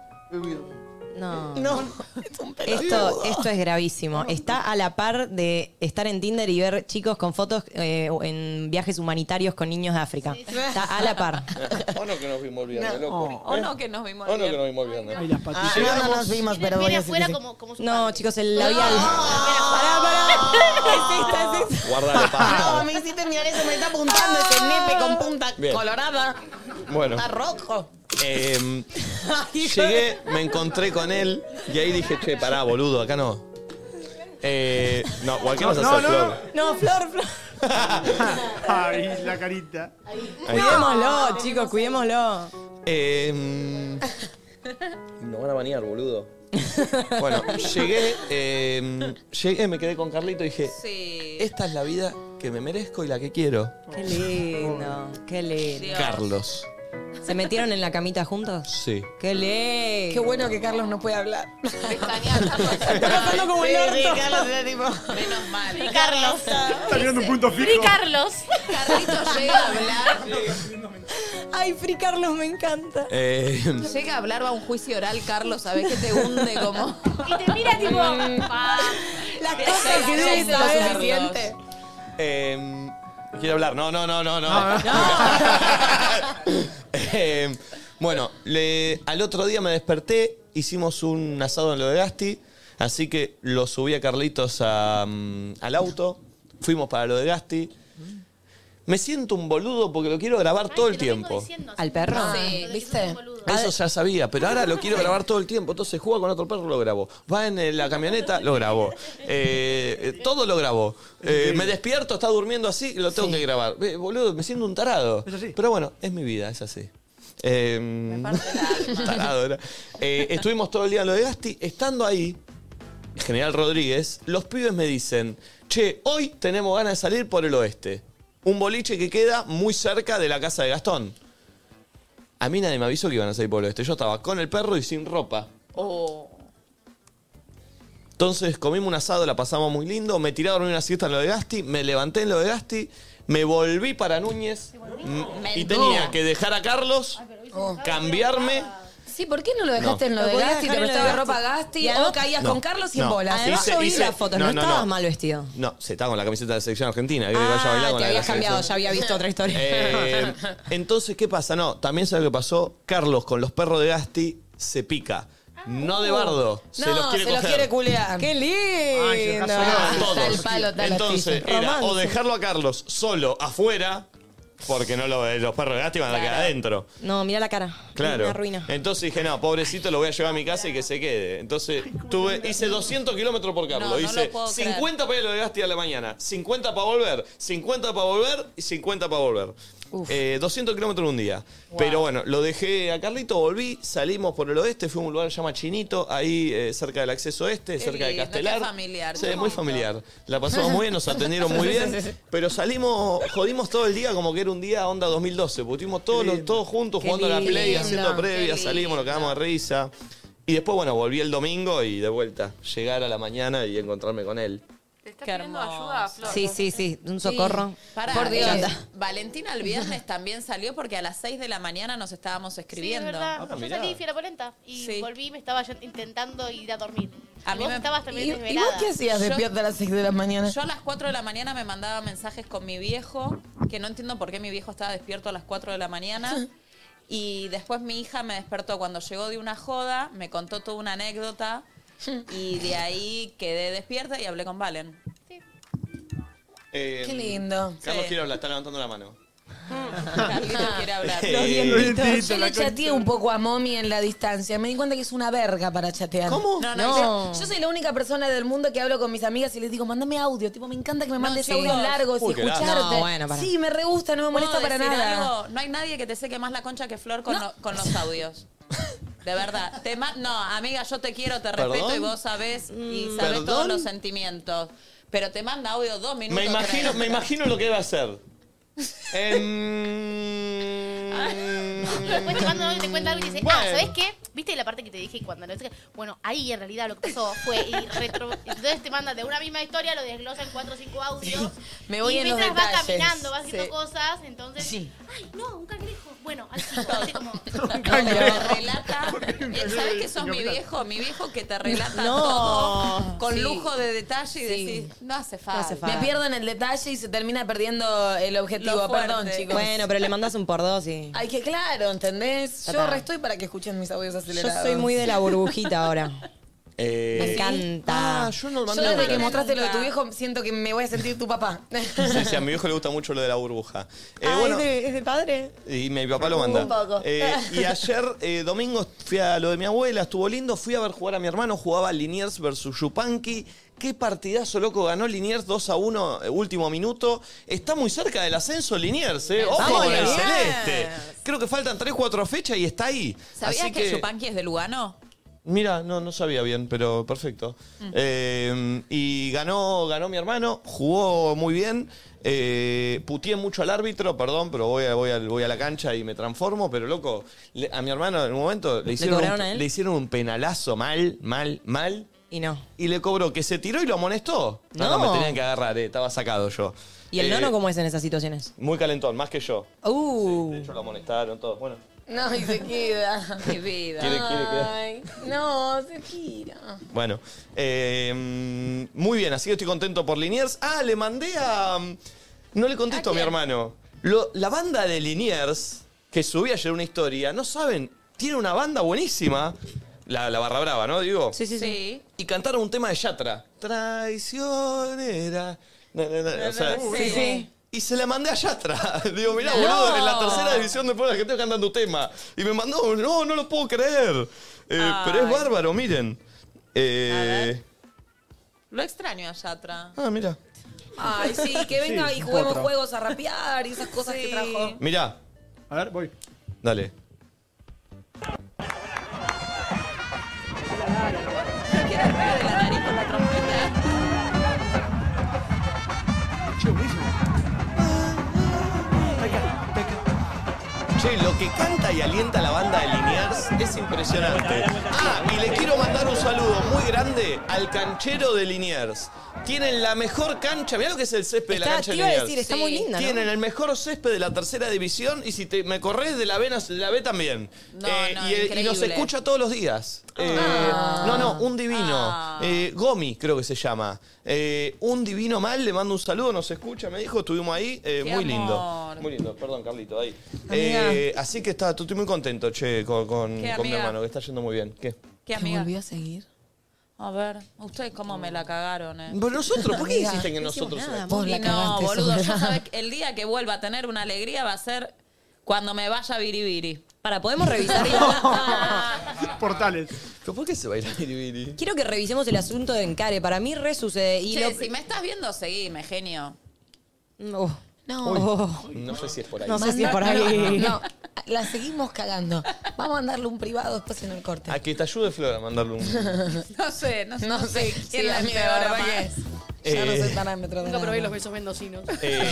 No. No, es un pelotudo. Esto, esto es gravísimo. Está a la par de estar en Tinder y ver chicos con fotos eh, en viajes humanitarios con niños de África. Está a la par. ¿O no que nos vimos el viernes, loco? O no que nos vimos ¿O no que bien. nos vimos el viernes? Ay, las patillas. Ah, no, no nos vimos, pero voy Viene a decir afuera que sí. como, como su No, padre. chicos, el labial. Pará, pará. Es esta, es esta. Guardale, No, pa. me hiciste mirar eso, me está apuntando ese nepe con punta Bien. colorada. Bueno, Está rojo. eh, llegué, me encontré con él y ahí dije, che, pará, boludo, acá no. Eh, no, o ¿qué vas a No, hacer, no, Flor? No, Flor, Flor. Ay, la carita. Cuidémoslo, chicos, cuidémoslo. Eh, no van a bañar, boludo. Bueno, llegué, eh, llegué, me quedé con Carlito y dije, Sí. esta es la vida que me merezco y la que quiero. Qué lindo, qué lindo. Dios. Carlos. ¿Se metieron en la camita juntos? Sí. Qué lindo. Qué bueno que Carlos no puede hablar. Está pasando como el Sí, orto. Carlos era tipo... Menos mal. Free Carlos. Está mirando un punto fijo. Free Carlos. Carlito llega a hablar. Ay, Free Carlos, me encanta. Eh, Llega a hablar, va a un juicio oral, Carlos, ¿sabés que te hunde como? Y te mira tipo. pa. Las Te cosas que hace dice, Carlos. lo suficiente. eh, quiero hablar. No, no, no, no, no. Eh, bueno, le- al otro día me desperté, hicimos un asado en lo de Gasti, así que lo subí a Carlitos a, mm, al auto, fuimos para lo de Gasti. Me siento un boludo porque lo quiero grabar Ay, todo el te lo vengo tiempo. diciendo, ¿Al sí. perro? Ah, Sí, lo dijimos ¿viste? un boludo. Eso ya sabía, pero ahora lo quiero grabar todo el tiempo. Entonces juega con otro perro, lo grabo. Va en eh, la camioneta, lo grabo. Eh, eh, todo lo grabo. Eh, me despierto, está durmiendo así, lo tengo que grabar. Eh, boludo, me siento un tarado. Es así. Pero bueno, es mi vida, es así. Eh, tarado era. Eh, estuvimos todo el día en lo de Gasti. Estando ahí, General Rodríguez, los pibes me dicen, che, hoy tenemos ganas de salir por el oeste. Un boliche que queda muy cerca de la casa de Gastón. A mí nadie me avisó que iban a salir por el oeste. Yo estaba con el perro y sin ropa. Oh. Entonces comimos un asado, la pasamos muy lindo. Me tiré a dormir una siesta en lo de Gasti. Me levanté en lo de Gasti. Me volví para Núñez. m- Y tenía que dejar a Carlos, cambiarme. Sí, ¿por qué no lo dejaste No. en lo de Lo podías Gasti? Te dejar en lo de prestaba Gasti. ropa Gasti Y además- o caías No. con Carlos y en No. bola. Además, Hice- yo vi hice- las fotos, no, no, no, estabas no. mal vestido. No, se estaba con la camiseta de la selección argentina. ¿Qué vaya a bailar Ah, con te la de la habías cambiado, selección? ya había visto otra historia. Eh, entonces, ¿qué pasa? No, también sabe lo que pasó. Carlos con los perros de Gasti se pica. No de bardo, se no, los quiere se los coger. quiere culear. ¡Qué Ay, se lindo! casó. A Está todos. el palo, está la Entonces, pizza. era o Romance. dejarlo a Carlos solo afuera, porque no lo- los perros de Gasti van a quedar adentro. No, mira la cara. Claro. Me arruina. Entonces dije, no, pobrecito, lo voy a llevar a mi casa y que se quede. Entonces tuve, hice doscientos kilómetros por Carlos. No, no hice lo puedo creer. cincuenta para ir a lo de Gasti a la mañana, cincuenta para volver, cincuenta para volver y cincuenta para volver. Eh, doscientos kilómetros en un día. Pero bueno, lo dejé a Carlito, volví, salimos por el oeste, fuimos a un lugar que se llama Chinito, ahí eh, cerca del acceso este, Qué cerca de lindo, Castelar. qué familiar, Sí, qué muy bonito. familiar. La pasamos muy bien, nos atendieron muy bien. Pero salimos, jodimos todo el día como que era un día onda dos mil doce. Porque estuvimos todos, los- todos juntos Qué jugando a la lindo. play, haciendo Qué previa, lindo. salimos, nos cagamos de risa. Y después, bueno, volví el domingo y de vuelta, llegar a la mañana y encontrarme con él. ¿Te está Qué pidiendo hermoso. ayuda, Flor? Sí, sí, sí. Un socorro. Pará, Por Dios. eh, Valentina el viernes también salió porque a las seis de la mañana nos estábamos Sí, es escribiendo. verdad. Ah, Yo mirá. salí, fui a la polenta y Sí. volví, me estaba ya intentando ir a dormir. A Y mí vos me- estabas ¿Y, también y vos desvelada. qué hacías Yo- despierta a las seis de la mañana? Yo a las cuatro de la mañana me mandaba mensajes con mi viejo, que no entiendo por qué mi viejo estaba despierto a las cuatro de la mañana. Y después mi hija me despertó cuando llegó de una joda, me contó toda una anécdota y de ahí quedé despierta y hablé con Valen. Eh, Qué lindo. Carlos Sí. quiere hablar, está levantando la mano. Carlito quiere hablar. Eh, Los dientitos. Yo la le chateé un poco a Mommy en la distancia. Me di cuenta que es una verga para chatear. ¿Cómo? No, no, Yo, yo soy la única persona del mundo que hablo con mis amigas y les digo, mándame audio. Tipo, me encanta que me mandes sí. audios largos Uy, y qué lástima. escucharte. No, bueno, para. Sí, me re gusta, no me molesta ¿Puedo para decir nada. algo? No hay nadie que te seque más la concha que Flor con, lo- con los audios. De verdad. Te ma- no, amiga, yo te quiero, te respeto ¿Perdón? y vos sabés y sabés ¿Perdón? todos los sentimientos. Pero te manda audio dos minutos. Me imagino, tres. me imagino lo que debe hacer. Em, Después te manda y te cuenta algo y dice, Bueno. ah, ¿sabes qué? ¿Viste la parte que te dije cuando no sé qué? Bueno, ahí en realidad lo que pasó fue y retro... Entonces te manda de una misma historia, lo desglosa en cuatro o cinco audios. Me voy y en los mientras vas detalles. caminando, vas haciendo Sí. cosas, entonces... Sí. Ay, no, un cangrejo. Bueno, al chico, así como... No, te relata. eh, ¿Sabés que sos mi viejo? Mi viejo que te relata No. todo con Sí. lujo de detalle y Sí. decís, no hace falta. hace Me falta. pierdo en el detalle y se termina perdiendo el objetivo. Lo fuerte. Perdón, chicos. Bueno, pero le mandas un por dos y... Ay, que claro, ¿entendés? Ya Yo está. re estoy para que escuchen mis audios Yo acelerados. soy muy de la burbujita ahora. eh, Me encanta. Ah, yo no Yo mandé desde nunca. que mostraste lo de tu viejo siento que me voy a sentir tu papá. Sí, sí, a mi viejo le gusta mucho lo de la burbuja. Eh, Ah, bueno, ¿es, de, ¿es de padre? y mi papá lo manda. Un poco. Eh, y ayer, eh, domingo, fui a lo de mi abuela, estuvo lindo. Fui a ver jugar a mi hermano, jugaba Liniers versus Yupanqui. Qué partidazo, loco, ganó Liniers dos a uno, eh, último minuto. Está muy cerca del ascenso Liniers, ¿eh? Ojo Vamos, con el Liniers. celeste. Creo que faltan tres cuatro fechas y está ahí. ¿Sabías Así que Yupanqui es de Lugano? Mira, no, no sabía bien, pero perfecto. Eh, y ganó, ganó mi hermano, jugó muy bien. Eh, puteé mucho al árbitro, perdón, pero voy a, voy, a, voy a la cancha y me transformo. Pero loco, le- a mi hermano en un momento le hicieron, cobraron un, a él? le hicieron un penalazo mal, mal, mal. Y no. Y le cobró que se tiró y lo amonestó. No, no, No. me tenían que agarrar, eh, estaba sacado yo. ¿Y el Eh, nono cómo es en esas situaciones? Muy calentón, más que yo. Uh. De hecho lo amonestaron, todo. Bueno, No, y se queda. Mi vida. quiere, quiere, quiere. Ay, no, se tira. Bueno, eh, muy bien, así que estoy contento por Liniers. Ah, le mandé a... No le contesto a, mi hermano. Lo- la banda de Liniers, que subí ayer una historia, no saben, tiene una banda buenísima. La, la Barra Brava, ¿no? Digo. Sí, sí, sí. Sí. Y cantaron un tema de Yatra. Traicionera. Na, na, na, o sea, Sí, sí. y se la mandé a Yatra. Digo, mirá, boludo, en la tercera división de Puebla que estoy cantando un tema. Y me mandó, no, no lo puedo creer. Eh, pero es Ay. bárbaro, miren. Eh, Lo extraño a Yatra. ah, mira. Ay, sí, que venga Sí, y juguemos otro. juegos a rapear y esas cosas que Sí. trajo. Mirá, A ver, voy. dale. ¿Quieres de la nariz con la trompeta? Che, buenísimo. Che, lo que canta y alienta la banda de Liniers es impresionante. Ah, y le quiero mandar un saludo muy grande al canchero de Liniers. Tienen la mejor cancha, mirá lo que es el césped de la Está, cancha te de iba a Liniers. decir, está Sí. muy linda, ¿no? Tienen el mejor césped de la tercera división y si te, me corres de la B, de la B también. No, Eh, no, y, y nos increíble. escucha todos los días. Eh, No, no, un divino. Ah. Eh, Gomi creo que se llama. Eh, un divino mal, le mando un saludo, nos escucha, me dijo, estuvimos ahí. eh, Qué muy lindo. amor. Muy lindo, perdón, Carlito, ahí. Amiga. Eh, así que está, estoy muy contento, che, con, con, ¿Qué, con mi amiga? hermano, que está yendo muy bien. ¿Qué? ¿Qué ¿Te amiga? volvió a seguir? A ver, ustedes cómo me la cagaron, eh. Pero nosotros, ¿por qué Amiga, insisten que no hicimos nosotros? nada, Vos la Y no, cagaste boludo, yo sola. sabés que el día que vuelva a tener una alegría va a ser cuando me vaya a Biribiri. Para, podemos revisar. Portales. ¿Pero por qué se va a ir a Biribiri? Quiero que revisemos el asunto de Encare. Para mí re sucede. Y Che, lo... si me estás viendo, seguime, genio. Oh. No. Oh. No sé si es por ahí. No sé si es por Manda- ahí. No, la seguimos cagando. Vamos a mandarle un privado después en el corte. A que te ayude Flor a mandarle un... No sé, no, No sé quién quién la la empeora verdad más. que ya no Eh, soy parámetro de Nunca probé nada. los besos mendocinos. Eh,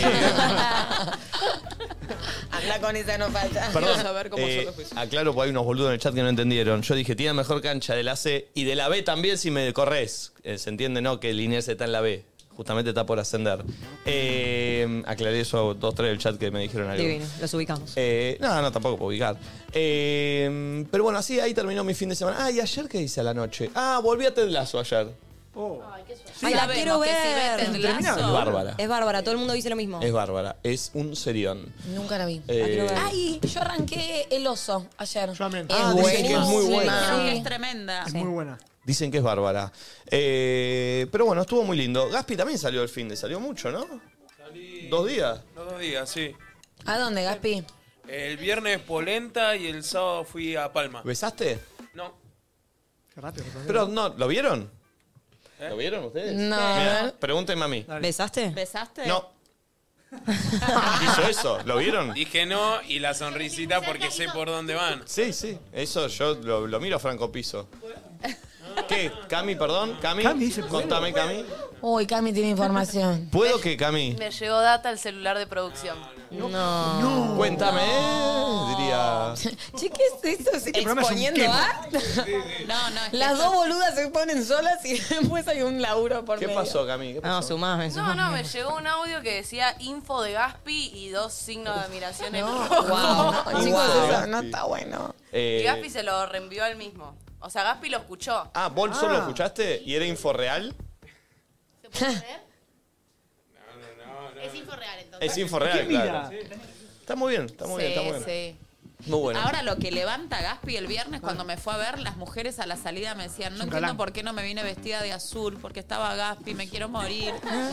Anda con esa no falta. Perdón, saber cómo son eh, los besos. aclaro porque hay unos boludos en el chat que no entendieron. Yo dije, tiene mejor cancha de la C y de la B también si me corres. Eh, se entiende, ¿no? Que Liniers está en la B. Justamente está por ascender. Eh, aclaré eso a dos, tres del chat que me dijeron algo. Divino, los ubicamos. Eh, no, no, tampoco puedo ubicar. Eh, pero bueno, así ahí terminó mi fin de semana. Ah, ¿y ayer qué hice a la noche? Ah, volví a Ted Lasso ayer. Oh. Ay, la Sabemos quiero que si ver. ves Ted Terminado. Es Lasso- bárbara. Es bárbara, todo el mundo dice lo mismo. Es bárbara. Es un serión. Nunca la vi. Eh, quiero ver. Ay, yo arranqué El Oso ayer. Yo también. Ah, dicen que es muy Dijeron buena. que es tremenda. Es muy buena. Dicen que es bárbara. Eh, pero bueno, estuvo muy lindo. Gaspi también salió el fin de, salió mucho, ¿no? ¿Dos días? Los dos días, sí. ¿A dónde, Gaspi? El viernes Polenta y el sábado fui a Palma. ¿Besaste? No. Qué rápido. Pero no, ¿lo vieron? ¿Eh? ¿Lo vieron ustedes? No. Mirá, pregúntenme a mí. ¿Besaste? ¿Besaste? No. ¿Hizo eso? ¿Lo vieron? Dije no y la sonrisita porque sé por dónde van. Sí, sí. Eso yo lo, lo miro a Franco Piso. ¿Qué? ¿Cami, perdón? ¿Cami? Cami dice, ¿puedo? Contame, Cami. Uy, Cami tiene información. ¿Puedo que, Cami? Me llegó data al celular de producción. No. Cuéntame, diría... Che, ¿qué es eso? ¿Sí, programa es un exponiendo quema. a? No, no. es que Las esto- dos boludas se ponen solas y después hay un laburo por ¿Qué medio. pasó, Cami? ¿Qué No, pasó? sumame, No, sumame. no, me llegó un audio que decía info de Gaspi y dos signos de admiración en No, rojo. wow, no, chicos, Wow. eso no está bueno. Eh, Y Gaspi se lo reenvió al mismo. O sea, Gaspi lo escuchó. Ah, ¿vos solo lo escuchaste y era info real? ¿Se puede creer? Es info real, entonces. Es info real, ¿Quién mira? claro. Está muy bien, está muy bien, está muy bien. Sí, sí. Muy bueno. Ahora lo que levanta Gaspi el viernes cuando me fue a ver, las mujeres a la salida me decían, no un entiendo galán. por qué no me vine vestida de azul, porque estaba Gaspi, me quiero morir.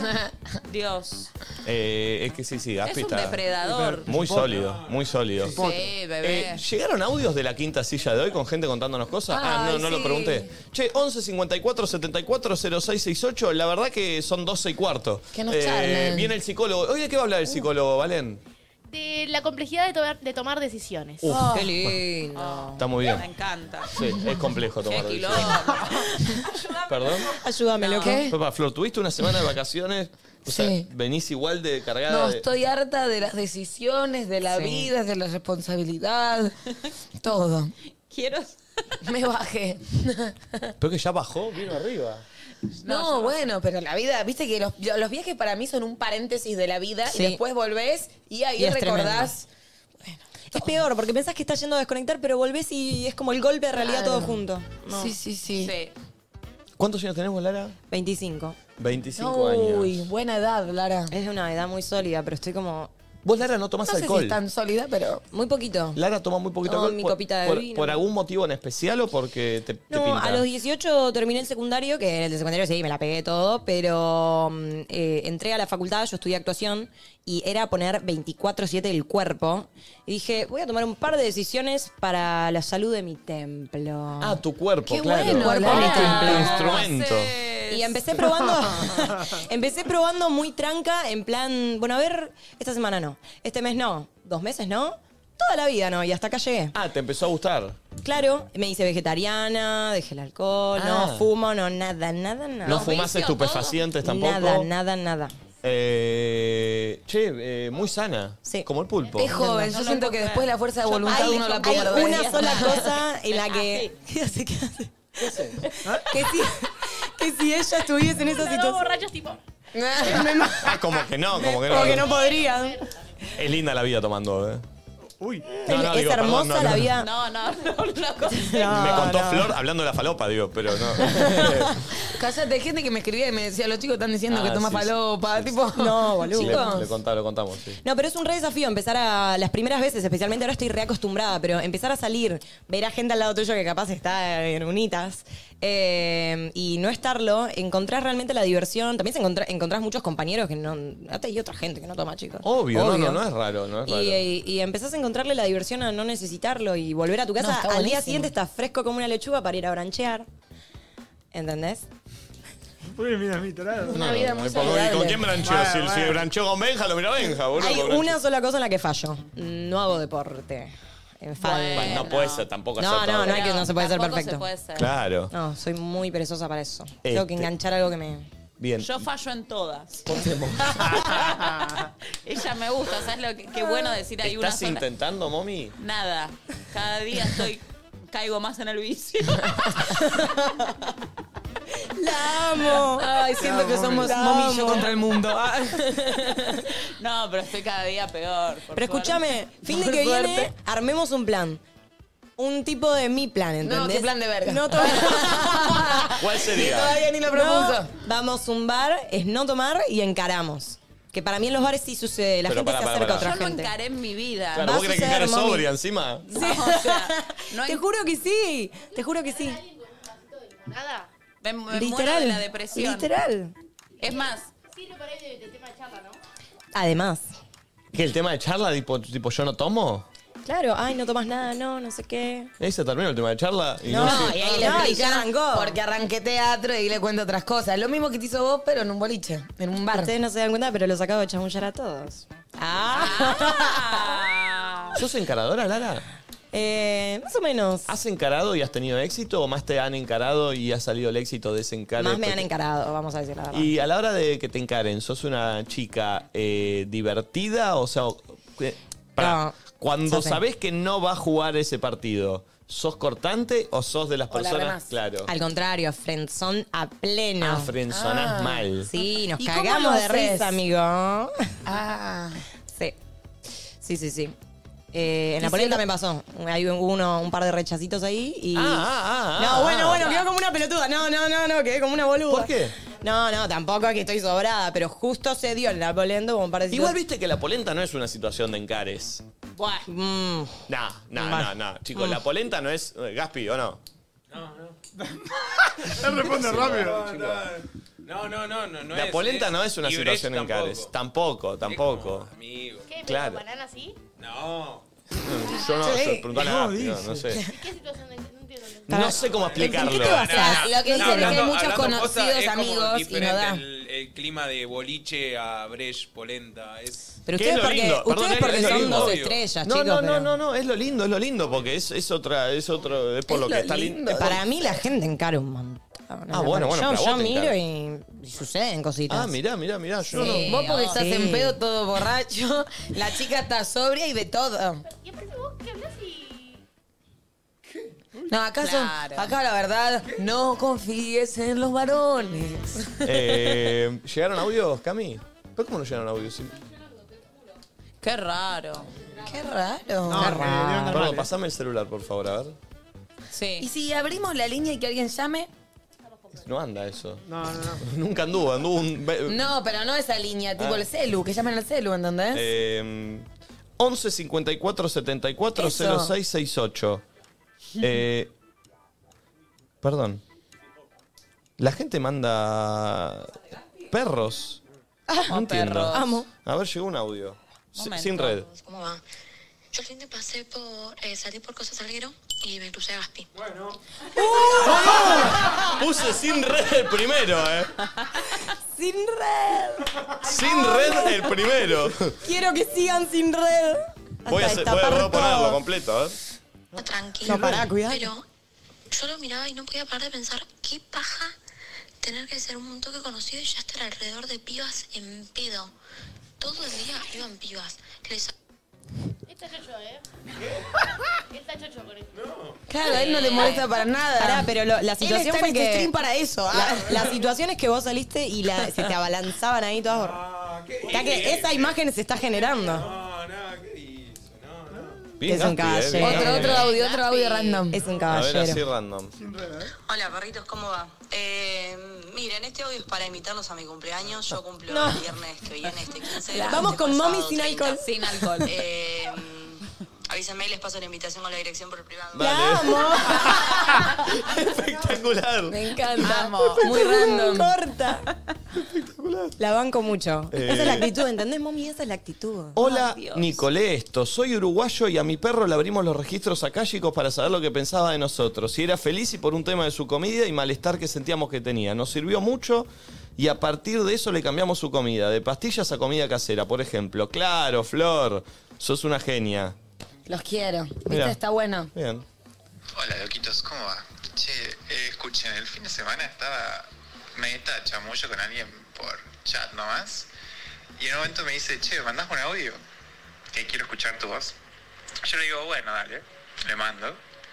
Dios. Eh, es que sí, sí, Gaspi Es un está depredador. muy sólido, muy sólido. Sí, bebé. Eh, ¿Llegaron audios de la quinta silla de hoy con gente contándonos cosas? ah, no, Ay, no lo sí. pregunté. Che, once cincuenta y cuatro setenta y cuatro cero seis sesenta y ocho, la verdad que son doce y cuarto. Que nos charlen. Viene el psicólogo. ¿Hoy de qué va a hablar el psicólogo, Valen? De la complejidad de, tomar- de tomar decisiones. Uf, Oh. Qué lindo. está muy bien. Me encanta. Sí, es complejo tomar Qué decisiones. quilombo. ¿Perdón? Ayúdame, loco. ¿Qué? Papá, Flor, ¿tuviste una semana de vacaciones? O sea, Sí. venís igual de cargada No, de... estoy harta de las decisiones, de la Sí. vida, de la responsabilidad. Todo. Quiero... Me bajé. Pero que ya bajó, vino arriba. No, bueno, pero la vida, viste que los, los viajes para mí son un paréntesis de la vida Sí. y después volvés y ahí Y es recordás. Es peor, porque pensás que estás yendo a desconectar, pero volvés y es como el golpe de realidad Claro. todo junto. No. Sí, sí, sí. Sí. ¿Cuántos años tenemos, Lara? veinticinco. veinticinco años. Uy, buena edad, Lara. Es una edad muy sólida, pero estoy como Vos, Lara, no tomás No sé alcohol. si es tan sólida, pero... muy poquito. Lara toma muy poquito No, alcohol. mi por, copita de por- vino. ¿Por algún motivo en especial o porque te, te No, pinta? a los dieciocho terminé el secundario, que el de secundario sí, me la pegué todo, pero mm, eh, entré a la facultad, yo estudié actuación, y era poner veinticuatro siete el cuerpo. Y dije, voy a tomar un par de decisiones para la salud de mi templo. Ah, tu cuerpo, Qué claro. bueno, Cuerpo Lara. de Tu templo. instrumento. Y empecé probando, empecé probando muy tranca, en plan, bueno, a ver, esta semana no, este mes no, dos meses no, toda la vida no, y hasta acá llegué. Ah, ¿te empezó a gustar? Claro, me hice vegetariana, dejé el alcohol, Ah. no fumo, no nada, nada, nada. ¿No fumás vicios, estupefacientes tampoco? Nada, nada, nada. Eh, che, eh, muy sana. Sí. Como el pulpo. Es joven, yo siento que después la fuerza de voluntad Hay, uno la hay pierde. una sola cosa en la que... ¿Qué hace? ¿Qué hace? Que si, que si ella estuviese en esa Los dos situación... borrachos tipo... Ah, como que no, como que no. Como que no podría. Es linda la vida tomando, ¿eh? Uy. No, no, es digo, hermosa perdón, no, la no. vida. No, no, no, loco. Me contó Flor hablando de la falopa, digo, pero no. Cállate, hay gente que me escribía y me decía, los chicos están diciendo Ah, que toma sí, sí, falopa, tipo... No, boludo. Le, Chicos. le contamos, lo contamos, sí. No, pero es un re desafío empezar a. Las primeras veces, especialmente ahora estoy reacostumbrada, pero empezar a salir, ver a gente al lado tuyo que capaz está en unitas eh, y no estarlo, encontrás realmente la diversión. También se encontrá- encontrás muchos compañeros que no. Hasta hay otra gente que no toma, chicos. Obvio, no, no, no es raro, no es Y, raro. y- y empezás a encontrarle la diversión a no necesitarlo y volver a tu casa No, está al día buenísimo. siguiente estás fresco como una lechuga para ir a branchear. ¿Entendés? ¿Por qué mira a mí, tarado? Una vida muy ¿Y por- ¿Y saludable. con quién brancheó? Bueno, Si, si bueno. brancheó con Benja, lo mira Benja, boludo. Hay con brancheó. una sola cosa en la que fallo. No hago deporte. Me falta. Bueno, no puede ser tampoco No, hacer no, todo. no hay que- no se puede ser Tampoco perfecto. se puede ser. Claro. No, soy muy perezosa para eso. Tengo que Este. enganchar algo que me... Bien. Yo fallo en todas. Ella me gusta, ¿sabes lo que, qué bueno decir ahí una ¿Estás sola? intentando, mami? Nada. Cada día estoy caigo más en el vicio. ¡La amo! Ay, siento que somos La mommy y yo amo. contra el mundo. Ah. No, pero estoy cada día peor. por Pero escúchame, fin de Por que suerte. viene, armemos un plan. Un tipo de mi plan, ¿entendés? No, qué plan de verga. No tomar. ¿Cuál sería? Todavía ni lo propuso. No, vamos a un bar, es no tomar y encaramos. Que para mí en los bares sí sucede. La Pero gente pará, se pará, acerca a pará. otra Yo no gente. encaré en mi vida. Claro, Va ¿vos a crees que suceder, eres mami. sobria encima? No, o sea, no Te hay- juro que sí. Te juro que sí. Nada. me, me muero Literal. de la depresión. Literal. Es más, Sirve para ir de, de tema de charla, ¿no? Además. ¿Qué, el tema de charla, tipo, tipo yo no tomo? Claro, ay, no tomas nada, no, no sé qué. Ahí se terminó el tema de charla. Y no, No, sé- y ahí le No, y explica ya arrancó. porque arranqué teatro y le cuento otras cosas. Lo mismo que te hizo vos, pero en un boliche, en un bar. Ustedes no se dan cuenta, pero los acabo de chamullar a todos. Ah. ¿Sos encaradora, Lara? Eh, más o menos. ¿Has encarado y has tenido éxito o más te han encarado y ha salido el éxito de ese encare? Más me han Porque- encarado, vamos a decir la verdad. Y a la hora de que te encaren, ¿sos una chica eh, divertida? O sea, o- eh, pará, No, cuando ya sé. sabés que no va a jugar ese partido, ¿sos cortante o sos de las O la personas? remás. Claro. Al contrario, frenzón a pleno. Ah, frenzonás Ah. mal. Sí, nos ¿Y cómo cagamos lo de haces? risa, amigo. Ah. Sí. Sí, sí, sí. Eh, en la Y polenta si- me pasó. Hay uno, un par de rechacitos ahí y. Ah, ah, ah, No, ah, bueno, ah. bueno, quedó como una pelotuda. No, no, no, no, quedé como una boluda. ¿Por qué? No, no, tampoco es que estoy sobrada, pero justo se dio en la polenta como un par de Igual situaciones. viste que la polenta no es una situación de encares. Buah. Mm. No, no, no, Vale. no. Chicos, la polenta no es. eh, Gaspi, ¿o no? Él responde rápido. No, no, no, no, no La es, polenta es- no es una y Brecht situación de tampoco. encares. Tampoco, tampoco. Amigo. ¿Qué? ¿Pero Claro. banana así? No. Yo no, Sí. yo preguntale a No, Gaspi, no, dice. no sé. ¿Qué situación de.? No entiendo. No sé cómo explicarlo. ¿Qué te vas a hacer? Lo que No, dicen es que hay hablando- muchos hablando posta, conocidos es como amigos y no diferente da. El, el clima de boliche a Brecht polenta es. Pero ¿Qué es ustedes lo porque, lindo? Perdón, ustedes es- porque es lo son lindo. dos Obvio. estrellas, No, chicos. no, no, pero- no, no, es lo lindo, es lo lindo, porque es, es otra, es otro, es por Es lo que lo está lindo. lindo. Para mí la gente encara un montón. Ah, bueno, bueno, Yo, pero a yo vos te miro encara. y, y suceden cositas. Ah, mirá, mirá, mirá. Yo Sí, no. vos porque estás Sí. en pedo todo borracho, la chica está sobria y de todo. Y aparte vos que hablas y. No, acá son, Claro. acá la verdad, no confíes en los varones. Eh, ¿Llegaron audios, Cami? ¿Pero cómo no llegaron audios? Sí. Qué raro. Qué raro. No, Qué eh, raro. debe andar mal, Perdón, eh. pasame el celular, por favor, a ver. Sí. Y si abrimos la línea y que alguien llame, No anda eso. No, no, no. Nunca anduvo, anduvo un... no, pero no esa línea, tipo Ah. el celu, que llamen al celu, ¿entendés? Eh, once cincuenta y cuatro setenta y cuatro Eso. cero seis sesenta y ocho. Eh, perdón. La gente manda perros. No entiendo. perros. Amo. A ver, llegó un audio. Si- Momento. Sin red. ¿Cómo va? Yo el fin de pasé por... Eh, salí por Cosas Salguero y me crucé a Gaspi. Bueno. Puse sin red el primero, eh. Sin red. Sin red el primero. Quiero que sigan sin red. Voy a, Hasta hacer- voy a- destapar voy a ponerlo todo. completo, ¿eh? Tranquilo. No, pará, cuidado. Pero yo lo miraba y no podía parar de pensar, qué paja tener que ser un toque conocido y ya estar alrededor de pibas en pedo. Todo el día iban pibas. Les... Está chocho, ¿eh? Está chocho con esto. Claro, a él no le molesta para nada. Pará, pero lo- la situación él está fue en este que... stream para eso. La, ah. la situación es que vos saliste y la- se te abalanzaban ahí todas. Está que esa imagen se está generando. No, no, ¿qué hizo? No, no. Bien Es un Gaspi, eh, bien caballero. Otro, Gaspi. otro audio, otro audio random. Es un A ver, así caballero. random. Hola, perritos, ¿cómo va? Eh, miren, este audio es para invitarlos a mi cumpleaños. Yo cumplo No. el viernes que viene, este quince. Vamos este con fue el mommy sábado sin treinta. alcohol. Sin alcohol. Eh, avísenme y les paso la invitación con la dirección por el privado. La amo. Espectacular. Me encanta. Amo. Muy random. Corta. La banco mucho. Eh. Esa es la actitud, ¿entendés, mami? Esa es la actitud. Hola, Ay, Dios. Nicolesto. Soy uruguayo y a mi perro le abrimos los registros acálicos para saber lo que pensaba de nosotros. Si era feliz y por un tema de su comida y malestar que sentíamos que tenía. Nos sirvió mucho y a partir de eso le cambiamos su comida. De pastillas a comida casera, por ejemplo. Claro, Flor. Sos una genia. Los quiero. ¿Viste? Mirá. Está bueno. Bien. Hola, loquitos, ¿cómo va? Che, eh, escuchen, el fin de semana estaba meta chamullo con alguien por chat nomás. Y en un momento me dice, che, ¿mandás un audio? Que quiero escuchar tu voz. Yo le digo, bueno, dale, le mando.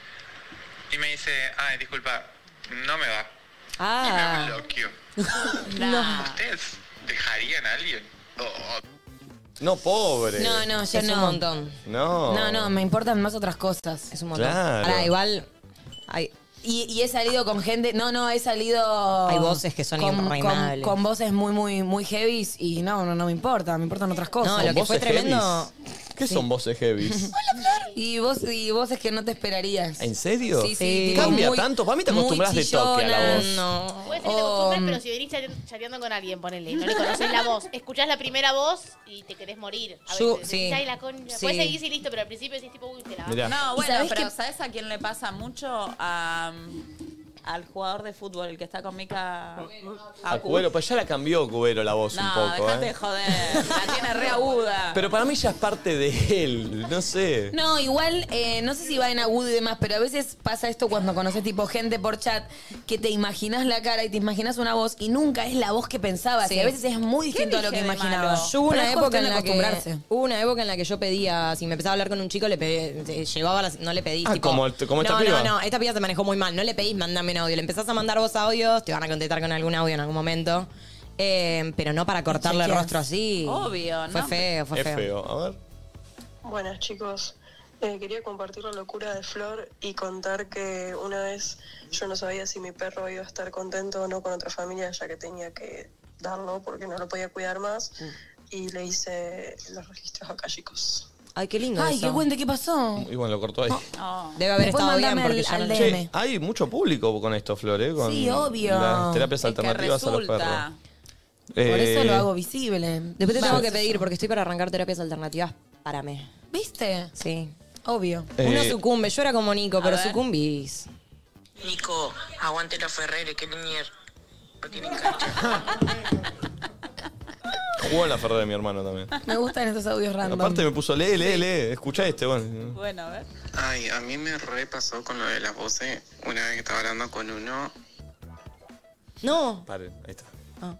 Y me dice, ay, disculpa, no me va. Ah. Y me bloqueó. No. ¿Ustedes dejarían a alguien? O- No, pobre. No, no, yo Es no. un montón. No. No, no, me importan más otras cosas. Es un montón. Claro. Ahora, igual. Hay, Y, y he salido con gente, no, no, he salido... Hay voces que son con, irreinables. Con, con voces muy, muy, muy heavy y no, no, no me importa, me importan otras cosas. no, lo que fue voces tremendo. ¿Qué son voces heavies? Y vos, y voces que no te esperarías. ¿En serio? Sí, sí. tipo ¿Cambia muy- tanto? Para mí te acostumbras muy de toque a la chillona, voz. No. Puede ser que te acostumbres, pero si venís chate- chateando con alguien, ponele, no le conocés la voz, escuchás la primera voz y te querés morir. A Yo- veces, sí. decís, "Ay, la concha". Sí. Puedes seguir y listo, pero al principio decís tipo, uy, te la Mirá. No, ¿Y bueno, sabés pero qué? ¿sabes a quién le pasa mucho? A, al jugador de fútbol, el que está con Mica. A Cubero, pues ya la cambió Cubero la voz No, un poco, dejate ¿eh? de joder. La tiene re aguda. Pero para mí ya es parte de él, no sé. No, igual, eh, no sé si va en agudo y demás, pero a veces pasa esto cuando conoces tipo gente por chat que te imaginas la cara y te imaginas una voz y nunca es la voz que pensabas. Sí. Y a veces es muy distinto a lo que dije de imaginabas. malo? Yo hubo Pero una es época cuestión en de la que acostumbrarse. hubo una época en la que yo pedía, si me empezaba a hablar con un chico, le pedí, te- llevaba las, no le pedís. Ah, tipo, como el- como esta no, piba. no, no, esta piba se manejó muy mal. No le pedís, mandame un audio. Le empezás a mandar vos audios, te van a contestar con algún audio en algún momento. Eh, pero no para cortarle el chequeas. rostro así. Obvio, Fue ¿no? feo, fue Es feo. feo. A ver. Buenas chicos, Eh, quería compartir la locura de Flor y contar que una vez yo no sabía si mi perro iba a estar contento o no con otra familia ya que tenía que darlo porque no lo podía cuidar más y le hice los registros acá chicos. Ay, qué lindo Ay, eso. qué cuente, ¿qué pasó? Y bueno, lo cortó ahí. Debe haber Después estado bien mandame porque al- ya al no... D Che, M. hay mucho público con esto, Flor, ¿eh? Con Sí, obvio. las terapias Es que alternativas a los perros. resulta. Por eso Eh, lo hago visible. Después te Va, tengo qué que sé pedir yo. porque estoy para arrancar terapias alternativas para mí. ¿Viste? Sí. Obvio. Eh, Uno sucumbe. Yo era como Nico, a pero ver. sucumbís. Nico, aguante la Ferrere, que Linier no tiene cancha. Jugó en la Ferrari de mi hermano también. Me gustan estos audios random. Aparte me puso, lee, lee, lee. Escuchá este, bueno. Bueno, a ver. Ay, a mí me repasó con lo de las voces una vez que estaba hablando con uno. No. Paren, ahí está. Ah.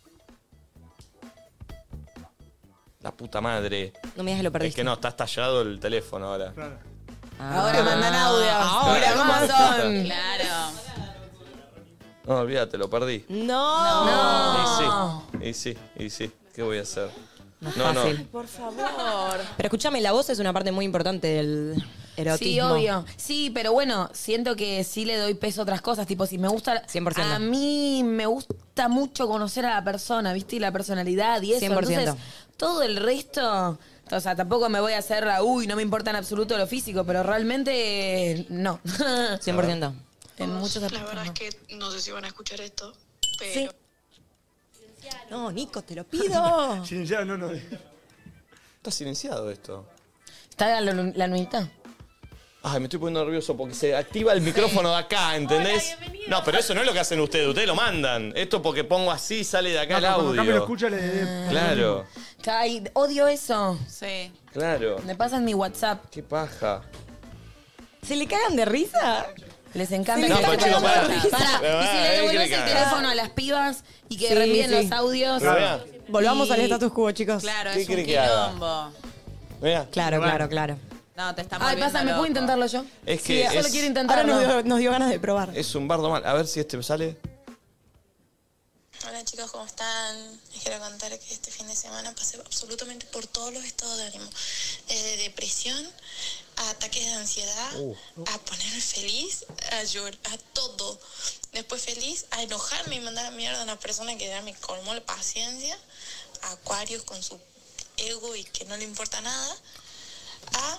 La puta madre. No me digas que lo Es perdiste. que no, está estallado el teléfono ahora. Ah. Ahora mandan audios. Ahora ¿cómo son? Claro. No, olvídate, lo perdí. No. No. Y sí, y sí, y sí. ¿Qué voy a hacer? No es No, no. fácil. Por favor. Pero escúchame, la voz es una parte muy importante del erotismo. Sí, obvio. Sí, pero bueno, siento que sí le doy peso a otras cosas. Tipo, si me gusta... cien por ciento. A mí me gusta mucho conocer a la persona, ¿viste? Y la personalidad y eso. cien por ciento. Entonces, todo el resto... O sea, tampoco me voy a hacer la... Uy, no me importa en absoluto lo físico, pero realmente no. cien por ciento. En muchos La aspectos verdad no. es que no sé si van a escuchar esto, pero... No, Nico, te lo pido. Silenciado, no, no. Está silenciado esto. ¿Está la, la nuita? Ay, me estoy poniendo nervioso porque se activa el micrófono de acá, ¿entendés? No, pero eso no es lo que hacen ustedes, ustedes lo mandan. Esto porque pongo así sale de acá el Cuando Cami lo audio. escucha, le... Claro, Ay, odio eso. Sí. claro. Me pasan mi WhatsApp. Qué paja. ¿Se le cagan de risa? Les encanta. No, que pero esté chicos, pegando pará. la risa. Pará, Pero y si pará, le ¿eh? devolvés ¿Qué el le teléfono a las pibas y que Sí, reenvíen sí. los audios. Pero mirá, Volvamos Y- al status quo, chicos. Claro, ¿Qué es un quiere que haga? quilombo. mirá. Claro, claro, claro. No, te está Ay, volviendo pasa, ¿me loco. puedo intentarlo yo? Es Sí, que solo es, quiero Ahora intentarlo. nos dio, nos dio ganas de probar. es un bardo mal. A ver si este me sale. Hola chicos, ¿cómo están? Les quiero contar que este fin de semana pasé absolutamente por todos los estados de ánimo. Desde depresión, a ataques de ansiedad, Uh. a ponerme feliz, a llorar, a todo. Después feliz, a enojarme y mandar a mierda a una persona que ya me colmó la paciencia. A Aquarius con su ego y que no le importa nada. A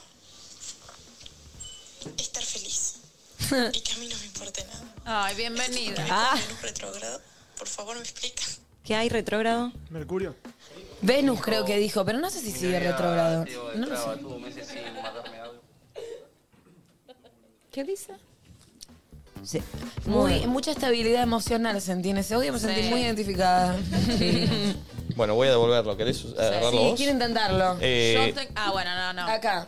estar feliz. Y que a mí no me importe nada. Ay, bienvenida. Ah. Venus retrógrado, por favor me explican. ¿Qué hay, retrógrado? Mercurio. Venus creo que dijo, pero no sé si sigue retrógrado. No lo sé. ¿Qué dice? Sí. Muy, mucha estabilidad emocional sentí en ese audio, me sentí Sí. muy identificada. Bueno, voy a devolverlo. ¿Querés agarrarlo Sí, vos? quiero intentarlo. Eh, Yo te- Ah, bueno, no, no. Acá.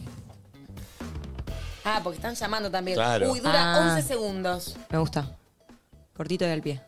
Ah, porque están llamando también. Claro. Uy, dura Ah. once segundos. Me gusta. Cortito y al pie.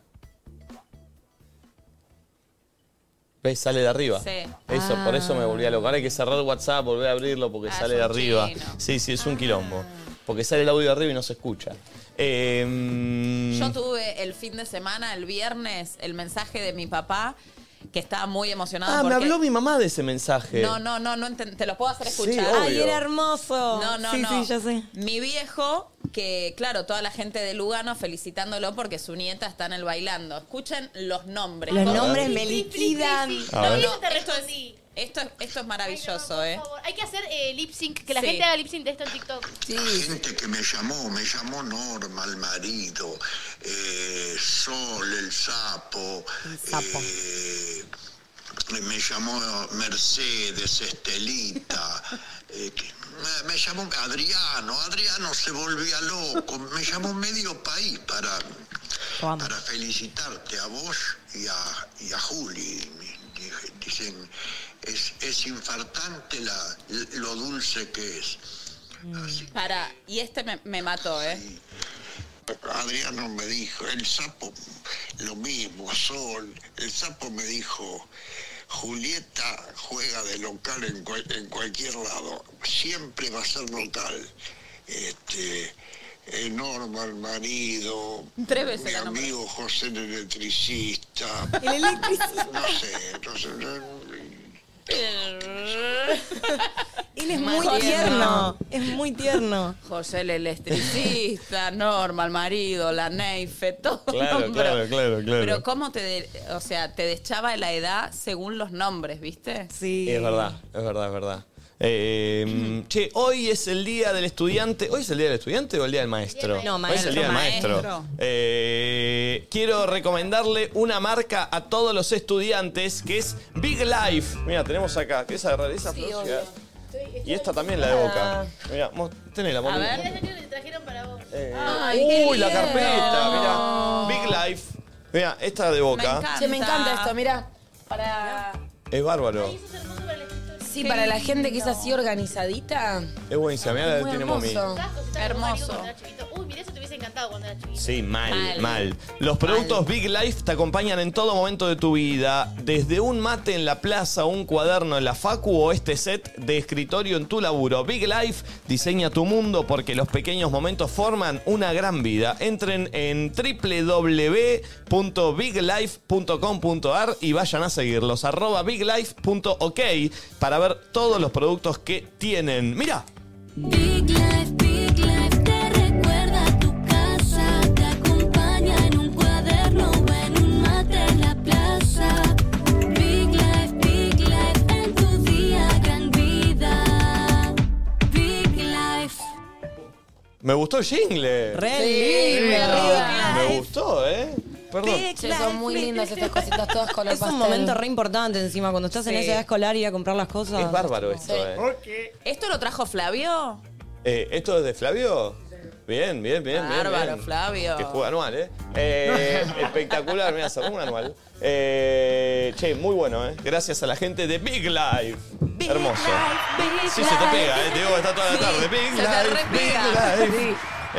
¿Ves? Sale de arriba. Sí. Eso, por eso me volví a loco. Ahora hay que cerrar WhatsApp, volver a abrirlo porque Ah, sale es de un arriba. chino. Sí, sí, es un quilombo. Porque sale el audio de arriba y no se escucha. Eh, mm, Yo tuve el fin de semana, el viernes, el mensaje de mi papá que estaba muy emocionado. Ah, me porque... habló mi mamá de ese mensaje. No, no, no, no enten- te lo puedo hacer Sí, escuchar. obvio. ¡Ay, era hermoso! No, no, sí, no. Sí, ya sé. Mi viejo, que claro, toda la gente de Lugano felicitándolo porque su nieta está en el bailando. Escuchen los nombres. Los Todos. nombres me liquidan. A ver. No, Yo no, te esto es, respondí. Esto es, esto es maravilloso, ¿eh? Por favor, hay que hacer eh, lip sync, que la Sí. gente haga lip sync de esto en TikTok. La gente que me llamó, me llamó Norma, el marido, eh, Sol, el sapo, eh, me llamó Mercedes, Estelita, eh, que- me, me llamó Adriano, Adriano se volvía loco, me llamó medio país para, para felicitarte a vos y a, y a Juli. Dije- Dicen, es, es infartante la, lo dulce que es. Para, y este me, me mató, ¿eh? Adriano me dijo, el sapo, lo mismo, Sol, el sapo me dijo, Julieta juega de local en, cual- en cualquier lado, siempre va a ser local. Este, eh, Norma, el marido, Tres veces mi la nombré. amigo José el electricista. El electricista. No sé, no sé, no- Él es muy José, tierno. Es muy tierno. José el electricista, Norma, el marido, la Neife, todo. Claro, Pero- claro, claro, claro. Pero cómo te, de- o sea, te deschaba la edad según los nombres, ¿viste? Sí. Es verdad, es verdad, es verdad. Eh, che, hoy es el día del estudiante. ¿Hoy es el día del estudiante o el día del maestro? No, Hoy es el día del maestro. maestro. Eh, quiero recomendarle una marca a todos los estudiantes que es Big Life. Mira, tenemos acá. ¿Querés agarrar esa, Sí, Flor? obvio. Y esta también, la de Boca. Mira, tenela, A Moni. ver. Este que te trajeron para vos. Eh, Ay, qué uy, la lindo. carpeta, mira. Big Life. Mira, esta de Boca. Che, me encanta esto, mira. Para. Es bárbaro. Sí, para la gente que es así organizadita. Es buenísima. Mira la que Muy tiene Momi. hermoso. Hermoso. Uy, mirá, eso te hubiese encantado cuando era chiquito. Sí, mal, mal, Mal. Los productos Big Life te acompañan en todo momento de tu vida. Desde un mate en la plaza, un cuaderno en la facu o este set de escritorio en tu laburo. Big Life diseña tu mundo porque los pequeños momentos forman una gran vida. Entren en doble u doble u doble u punto big life punto com punto a r y vayan a seguirlos. Arroba biglife punto ok para ver todos los productos que tienen. ¡Mira! Big Life, Big Life te recuerda a tu casa, te acompaña en un cuaderno o en un mate en la plaza. Big Life, Big Life en tu día, gran vida. Big Life. Me gustó el jingle. Re Sí, lindo. Me gustó, ¿eh? Perdón. Che, son muy lindas estas cositas todas color Es pastel. un momento re importante encima, cuando estás en Sí. esa edad escolar y ir a comprar las cosas. Es bárbaro esto, ¿eh? ¿Esto lo trajo Flavio? Eh, ¿Esto es de Flavio? Bien, bien, bien, bien. Bárbaro, bien. Flavio. Que juega anual, ¿eh? eh espectacular, mira, cerró un anual. Eh, che, muy bueno, ¿eh? Gracias a la gente de Big Life. Hermoso. Sí, se te pega, ¿eh? Te digo que está toda la tarde. Big se te Life, repega. Big Life.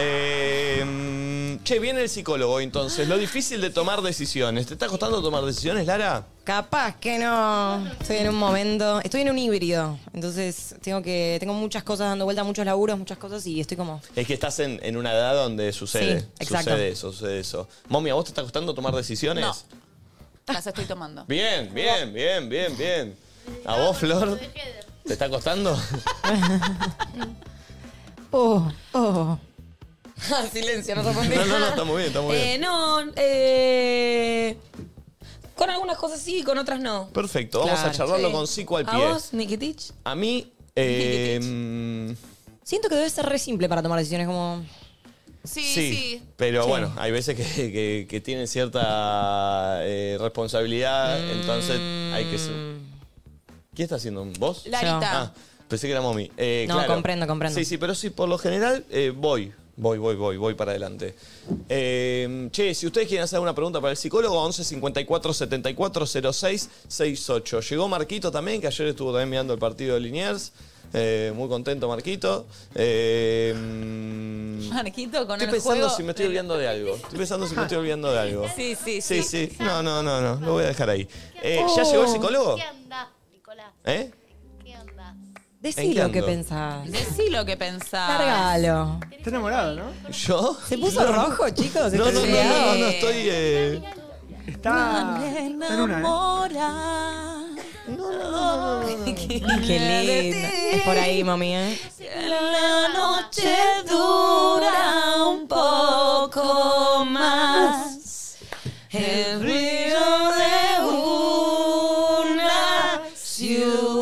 Eh, mm, che, viene el psicólogo entonces. Lo difícil de tomar decisiones. ¿Te está costando tomar decisiones, Lara? Capaz que no. Estoy en un momento. Estoy en un híbrido. Entonces tengo que. Tengo muchas cosas dando vuelta, muchos laburos, muchas cosas y estoy como. Es que estás en, en una edad donde sucede. Sí, exacto. Sucede eso, sucede eso. Mami, ¿a vos te está costando tomar decisiones? No. Las estoy tomando. Bien, bien, bien, bien, bien. ¿A vos, Flor? ¿Te está costando? Oh, oh. Silencio, no respondí. No, no, no, está muy bien, está muy bien. Eh, no, eh, con algunas cosas sí, con otras no. Perfecto, vamos Claro, a charlarlo Sí. con Psico al ¿A pie. vos, Nikitich? A mí, eh, mm, Siento que debe ser re simple para tomar decisiones, como. Sí, sí, sí. pero Sí. bueno, hay veces que, que- que tienen cierta eh, responsabilidad, entonces hay que ser... ¿Quién está haciendo? ¿Vos? Larita. Ah, pensé que era Momi. Eh, No, claro. comprendo, comprendo. Sí, sí, pero sí, por lo general eh, voy. Voy, voy, voy, voy para adelante. Eh, che, si ustedes quieren hacer alguna pregunta para el psicólogo, once cincuenta y cuatro setenta y cuatro cero seis sesenta y ocho. Llegó Marquito también, que ayer estuvo también mirando el partido de Liniers. Eh, muy contento, Marquito. Eh, mm, Marquito con estoy el pensando juego. si me estoy olvidando de algo. Estoy pensando si me estoy olvidando de algo. Sí, sí, Sí, sí. sí. No, no, no, no. Lo voy a dejar ahí. Eh, ¿Ya llegó el psicólogo? ¿Qué onda, Nicolás? ¿Eh? ¿Qué onda? Decí qué lo que ando? pensás. Decí lo que pensás. Largalo. Está enamorado, ¿no? ¿Yo? ¿Se puso rojo, chicos? No, no, no, ¿Está no, no, ensegueado? estoy... eh, Está, está en una, ¿eh? Qué lindo. Es por ahí, mami, ¿eh? La noche dura un poco más. El brillo de una ciudad.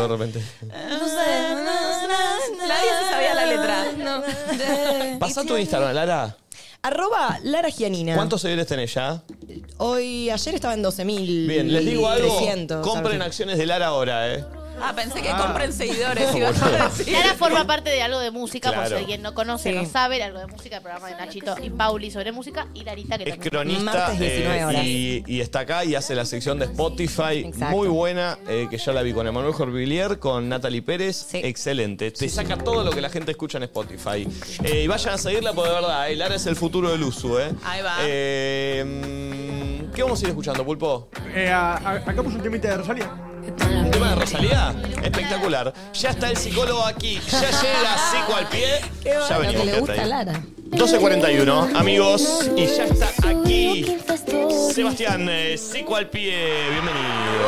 de repente? No sé. Nadie se sabía la letra. No. Pasa tu Instagram, Lara. Arroba Lara Gianina. ¿Cuántos seguidores tenés ya? Hoy, ayer estaba en doce mil. Bien, les digo algo. trescientos, Compren algo así. acciones de Lara ahora, ¿eh? Ah, pensé que compren seguidores. Iba a decir. Lara forma parte de Algo de Música, por Claro. si alguien no conoce, Sí. no sabe, de Algo de Música, el programa de Nachito y Pauli sobre música, y Larita, que Es también. cronista Martes, diecinueve eh, horas. y, y está acá y hace la sección de Spotify Exacto. muy buena, eh, que ya la vi con Emanuel Jorvillier, con Natalie Pérez. Sí. Excelente. Te saca todo lo que la gente escucha en Spotify. Eh, y vayan a seguirla porque de verdad, eh, Lara es el futuro del uso, ¿eh? Ahí va. Eh, mm, ¿Qué vamos a ir escuchando, Pulpo? Eh, a- a- acá puso un temita de Rosalía. ¿Un tema de Rosalía? Espectacular. Ya está el psicólogo aquí. Ya llega Psico al pie. Ya Lo venimos. que le gusta quédate a ahí. Lara. doce cuarenta y uno, amigos, y ya está aquí Sebastián, eh, Psico al pie, bienvenido.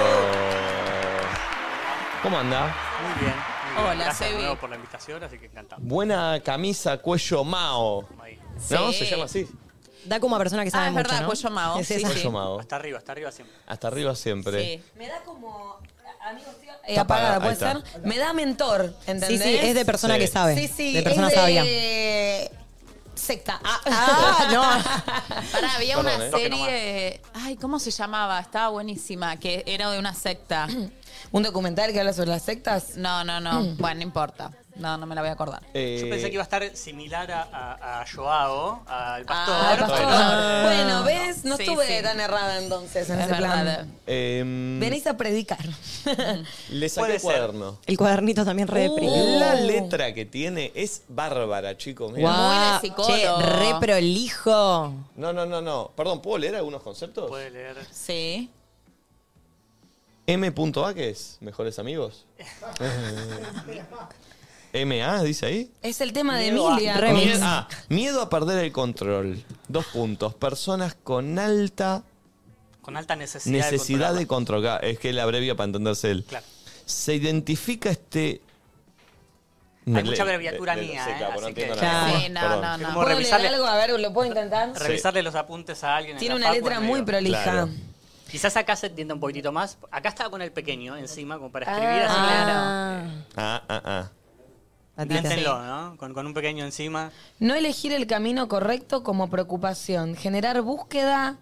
¿Cómo anda? Muy bien. Muy bien. Hola, Gracias de Sebi. nuevo por la invitación, así que encantado. Buena camisa, cuello Mao. Ahí. ¿No? Sí. ¿Se llama así? Da como a persona que sabe Ah, es mucho, verdad, ¿no? cuello Mao. Es Sí, esa. sí. Cuello Mao. Hasta arriba, hasta arriba siempre. Hasta arriba siempre. Sí. Me da como. Amigos, tío. Eh, Está apagada, apagada, puede ahí ser. Me da mentor, ¿entendés? Sí, sí, es de persona Sí. que sabe. Sí, sí. De persona es sabia. de... Secta. Ah, Ah, no. Pará, había Perdón, una eh. Toque serie. Ay, ¿cómo se llamaba? Estaba buenísima. Que era de una secta. ¿Un documental que habla sobre las sectas? No, no, no. Bueno, no importa. No, no me la voy a acordar. Eh, Yo pensé que iba a estar similar a, a, a Joao, al pastor. Ah, al pastor. Bueno, Bueno, ¿ves? No Sí, estuve sí. tan errada entonces en Es ese verdad. plan. eh, Venís a predicar. le saqué Puede el ser. cuaderno. El cuadernito también re Uh. deprimido. La letra que tiene es bárbara, chicos. mirá. Guau, Muy de psicólogo. che, re prolijo. No, no, no, no. Perdón, ¿puedo leer algunos conceptos? puede leer. Sí. M A, ¿qué es? ¿Mejores amigos? M A, dice ahí. Es el tema de Miedo a- Emilia. Remix. Miedo, ah, miedo a perder el control. Dos puntos. Personas con alta Con alta necesidad, necesidad de de controlar. Es que la abrevia para entenderse él. Claro. Se identifica este... Hay mucha abreviatura mía, sí, eh, claro, no así entiendo que- nada. Sí, no, Perdón. no, Es no. como ¿Puedo leer revisarle, algo? A ver, ¿lo puedo intentar? revisarle los apuntes a alguien. en Tiene la una facu letra es muy medio- prolija. Claro. Quizás acá se entienda un poquitito más. Acá estaba con el pequeño encima, como para escribir así. Ah, Ah, ah, ah. Patita. Inténtenlo, ¿no? Con, con un pequeño encima. No elegir el camino correcto como preocupación. Generar búsqueda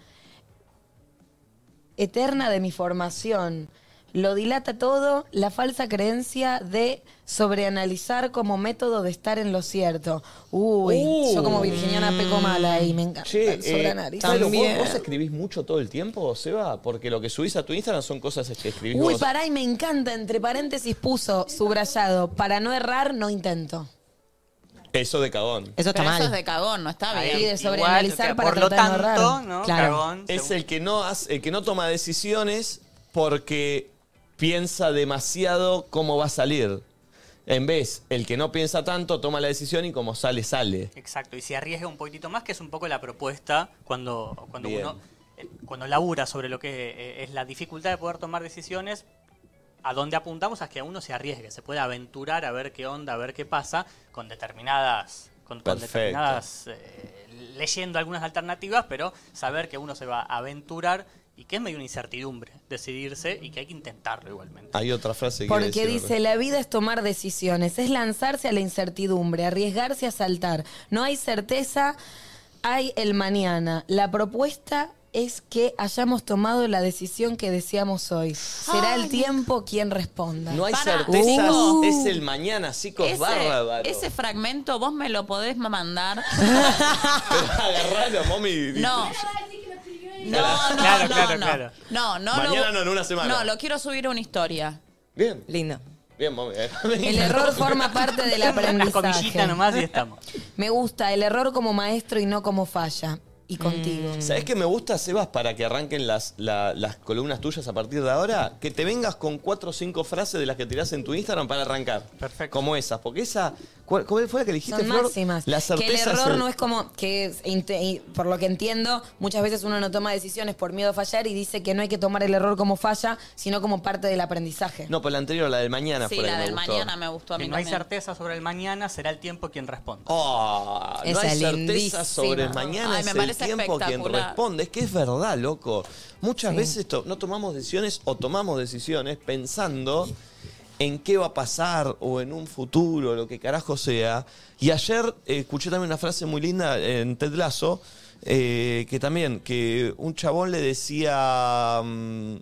eterna de mi formación. Lo dilata todo la falsa creencia de sobreanalizar como método de estar en lo cierto. Uy, Uh. yo como virginiana peco mala y me encanta Che, el eh, sobreanálisis. ¿sabes lo- ¿vos, También. vos escribís mucho todo el tiempo, Seba? Porque lo que subís a tu Instagram son cosas que escribís Uy, vos. pará, y me encanta. Entre paréntesis puso subrayado. Para no errar, no intento. Eso de cagón. Eso está Pero mal. eso es de cagón, no está Ahí, bien. Y de igual, sobreanalizar que para por lo tratar de no tanto, errar. ¿no? Claro. Cagón, Es según- el que no hace, el que no toma decisiones porque piensa demasiado cómo va a salir. En vez, el que no piensa tanto toma la decisión y como sale, sale. Exacto, y se arriesga un poquitito más, que es un poco la propuesta cuando, cuando Bien. uno eh, cuando labura sobre lo que eh, es la dificultad de poder tomar decisiones. A donde apuntamos es que uno se arriesgue, se puede aventurar a ver qué onda, a ver qué pasa con determinadas, con, con Perfecto. determinadas eh, leyendo algunas alternativas, pero saber que uno se va a aventurar y que es medio una incertidumbre decidirse y que hay que intentarlo igualmente. Hay otra frase que Porque quiere decir, dice, la vida es tomar decisiones, es lanzarse a la incertidumbre, arriesgarse a saltar. No hay certeza, hay el mañana. La propuesta es que hayamos tomado la decisión que deseamos hoy. Será el tiempo quien responda. No hay Pará, certezas, uh. es el mañana, chicos, bárbaro. Ese, ese fragmento vos me lo podés mandar. Agarralo, mami. No. No, no, Claro, no, claro, no. claro. No, no, Mañana lo- no, en una semana. No, lo quiero subir a una historia. Bien, Lindo. bien, mami. El error forma parte del Unas comillitas aprendizaje. nomás y estamos. Me gusta el error como maestro y no como falla. Y contigo. ¿Sabés qué me gusta, Sebas, para que arranquen las, la- las columnas tuyas a partir de ahora? Que te vengas con cuatro o cinco frases de las que tirás en tu Instagram para arrancar. Perfecto. Como esas, porque esa... ¿Cuál, cuál fue la que dijiste, Son Flor? máximas. La Que el certeza error es el- no es como que, es inte- y por lo que entiendo, muchas veces uno no toma decisiones por miedo a fallar y dice que no hay que tomar el error como falla, sino como parte del aprendizaje. No, pues la anterior, la del mañana Sí, fue la que del me gustó. mañana me gustó a mí Que no hay también. certeza sobre el mañana, será el tiempo quien responda. Oh, no Esa hay es certeza lindísima. sobre el mañana, Ay, me es el parece tiempo quien espectacular. responde. Es que es verdad, loco. Muchas Sí. veces to- no tomamos decisiones o tomamos decisiones pensando en qué va a pasar o en un futuro, lo que carajo sea. Y ayer eh, escuché también una frase muy linda en Ted Lasso, eh, que también, que un chabón le decía, um,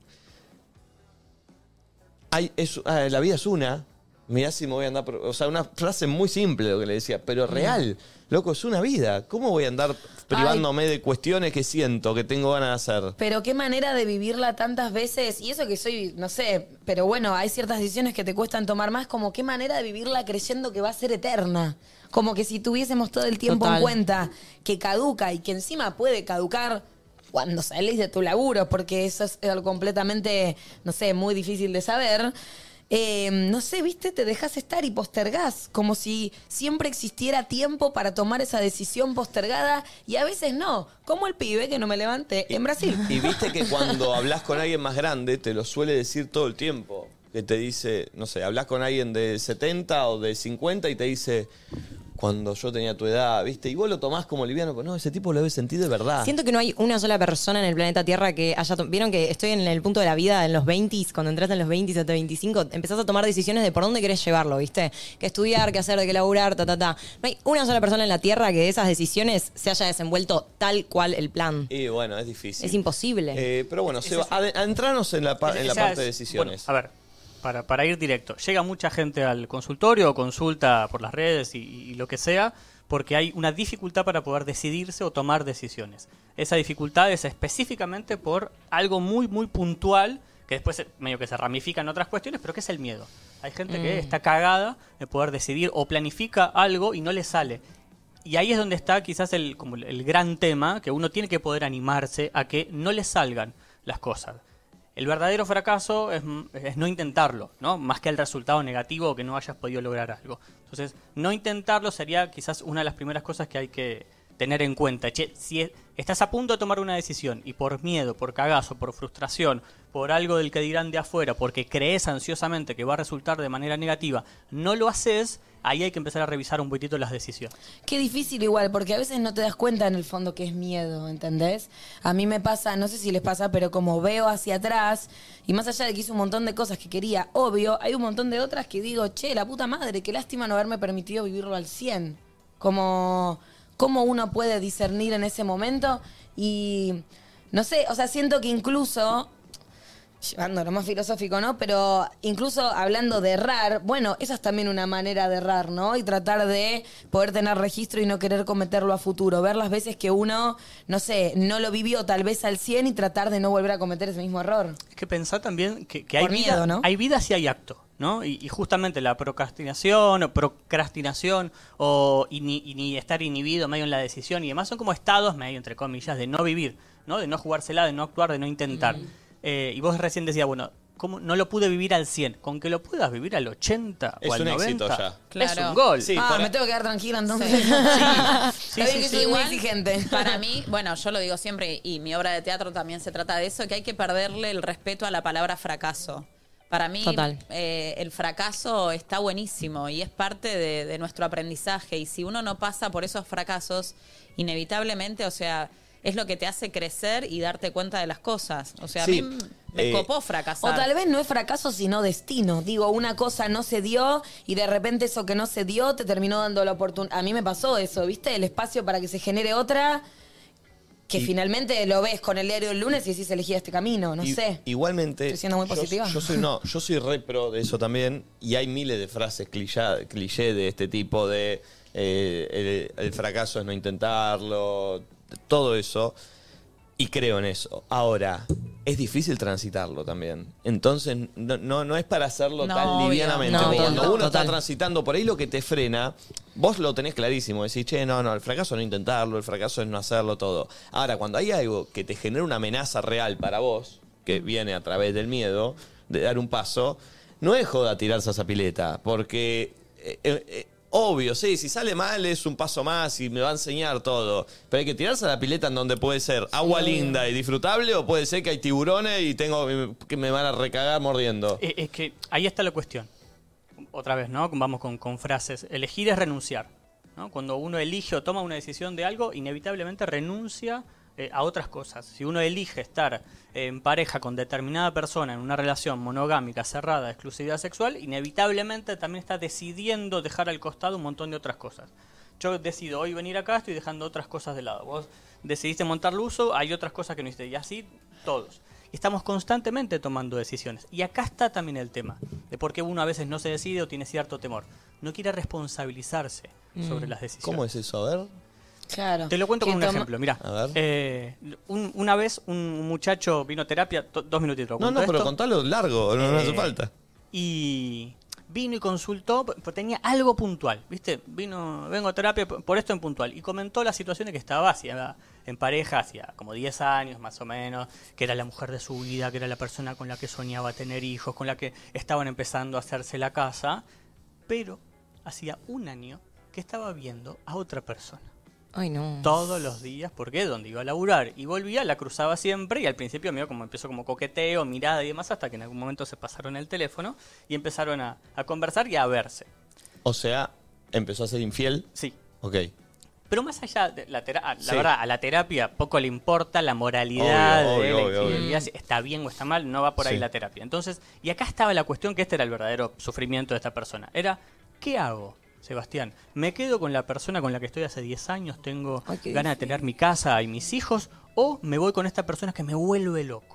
Ay, es, ah, la vida es una, mirá si me voy a andar... O sea, una frase muy simple lo que le decía, pero real. Loco, es una vida. ¿Cómo voy a andar privándome Ay. de cuestiones que siento, que tengo ganas de hacer? Pero qué manera de vivirla tantas veces. Y eso que soy, no sé, pero bueno, hay ciertas decisiones que te cuestan tomar más. Como qué manera de vivirla creyendo que va a ser eterna. Como que si tuviésemos todo el tiempo Total. en cuenta que caduca y que encima puede caducar cuando salís de tu laburo, porque eso es algo completamente, no sé, muy difícil de saber. Eh, no sé, ¿viste? Te dejas estar y postergás, como si siempre existiera tiempo para tomar esa decisión postergada y a veces no, como el pibe que no me levanté en Brasil. Y viste que cuando hablas con alguien más grande te lo suele decir todo el tiempo, que te dice, no sé, hablas con alguien de setenta o de cincuenta y te dice... Cuando yo tenía tu edad, ¿viste? Y vos lo tomás como liviano, pero no, ese tipo lo debe sentir de verdad. Siento que no hay una sola persona en el planeta Tierra que haya... Vieron que estoy en el punto de la vida, en los veinte, cuando entras en los veinte hasta veinticinco, empezás a tomar decisiones de por dónde querés llevarlo, ¿viste? Qué estudiar, qué hacer, de qué laburar, ta, ta, ta. No hay una sola persona en la Tierra que de esas decisiones se haya desenvuelto tal cual el plan. Y bueno, es difícil. Es imposible. Eh, pero bueno, Seba, ad- adentrarnos en la, pa- en la Esa parte es- de decisiones. Bueno, a ver, para, para ir directo. Llega mucha gente al consultorio o consulta por las redes y, y lo que sea, porque hay una dificultad para poder decidirse o tomar decisiones. Esa dificultad es específicamente por algo muy, muy puntual, que después medio que se ramifica en otras cuestiones, pero que es el miedo. Hay gente Mm. que está cagada de poder decidir o planifica algo y no le sale. Y ahí es donde está quizás el, como el gran tema, que uno tiene que poder animarse a que no le salgan las cosas. El verdadero fracaso es, es no intentarlo, ¿no? Más que el resultado negativo o que no hayas podido lograr algo. Entonces, no intentarlo sería quizás una de las primeras cosas que hay que tener en cuenta. Che, si es- estás a punto de tomar una decisión y por miedo, por cagazo, por frustración, por algo del que dirán de afuera, porque crees ansiosamente que va a resultar de manera negativa, no lo haces, ahí hay que empezar a revisar un poquitito las decisiones. Qué difícil igual, porque a veces no te das cuenta en el fondo que es miedo, ¿entendés? A mí me pasa, no sé si les pasa, pero como veo hacia atrás, y más allá de que hice un montón de cosas que quería, obvio, hay un montón de otras que digo, che, la puta madre, qué lástima no haberme permitido vivirlo al cien. Como, cómo uno puede discernir en ese momento y, no sé, o sea, siento que incluso... Llevándolo más filosófico, ¿no? Pero incluso hablando de errar, bueno, esa es también una manera de errar, ¿no? Y tratar de poder tener registro y no querer cometerlo a futuro. Ver las veces que uno, no sé, no lo vivió tal vez al cien y tratar de no volver a cometer ese mismo error. Es que pensá también que, que hay, Por vida, miedo, ¿no? hay vida si hay acto, ¿no? Y, y justamente la procrastinación o procrastinación o ini- ini- estar inhibido medio en la decisión y demás son como estados, medio entre comillas, de no vivir, ¿no? De no jugársela, de no actuar, de no intentar. Eh, y vos recién decías, bueno, ¿cómo no lo pude vivir al cien? Con que lo puedas vivir al ochenta Es o al un éxito noventa, ya. es un gol. Sí, ah, para- me tengo que quedar tranquila entonces. Sí. Está Sí, bien sí, que sí. soy muy Igual, exigente. Para mí, bueno, yo lo digo siempre y mi obra de teatro también se trata de eso, que hay que perderle el respeto a la palabra fracaso. Para mí, Total. eh, el fracaso está buenísimo y es parte de, de nuestro aprendizaje. Y si uno no pasa por esos fracasos, inevitablemente, o sea, es lo que te hace crecer y darte cuenta de las cosas. O sea, Sí, a mí me eh, copó fracasar. O tal vez no es fracaso, sino destino. Digo, una cosa no se dio y de repente eso que no se dio te terminó dando la oportunidad. A mí me pasó eso, ¿viste? El espacio para que se genere otra que Y- finalmente lo ves con el diario del lunes y decís elegí este camino, no I- sé. Igualmente, Estoy siendo muy yo- positiva. Yo, soy no, yo soy re pro de eso también y hay miles de frases cliché, cliché de este tipo de eh, el, el fracaso es no intentarlo, todo eso y creo en eso. Ahora es difícil transitarlo también, entonces no, no, no es para hacerlo No, tan obvio. livianamente. No, Cuando no, uno total. está transitando por ahí, lo que te frena, vos lo tenés clarísimo, decís, che, no, no, el fracaso es no intentarlo, el fracaso es no hacerlo todo. Ahora, cuando hay algo que te genera una amenaza real para vos, que viene a través del miedo, de dar un paso, no es joda tirarse a esa pileta, porque eh, eh, eh, obvio, sí, si sale mal es un paso más y me va a enseñar todo, pero hay que tirarse a la pileta en donde puede ser agua linda y disfrutable o puede ser que hay tiburones y tengo que me van a recagar mordiendo. Eh, Es que ahí está la cuestión. Otra vez, ¿no? Vamos con, con frases. Elegir es renunciar, ¿no? Cuando uno elige o toma una decisión de algo, inevitablemente renuncia eh, a otras cosas. Si uno elige estar en pareja con determinada persona en una relación monogámica, cerrada, de exclusividad sexual, inevitablemente también está decidiendo dejar al costado un montón de otras cosas. Yo decido hoy venir acá, estoy dejando otras cosas de lado. Vos decidiste montar Luso, hay otras cosas que no hiciste. Y así todos. Y estamos constantemente tomando decisiones. Y acá está también el tema de por qué uno a veces no se decide o tiene cierto temor. No quiere responsabilizarse mm. sobre las decisiones. ¿Cómo es eso? A ver. Claro. Te lo cuento con un toma... ejemplo. Mirá, eh, un, una vez un muchacho vino a terapia, to, dos minutitos. No, no, pero esto, contalo largo, no, eh, no hace falta. Y vino y consultó, porque tenía algo puntual, ¿viste? Vino, vengo a terapia por esto en puntual. Y comentó las situaciones que estaba hacía en pareja, hacía como diez años más o menos, que era la mujer de su vida, que era la persona con la que soñaba tener hijos, con la que estaban empezando a hacerse la casa. Pero hacía un año que estaba viendo a otra persona. Ay, no. Todos los días, porque donde iba a laburar y volvía, la cruzaba siempre y al principio medio como empezó como coqueteo, mirada y demás, hasta que en algún momento se pasaron el teléfono y empezaron a, a conversar y a verse. O sea, ¿empezó a ser infiel? Sí. Ok. Pero más allá de la terapia, la Sí. verdad, a la terapia poco le importa la moralidad Obvio, de obvio, la obvio, infidelidad, obvio. si está bien o está mal, no va por ahí Sí. la terapia. Entonces, y acá estaba la cuestión, que este era el verdadero sufrimiento de esta persona. Era, ¿qué hago, Sebastián? ¿Me quedo con la persona con la que estoy hace diez años, tengo Ay, qué ganas de tener mi casa y mis hijos, o me voy con esta persona que me vuelve loco?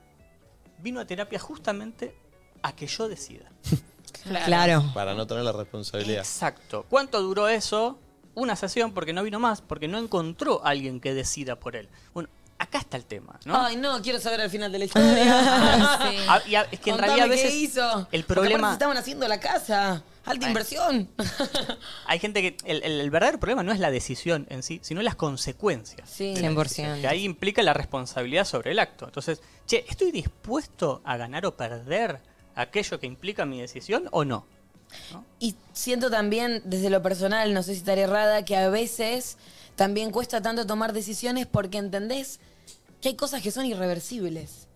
Vino a terapia justamente a que yo decida. Claro. Para no tener la responsabilidad. Exacto. ¿Cuánto duró eso? Una sesión, porque no vino más, porque no encontró a alguien que decida por él. Bueno, acá está el tema, ¿no? Ay, no, quiero saber el final de la historia. Ah, y a- es que en Contame realidad a veces qué hizo. el Porque problema- aparte estaban haciendo la casa. Alta Ay. inversión. hay gente que el, el- el verdadero problema no es la decisión en sí, sino las consecuencias. Sí. de la cien por decisión, ciento. Que ahí implica la responsabilidad sobre el acto. Entonces, che, ¿estoy dispuesto a ganar o perder aquello que implica mi decisión o no? Y siento también, desde lo personal, no sé si estaré errada, que a veces también cuesta tanto tomar decisiones porque entendés que hay cosas que son irreversibles.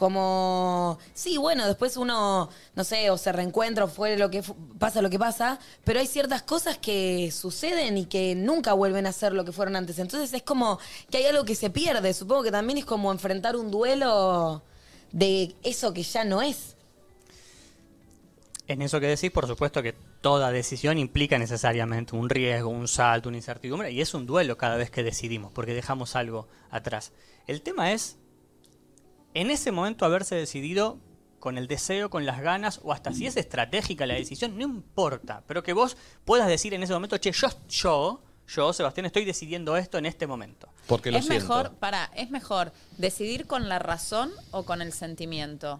Como, sí, bueno, después uno, no sé, o se reencuentra o fue lo que fu- pasa lo que pasa, pero hay ciertas cosas que suceden y que nunca vuelven a ser lo que fueron antes. Entonces es como que hay algo que se pierde. Supongo que también es como enfrentar un duelo de eso que ya no es. En eso que decís, por supuesto que toda decisión implica necesariamente un riesgo, un salto, una incertidumbre, y es un duelo cada vez que decidimos, porque dejamos algo atrás. El tema es, en ese momento, haberse decidido con el deseo, con las ganas, o hasta si es estratégica la decisión, no importa, pero que vos puedas decir en ese momento, che, yo, yo, yo, Sebastián, estoy decidiendo esto en este momento. Porque lo es siento. mejor, para, es mejor decidir con la razón o con el sentimiento.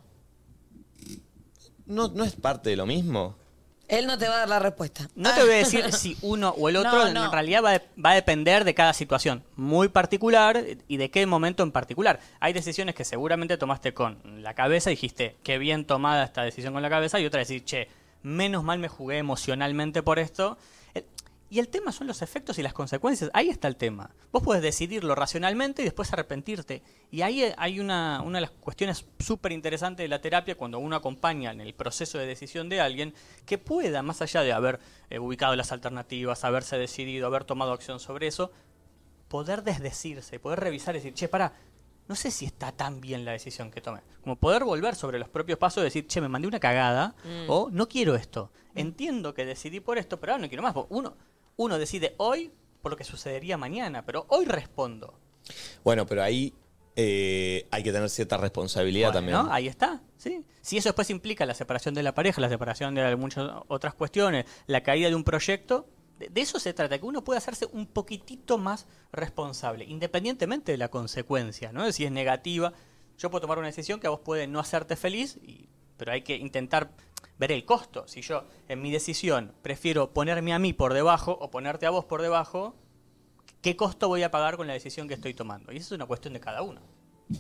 ¿No, ¿No es parte de lo mismo? Él no te va a dar la respuesta. No te voy a decir si uno o el otro, No, no. en realidad va, de- va a depender de cada situación muy particular y de qué momento en particular. Hay decisiones que seguramente tomaste con la cabeza y dijiste, qué bien tomada esta decisión con la cabeza, y otra decir, che, menos mal me jugué emocionalmente por esto. El- Y el tema son los efectos y las consecuencias. Ahí está el tema. Vos podés decidirlo racionalmente y después arrepentirte. Y ahí hay una, una de las cuestiones súper interesantes de la terapia cuando uno acompaña en el proceso de decisión de alguien que pueda, más allá de haber eh, ubicado las alternativas, haberse decidido, haber tomado acción sobre eso, poder desdecirse, poder revisar y decir, che, pará, no sé si está tan bien la decisión que tomé. Como poder volver sobre los propios pasos y decir, che, me mandé una cagada Mm. o no quiero esto. Entiendo que decidí por esto, pero ahora no quiero más. Porque Uno, uno decide hoy por lo que sucedería mañana, pero hoy respondo. Bueno, pero ahí eh, hay que tener cierta responsabilidad Bueno, también. ahí está, ¿sí? Si eso después implica la separación de la pareja, la separación de muchas otras cuestiones, la caída de un proyecto, de, de eso se trata, que uno pueda hacerse un poquitito más responsable, independientemente de la consecuencia, ¿no? Si es negativa, yo puedo tomar una decisión que a vos puede no hacerte feliz, y, pero hay que intentar ver el costo. Si yo en mi decisión prefiero ponerme a mí por debajo o ponerte a vos por debajo, ¿qué costo voy a pagar con la decisión que estoy tomando? Y eso es una cuestión de cada uno.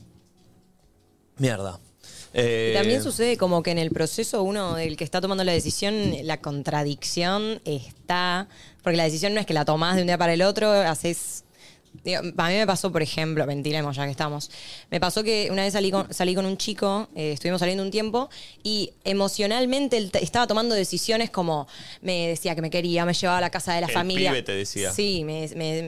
Mierda. Eh, Y también sucede como que en el proceso uno del que está tomando la decisión, la contradicción está, porque la decisión no es que la tomás de un día para el otro, haces... Digo, a mí me pasó, por ejemplo, ventilemos ya que estamos, me pasó que una vez salí con, salí con un chico, eh, estuvimos saliendo un tiempo y emocionalmente él t- estaba tomando decisiones como me decía que me quería, me llevaba a la casa de la El familia. pibe te decía. Sí, me, me- me-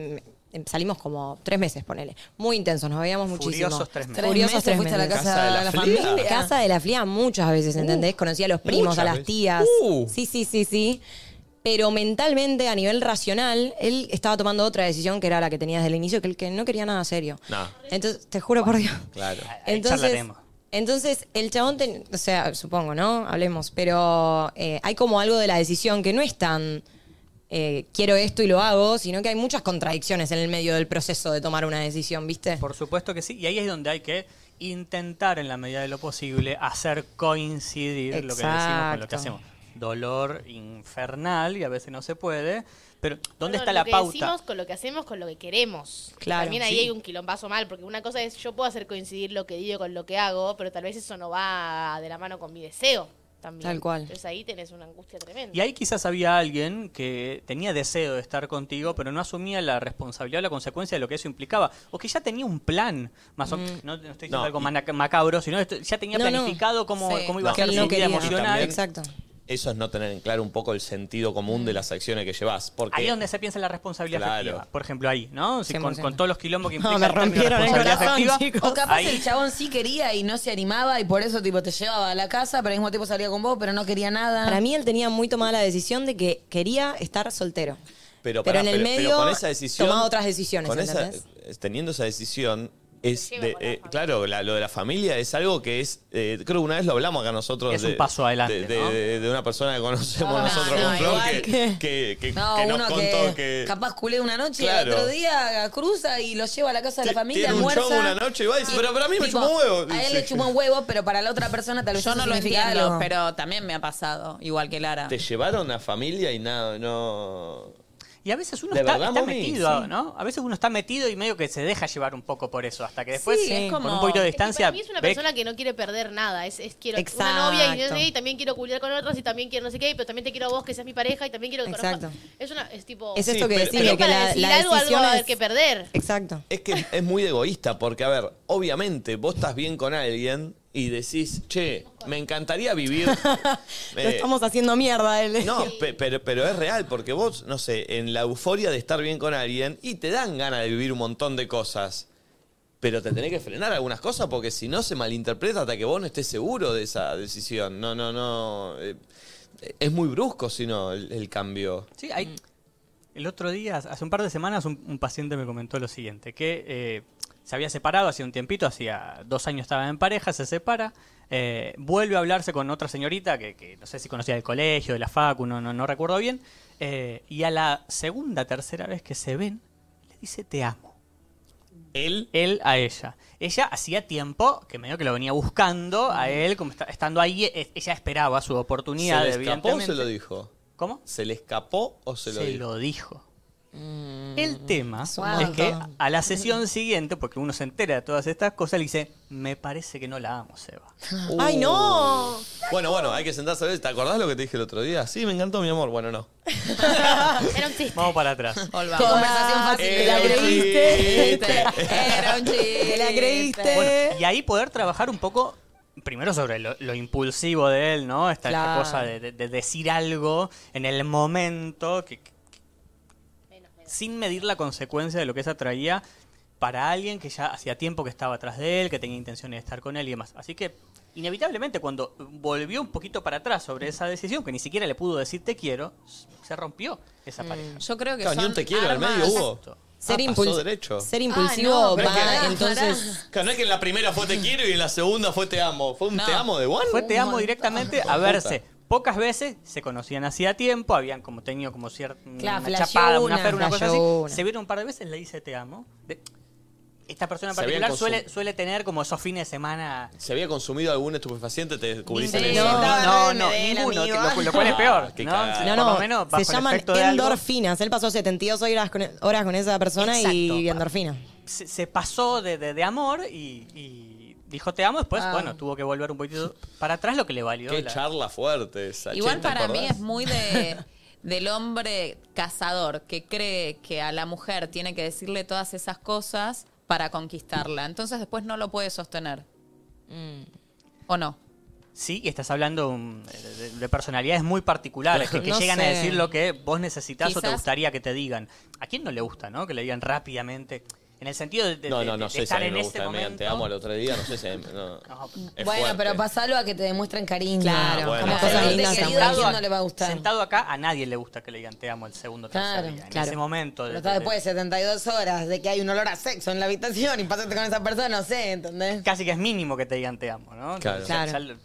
em, salimos como tres meses, ponele. Muy intensos, nos veíamos muchísimo. Furiosos tres meses. Furiosos meses tres fuiste a la meses. casa de la familia. Casa de la Flia muchas veces, ¿entendés? Conocí a los primos, muchas a las veces. tías. Uh. Sí, sí, sí, sí. Pero mentalmente, a nivel racional, él estaba tomando otra decisión que era la que tenía desde el inicio, que él que no quería nada serio. No, Entonces, te juro por Dios. claro. Ahí Entonces, charlaremos. entonces el chabón, ten- o sea, supongo, ¿no? Hablemos, pero eh, hay como algo de la decisión que no es tan eh, quiero esto y lo hago, sino que hay muchas contradicciones en el medio del proceso de tomar una decisión, ¿viste? Por supuesto que sí, y ahí es donde hay que intentar en la medida de lo posible hacer coincidir lo que decimos con lo que Exacto. hacemos. Dolor infernal y a veces no se puede, pero ¿dónde No, está lo la que pauta? decimos con lo que hacemos, con lo que queremos. Claro, También ahí sí. hay un quilombazo mal, porque una cosa es yo puedo hacer coincidir lo que digo con lo que hago, pero tal vez eso no va de la mano con mi deseo también. Tal cual. Entonces ahí tenés una angustia tremenda. Y ahí quizás había alguien que tenía deseo de estar contigo, pero no asumía la responsabilidad o la consecuencia de lo que eso implicaba. O que ya tenía un plan, más o Mm. no, no estoy diciendo No, algo y- mana- macabro, sino esto- ya tenía No, no. planificado cómo, Sí. cómo iba No, a ser que él su no vida quería. emocional. También- Exacto. Eso es no tener en claro un poco el sentido común de las acciones que llevas. Porque Ahí es donde se piensa en la responsabilidad Claro. afectiva. Por ejemplo, ahí, ¿no? Si con, cien por ciento. con todos los quilombos que No, implica me el término rompieron el responsabilidad corazón, afectiva, chicos. O capaz ahí- el chabón sí quería y no se animaba y por eso tipo te llevaba a la casa, pero al mismo tiempo salía con vos, pero no quería nada. Para mí él tenía muy tomada la decisión de que quería estar soltero. Pero, Pero pará, en el medio con esa decisión, tomaba otras decisiones, con esa- ¿entendés? teniendo esa decisión, es Lleva de- con la eh, familia. claro, la- lo de la familia es algo que es, eh, creo que una vez lo hablamos acá nosotros. Es de, un paso adelante, de, de- ¿no? de- de una persona que conocemos Ah, nosotros no, con Flor igual que, que- que, que- No, que nos uno contó que, que, capaz culé una noche y Claro. el otro día cruza y lo lleva a la casa de la Ti- familia, tiene un almuerza. show una noche y va y dice, pero para mí me tipo, chupó un huevo. A él Sí. le chupó un huevo, pero para la otra persona tal vez Yo eso no lo significa entiendo, algo. pero también me ha pasado, igual que Lara. te llevaron a familia y nada, no. Y a veces uno ¿De está, verdad, está mami? metido, Sí. ¿no? A veces uno está metido y medio que se deja llevar un poco por eso, hasta que después, Sí, es con como- un poquito de Es que distancia, para mí es una ve- persona que no quiere perder nada. Es, es quiero Exacto. una novia y no sé qué, y también quiero culiar con otros y también quiero no sé qué, pero también te quiero a vos que seas mi pareja y también quiero que conozcas- Exacto. Es una es tipo Es Sí, esto que pero- decís, pero- de que para la, decir la algo, algo decisión va a haber es- que perder. Exacto. Es que es muy egoísta porque, a ver, obviamente vos estás bien con alguien y decís, che, me encantaría vivir. Lo eh, estamos haciendo mierda él. No, pe- pero, pero es real, porque vos, no sé, en la euforia de estar bien con alguien y te dan ganas de vivir un montón de cosas. Pero te tenés que frenar algunas cosas porque si no se malinterpreta hasta que vos no estés seguro de esa decisión. No, no, no. eh, es muy brusco, si no, el, el cambio. Sí, hay... El otro día, hace un par de semanas, un, un paciente me comentó lo siguiente, que eh, se había separado hacía un tiempito, hacía dos años estaban en pareja, se separa, eh, vuelve a hablarse con otra señorita que, que no sé si conocía del colegio, de la facu, no, no, no recuerdo bien, eh, y a la segunda, tercera vez que se ven, le dice te amo. ¿Él? Él a ella. Ella hacía tiempo que medio que lo venía buscando a él, como está- estando ahí, e- ella esperaba su ¿Se oportunidad, le escapó o evidentemente. se lo dijo? ¿Cómo? ¿Se le escapó o se lo Se dijo? lo dijo. El tema un es que montón. a la sesión siguiente, porque uno se entera de todas estas cosas, le dice, me parece que no la amo, Seba. ¡Ay, no! Bueno, bueno, hay que sentarse a ver. ¿Te acordás lo que te dije el otro día? Sí, me encantó, mi amor. Bueno, no. Era un chiste. Vamos para atrás. Qué conversación fácil. Era ¿Te la un creíste? chiste. Era un chiste. ¿Te la creíste? Bueno, y ahí poder trabajar un poco, primero sobre lo, lo impulsivo de él, ¿no? Esta, esta Claro. cosa de, de- de decir algo en el momento, que, que- sin medir la consecuencia de lo que esa traía para alguien que ya hacía tiempo que estaba atrás de él, que tenía intenciones de estar con él y demás. Así que, inevitablemente, cuando volvió un poquito para atrás sobre esa decisión, que ni siquiera le pudo decir te quiero, se rompió esa pareja. Yo creo que Claro, ni son un te quiero en el armas- medio hubo. Ser, Ah, impuls- pasó derecho. ser Ah, impulsivo no, pero va, pará, entonces... Claro, no es que en la primera fue te quiero y en la segunda fue te amo. ¿Fue un No. te amo de Juan? Fue te amo directamente a Puta. verse. Pocas veces se conocían hacía tiempo, habían como tenido como cierta Claro, una flasheó chapada, una una, fer, una cosa así. flasheó una. Se vieron un par de veces, le dice te amo. De- Esta persona en Se habían particular consum- suele, suele tener como esos fines de semana. ¿Se había consumido algún estupefaciente? ¿Te descubriste en Sí, eso? no, No, no, me den, ninguno, amigo. lo, lo cual es peor. Ah, qué ¿no? cagada. Si No, por no, lo menos bajo se el llaman efecto de algo, endorfinas. Él pasó setenta y dos horas con, horas con esa persona y Exacto. endorfina. se, se pasó de, de- de amor y, y dijo te amo. Después, Ah. bueno, tuvo que volver un poquito para atrás, lo que le valió. Qué la- charla fuerte esa. Igual Che, ¿te para mí acordás? es muy de del hombre cazador que cree que a la mujer tiene que decirle todas esas cosas para conquistarla. Entonces después no lo puede sostener. ¿O no? Sí, y estás hablando um, de, de personalidades muy particulares que, que No llegan sé. a decir lo que vos necesitas o te Quizás- gustaría que te digan. ¿A quién no le gusta, no? Que le digan rápidamente. En el sentido de, de- No, de- no, no de sé si a estar mí en me ese gusta. Me momento. te amo el otro día, no sé si. No, es Bueno, fuerte. pero pasalo a que te demuestren cariño. Claro, bueno, como sí. cosas Sentado lindas. Sentado ¿A quién a- no le va a gustar? Sentado acá, a nadie le gusta que le digan te amo el segundo o tercer Claro, día. En claro. ese momento. de- Pero está de- después de setenta y dos horas de que hay un olor a sexo en la habitación y pasaste con esa persona, no sé, ¿entendés? Casi que es mínimo que te digan te amo, ¿no? Claro. Ya- Claro. ya lo-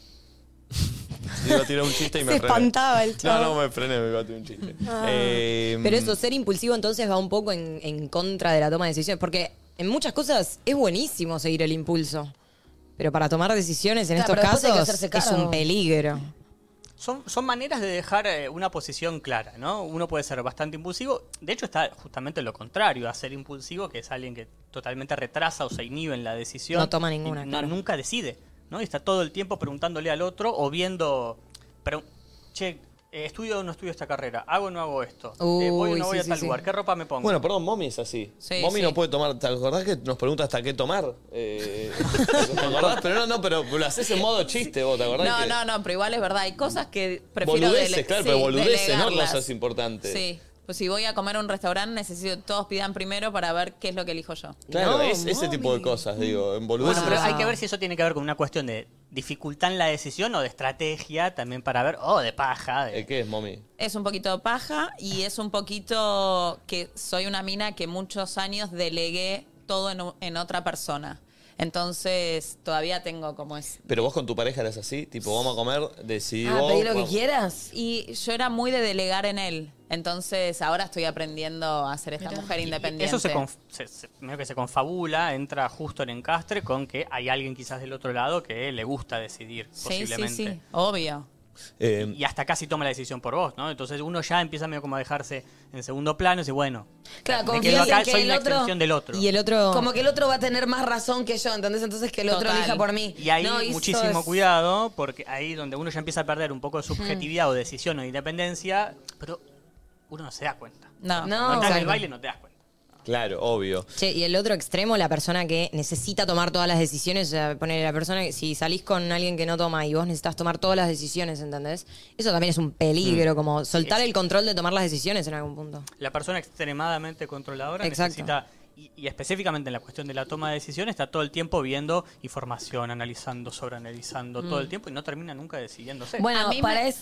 Iba a tirar un chiste y me Se frené. espantaba el No, chavo. no, me frené, me iba a tirar un chiste. Ah. Eh, Pero eso, ser impulsivo entonces va un poco en, en contra de la toma de decisiones. Porque en muchas cosas es buenísimo seguir el impulso. Pero para tomar decisiones en Claro, pero estos después hay que casos hacerse es cargo. un peligro. Son, son maneras de dejar eh, una posición clara, ¿no? Uno puede ser bastante impulsivo. De hecho, está justamente lo contrario a ser impulsivo, que es alguien que totalmente retrasa o se inhibe en la decisión. No toma ninguna, y no- claro. Nunca decide, ¿no? Y está todo el tiempo preguntándole al otro o viendo... Pero, che, eh, ¿estudio o no estudio esta carrera? ¿Hago o no hago esto? Eh, ¿Voy o Uy, no voy sí, a sí, tal sí. lugar? ¿Qué ropa me pongo? Bueno, perdón, Mommy es así. Sí, Mommy sí. no puede tomar. ¿Te acordás que nos pregunta hasta qué tomar? Eh, ¿Te acordás? Pero no, no, pero lo haces en modo chiste vos, ¿te acordás? No, que no, no, pero igual es verdad. Hay cosas que prefiero Boludeces, dele- claro, sí, pero boludeces, no delegarlas. cosas importantes. Sí. Pues si voy a comer a un restaurante, necesito que todos pidan primero para ver qué es lo que elijo yo. Claro, No, es ese tipo de cosas, digo, en boludeces. Bueno, pero hay que ver si eso tiene que ver con una cuestión de dificultad en la decisión o de estrategia también para ver, o de paja. de- Eh, ¿Qué es, Mommy? Es un poquito paja y es un poquito que soy una mina que muchos años delegué todo en, u- en otra persona. Entonces todavía tengo como es. Pero vos con tu pareja eras así, tipo, vamos a comer, decidí Ah, vos. pedí lo que vamos. quieras. Y yo era muy de delegar en él. Entonces ahora estoy aprendiendo a ser esta mujer Y independiente. eso se, conf- se- se- medio que se confabula, entra justo en encastre con que hay alguien quizás del otro lado que le gusta decidir, Sí, sí, posiblemente. sí, obvio. Eh, Y hasta casi toma la decisión por vos, ¿no? Entonces uno ya empieza medio como a dejarse en segundo plano y dice, bueno, Claro, me quedo confías acá, en que soy el una otro- extensión del otro. Y el otro... Como que el otro va a tener más razón que yo, ¿entendés? Entonces que el otro Total. elija por mí. Y ahí No, y eso muchísimo es- cuidado, porque ahí donde uno ya empieza a perder un poco de subjetividad o decisión o independencia, pero uno no se da cuenta. No. No, Cuando estás en el exacto. baile no te das cuenta. claro, obvio. Che, y el otro extremo, la persona que necesita tomar todas las decisiones, o sea, poner la persona que si salís con alguien que no toma y vos necesitas tomar todas las decisiones, ¿entendés? Eso también es un peligro, como soltar el control de tomar las decisiones en algún punto. La persona extremadamente controladora Exacto. necesita, y, y específicamente en la cuestión de la toma de decisiones, está todo el tiempo viendo información, analizando, sobreanalizando, todo el tiempo y no termina nunca decidiéndose. Bueno, A mí para me- es...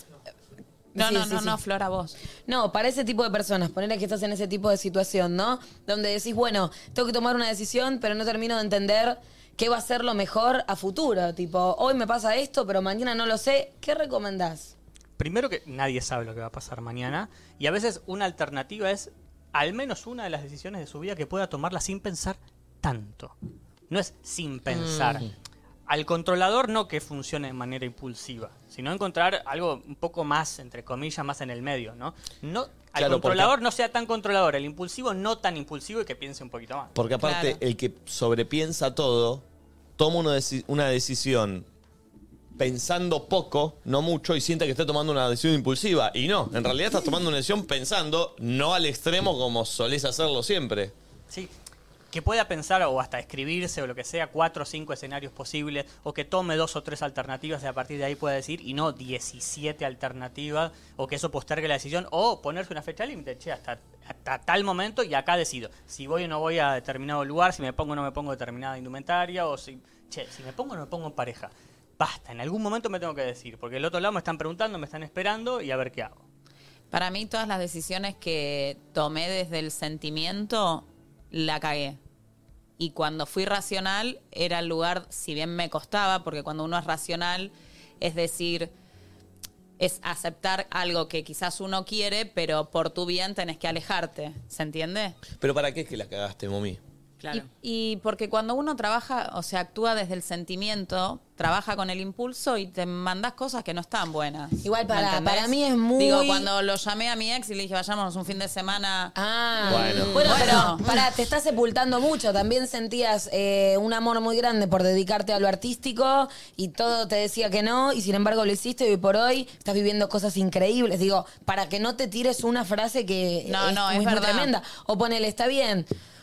No, Sí, no, sí, no, sí. no, Flora, vos. No, para ese tipo de personas, ponerle que estás en ese tipo de situación, ¿no? Donde decís, bueno, tengo que tomar una decisión, pero no termino de entender qué va a ser lo mejor a futuro. Tipo, hoy me pasa esto, pero mañana no lo sé. ¿Qué recomendás? Primero que nadie sabe lo que va a pasar mañana y a veces una alternativa es al menos una de las decisiones de su vida que pueda tomarla sin pensar tanto. No es sin pensar. Mm. Al controlador no que funcione de manera impulsiva, sino encontrar algo un poco más, entre comillas, más en el medio, ¿no? No, al Claro, controlador porque- no sea tan controlador, el impulsivo no tan impulsivo y que piense un poquito más. Porque aparte, Claro. el que sobrepiensa todo, toma una, deci- una decisión pensando poco, no mucho, y siente que está tomando una decisión impulsiva. Y no, en realidad estás tomando una decisión pensando, no al extremo como solés hacerlo siempre. Sí, que pueda pensar o hasta escribirse o lo que sea, cuatro o cinco escenarios posibles, o que tome dos o tres alternativas y a partir de ahí pueda decir, y no diecisiete alternativas, o que eso postergue la decisión, o ponerse una fecha límite, che, hasta, hasta tal momento y acá decido si voy o no voy a determinado lugar, si me pongo o no me pongo determinada indumentaria, o si, che, si me pongo o no me pongo en pareja. Basta, en algún momento me tengo que decir, porque el otro lado me están preguntando, me están esperando y a ver qué hago. Para mí todas las decisiones que tomé desde el sentimiento, la cagué. Y cuando fui racional, era el lugar, si bien me costaba, porque cuando uno es racional, es decir, es aceptar algo que quizás uno quiere, pero por tu bien tenés que alejarte. ¿Se entiende? Pero ¿para qué es que la cagaste, Momi? Claro. Y, y porque cuando uno trabaja, o sea, actúa desde el sentimiento, trabaja con el impulso y te mandás cosas que no están buenas. Igual ¿Me para, entendés? para mí es muy... Digo, cuando lo llamé a mi ex y le dije, vayámonos un fin de semana. Ah, Bueno. bueno, Bueno. pero pará, te estás sepultando mucho. También sentías eh, un amor muy grande por dedicarte a lo artístico y todo te decía que no, y sin embargo lo hiciste y hoy por hoy estás viviendo cosas increíbles. Digo, para que no te tires una frase que No, es, no, es muy, muy verdad. tremenda. O ponele, está bien.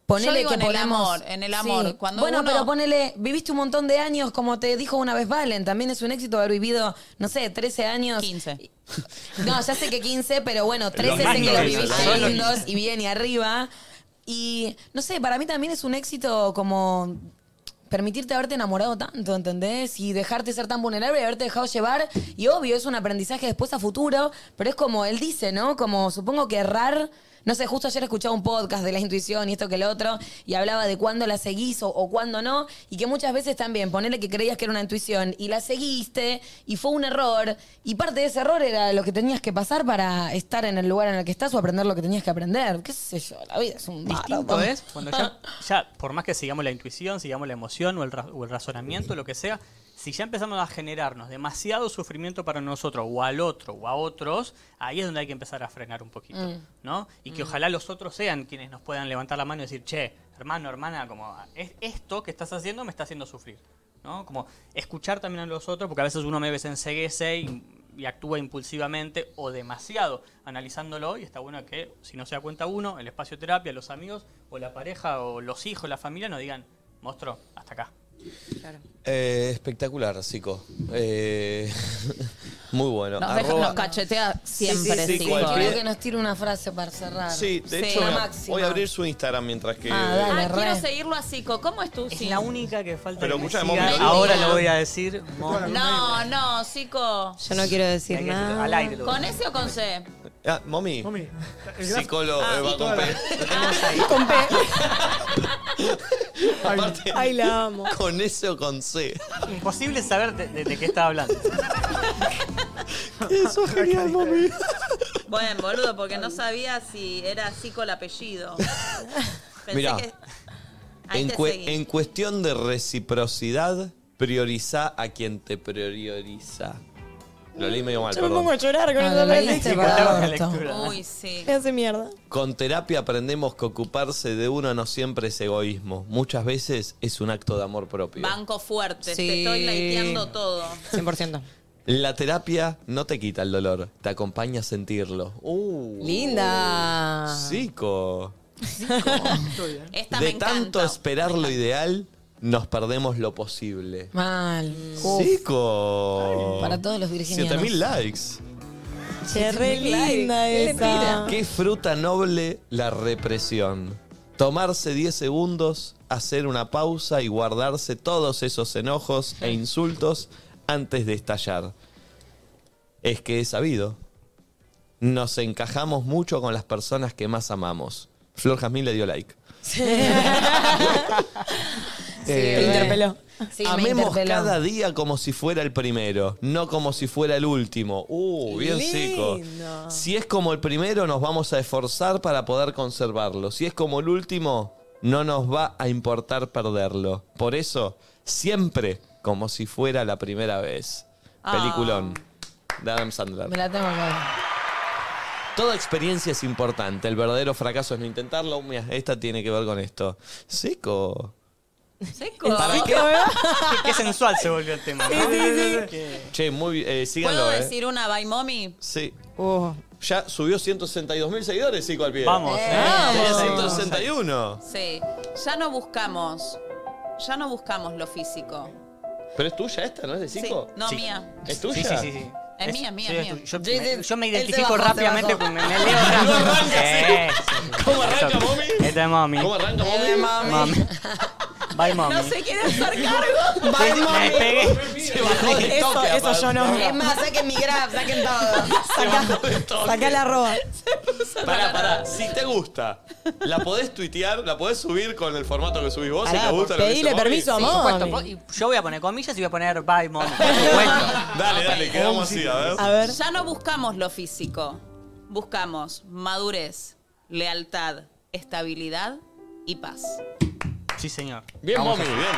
Ponele Yo digo que en el ponemos- amor, en el amor. Sí. Cuando bueno, uno- pero ponele, viviste un montón de años, como te dijo una vez Valen, también es un éxito haber vivido, no sé, trece años. quince. No, ya sé que quince, pero bueno, trece Los sé que lindos, los los viviste lindos. lindos y bien y arriba. Y no sé, para mí también es un éxito como permitirte haberte enamorado tanto, ¿entendés? Y dejarte ser tan vulnerable y haberte dejado llevar. Y obvio, es un aprendizaje después a futuro, pero es como él dice, ¿no? Como supongo que errar. No sé, justo ayer escuchaba un podcast de la intuición y esto que el otro, y hablaba de cuándo la seguís o, o cuándo no, y que muchas veces también, ponele que creías que era una intuición y la seguiste y fue un error, y parte de ese error era lo que tenías que pasar para estar en el lugar en el que estás o aprender lo que tenías que aprender. ¿Qué sé yo? La vida es un Distinto bárbaro. es cuando ya, ya, por más que sigamos la intuición, sigamos la emoción o el, ra- o el razonamiento, lo que sea, si ya empezamos a generarnos demasiado sufrimiento para nosotros o al otro o a otros, ahí es donde hay que empezar a frenar un poquito, Mm. ¿no? Y que Mm. ojalá los otros sean quienes nos puedan levantar la mano y decir, che, hermano, hermana, como es, esto que estás haciendo me está haciendo sufrir, ¿no? Como escuchar también a los otros, porque a veces uno me se enceguece y, y actúa impulsivamente o demasiado analizándolo, y está bueno que si no se da cuenta uno, el espacio de terapia, los amigos o la pareja o los hijos, la familia nos digan, monstruo, hasta acá. Eh, espectacular, Zico. Eh, muy bueno. Nos, deja- Arroba- nos cachetea siempre, Sí, sí, sí, Zico. cualquier- Quiero que nos tire una frase para cerrar. Sí, de Sí. hecho, La voy a- máxima. voy a abrir su Instagram mientras que. Ah, dale. Ah, re. quiero seguirlo a Zico. ¿Cómo es tu Es Zico? la única que falta. Pero que me escuchame, siga. Momi, no Ahora digas. lo voy a decir. Momi. No, no, Zico. Yo no quiero decir Hay que- nada. al aire lo ¿Con S o con C? Ah, Momi. Mami, el graf- Psicólogo Ah, eh, va y con P. Con P. Aparte, Ay, la amo. con S o con C. Imposible saber de, de- de qué está hablando. Eso es genial, Momi. Bueno, boludo, porque no sabía si era Zico el apellido. Pensé Mirá. que... Ahí En, te cue- seguí. en cuestión de reciprocidad, prioriza a quien te prioriza. Lo leí medio mal, Yo me perdón. pongo a llorar con Ah, esa lo frase. leíste Sí, para contaba la orto. lectura. Uy, sí. Me hace mierda. Con terapia aprendemos que ocuparse de uno no siempre es egoísmo. Muchas veces es un acto de amor propio. Banco fuerte, Sí. te estoy laiteando todo. cien por ciento. La terapia no te quita el dolor, te acompaña a sentirlo. Uh, Linda. Zico. Esta me De encanta. tanto esperar lo ideal, nos perdemos lo posible. Mal. Uf. Zico. Para todos los virginianos. siete mil likes. Che, re linda esa. Qué fruta noble la represión. Tomarse diez segundos, hacer una pausa y guardarse todos esos enojos e insultos antes de estallar. Es que es sabido. Nos encajamos mucho con las personas que más amamos. Flor Jazmín le dio like. Te interpeló. Sí, me Amemos interpeló. cada día como si fuera el primero, no como si fuera el último. Uh, bien Zico. Lindo. Si es como el primero, nos vamos a esforzar para poder conservarlo. Si es como el último, no nos va a importar perderlo. Por eso, siempre como si fuera la primera vez. Ah. Peliculón de Adam Sandler. Me la tengo que ver. Toda experiencia es importante. El verdadero fracaso es no intentarlo. Mira, esta tiene que ver con esto. Zico. Seco. ¿Para qué? Qué, qué sensual se volvió el tema. ¿no? Qué- Che, muy bien. Eh, síganlo, ¿Puedo eh. decir una by mommy? Sí. Uh, Ya subió ciento sesenta y dos mil seguidores, Zico, al pie. Vamos. Eh. eh. Tenía ciento sesenta y uno. Sí. Ya no buscamos. Ya no buscamos lo físico. ¿Pero es tuya esta, no es de Zico? Sí. No, Sí. mía. ¿Es Sí, tuya? sí, sí, sí. Es mía, mía, sí, mía. tu- Yo, Yo- me, yo me él se identifico bajó, se rápidamente, bajó. pues me, me leo rápido. arranca, Sí. ¿Cómo arranca, Esto- mami? Esta es mami. ¿Cómo arranca, Eh, mami? mami. Mami. Bye, mami. No se quiere hacer cargo. Bye, Me mami. pegué. Se bajó de Eso, toque, eso yo no. Es más, saquen mi grab, saquen todo. Se bajó de toque. Sacá la arroba. Pará, pará. Si te gusta, la podés tuitear, la podés subir con el formato que subís vos. Pará, si te gusta lo que pedile dice Momi. permiso a Por Momi. supuesto, po- y yo voy a poner comillas y voy a poner bye, mami. Por supuesto. Dale, dale, quedamos así, a ver. A ver. Ya no buscamos lo físico. Buscamos madurez, lealtad, estabilidad y paz. Sí, señor. Bien, Vamos Momi, a- bien.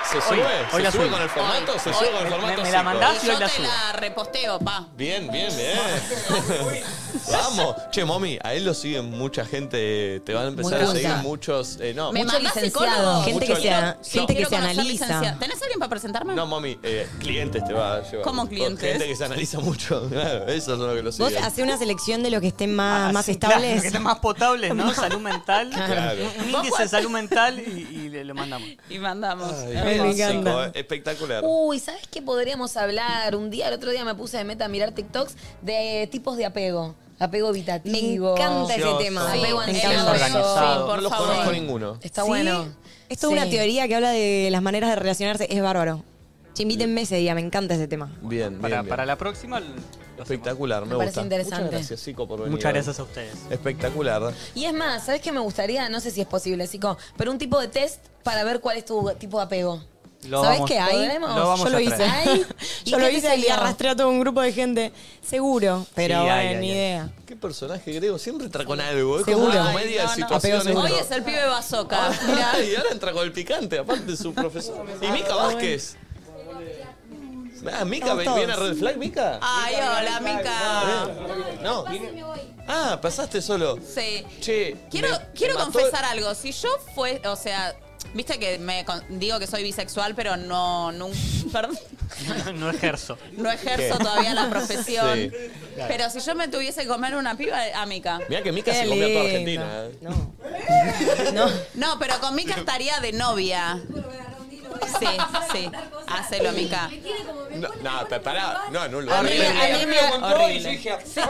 ¿Se sube? Hoy, ¿Se hoy la sube subí. con el formato? ¿Se Hoy. sube con el formato? Me- me la seco? mandás y Yo hoy la te subo. la reposteo, pa. Bien, bien, bien. Vamos. Che, mami, a él lo siguen mucha gente. Te van a empezar Muy a culta. seguir muchos. Eh, no, ¿Me Mucho mandás licenciado. psicólogo? Gente Mucho que se, licenciado. gente que Quiero se conocer analiza. licenciada. ¿Tenés alguien para presentarme? no, mami, eh, clientes te va a llevar. ¿Cómo clientes? Gente que se analiza mucho. Claro, eso es lo que lo Vos siguen. hacés una selección de los que estén más, Ah, más sí, estables. claro, que estén más potables, ¿no? Salud mental. Claro. Un índice de salud mental y, y le, lo mandamos. Y mandamos. Ay, me bien, encanta. chico, eh, espectacular. Uy, ¿sabes qué podríamos hablar? Un día, el otro día me puse de meta a mirar TikToks de tipos de apego. Apego Me evitativo. encanta ese Ansioso. tema. Apego Sí, ansioso. el apego, organizado. sí, por no los favor. conozco ninguno. Está ¿Sí? bueno. Es toda Sí. una teoría que habla de las maneras de relacionarse. Es bárbaro. Che, invítenme ese día, me encanta ese tema. Bien, bien, Para, bien. para la próxima. lo Espectacular, me, Me parece gusta. interesante. Muchas gracias, Zico, por hacemos. venir. Muchas gracias a ustedes. Espectacular. Y es más, ¿sabes qué me gustaría? No sé si es posible, Zico, pero un tipo de test para ver cuál es tu tipo de apego. Lo ¿Sabés vamos- qué hay? ¿Podremos? Lo vamos Yo lo a hice. traer. ¿Hay? ¿Y Yo lo qué te hice y salió? arrastré a todo un grupo de gente. Seguro. Pero Sí, bueno, hay, hay, ni hay. idea. Qué personaje griego, siempre entra con algo. Es Seguro. como una Ay, comedia no, de no. situaciones. Apego Hoy seguro. es el pibe bazooka. Mirá, y ahora entra con el picante, aparte de su profesor. ¿Y Mica Vázquez? Ah, Mica, Vamos ¿viene a todos. Red Flag, Mica? Ay, hola, Mica. No. Ah, pasaste solo. Sí. Che, Quiero, me- quiero me mató- confesar algo. Si yo fue, o sea, viste que me con- digo que soy bisexual, pero no, no, perdón, No ejerzo. no ejerzo ¿Qué? todavía la profesión. Sí. Pero si yo me tuviese que comer una piba, a Mica. Mirá que Mica Qué se comió a toda lindo. Argentina. ¿eh? No. No. No, pero con Mica estaría de novia. Sí, sí. Hacelo, Mica. No, no, pa- pará. No, en un lugar. A mí, horrible. a mí me, Horrible.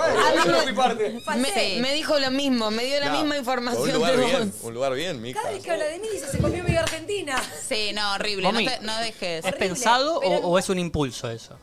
me, me dijo lo mismo, me dio la No, misma Un información lugar de bien, vos. un lugar bien, Mica. Cada vez que habla de mí dice, se comió mi Argentina. Sí, no, horrible. No, Mami, te- no dejes. ¿Es pensado o, o es un impulso eso?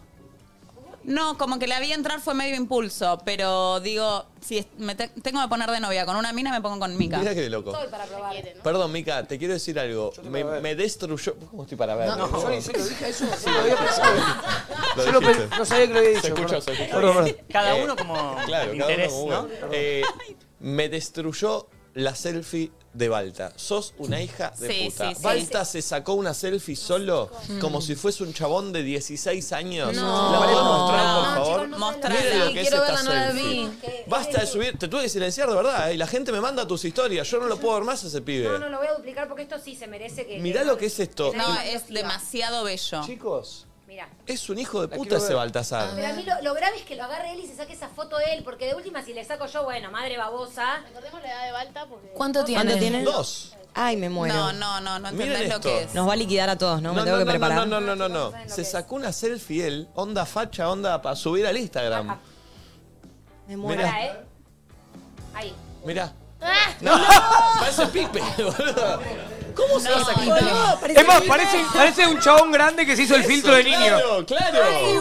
No, como que la vi entrar fue medio impulso, pero digo, si es- me te- tengo que poner de novia con una mina, me pongo con Mica. Mirá que de loco. Todo para probar. ¿no? Perdón, Mica, te quiero decir algo. Me, me destruyó. ¿Cómo estoy para ver? No, No, sorry, ¿se lo dije a eso? Sí, lo había pensado. Lo Yo lo dijiste. pe- no sabía que lo había dicho. Se escuchó, perdón. se escuchó. Perdón, perdón. Cada Eh, uno como Claro, el cada interés, uno como ¿no? bueno. Eh, me destruyó la selfie de Balta. Sos una hija de Sí, puta. sí, sí. Balta se sacó una selfie solo como si fuese un chabón de dieciséis años. No. ¿La podés mostrar, No, por no, favor? chicos, no Mostrala. Miren lo que es Quiero esta verla, no la selfie. vi. Basta de subir. Te tuve que silenciar de verdad. ¿eh? Y la gente me manda tus historias. Yo no lo puedo ver más a ese pibe. No, no lo voy a duplicar porque esto sí se merece que... Mirá lo que es esto. No, es demasiado bello. Chicos, Mira. es un hijo de La puta quiero ese ver. Baltasar. Pero a mí lo, lo grave es que lo agarre él y se saque esa foto de él, porque de última si le saco yo, bueno, madre babosa. Recordemos la edad de Balta porque... ¿Cuánto tiene? ¿Cuánto tiene? Dos. Ay, me muero. No, no, no, no Miren entendés lo esto. que es. Nos va a liquidar a todos, ¿no? Me No, tengo no, que no, preparar. no, no, no, no, no. Se sacó una selfie él, onda facha, onda para subir al Instagram. Me muero. Mirá. Pará, ¿eh? Ahí. Mirá. ¡Ah! No, parece Pipe, boludo. ¿Cómo se va a sacar? Boludo, Es más, parece, parece un chabón grande que se hizo el Eso, filtro de niño. Claro, claro.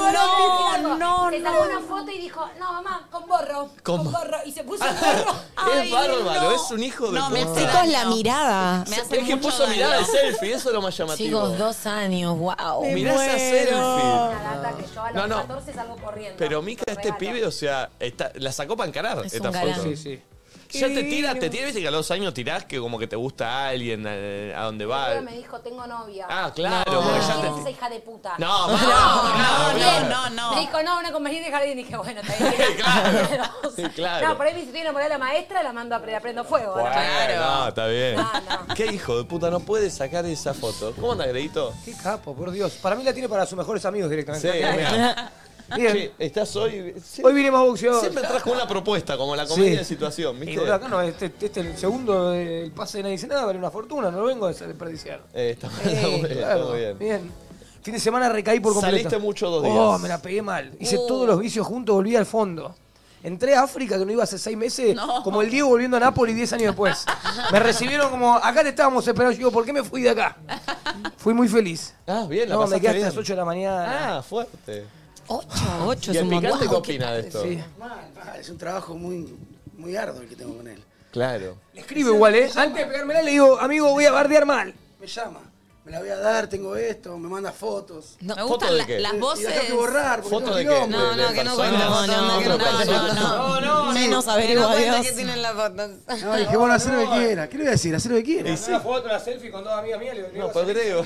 No, no, Se sacó una foto y dijo, no, mamá, con borro. ¿Cómo? Con borro. Y se puso el borro. Es bárbaro, es un hijo de No, me puta. hace Chicos, la daño. mirada. Me hace Es que mucho puso daño. mirada de selfie, eso es lo más llamativo. Chicos, dos años, wow. Mirá esa selfie. Una data que yo a los No, no. catorce salgo corriendo. Pero Mica, este Regalo. pibe, o sea, está- la sacó para encarar Es esta un galán. foto. Sí, sí. Ya te tira, te tira, viste que a los años tirás que como que te gusta a alguien, a, a dónde va. Luego me dijo, tengo novia. Ah, claro, No. porque ya ¿Quién es te... esa hija de puta? No, No, no, no, no, no. Me dijo, no, una compañera de jardín. Y dije, bueno, está bien. Claro, O sea, claro. No, por ahí me dice, estoy enamorada de la maestra, la mando a pre- aprendo fuego. Bueno, ¿no? no, está bien. No, no. ¿Qué hijo de puta no puede sacar esa foto? ¿Cómo anda, Gredito? Qué capo, por Dios. Para mí la tiene para sus mejores amigos Sí, directamente. mira. Bien. Che, estás hoy... Hoy vine más boxeador. Siempre entras con una propuesta, como la comedia Sí. de situación, Y ¿viste? boludo, acá no, este, este el segundo del pase de nadie dice nada, vale una fortuna, no lo vengo a desperdiciar. Eh, está, está muy bien, está Claro, muy bien. bien. Fin de semana recaí por completo. Saliste mucho dos Oh, días. me la pegué mal. Hice Uh. todos los vicios juntos, volví al fondo. Entré a África, que no iba hace seis meses, No. como el Diego volviendo a Nápoles diez años después. Me recibieron como, acá te estábamos esperando. Yo digo, ¿por qué me fui de acá? Fui muy feliz. Ah, bien, la No, me pasaste quedé hasta bien. las ocho de la mañana. Ah, fuerte. Ocho, ocho ¿Y es el un picante qué montón. opina de esto? Sí. Mal, mal, es un trabajo muy, muy arduo el que tengo con él. Claro. Le escribo igual, ¿eh? Antes de pegármela le digo, amigo, voy a bardear mal. Me llama, me la voy a dar, tengo esto, me manda fotos. Me ¿Foto gustan de la- qué? las Y voces. la tengo que borrar porque ¿Foto tengo de qué? quilombo. No, no, ¿De que no personas? cuente fotos, no, que no no, cuente no, fotos. no. no, Menos Que no averigua cuente Dios. que tienen las fotos. No, dije, bueno, hacer lo que quiera. ¿Qué le voy a decir? Hacer lo que quiera. Una foto, una selfie con dos amigas mías. Le digo, No, pues Grego.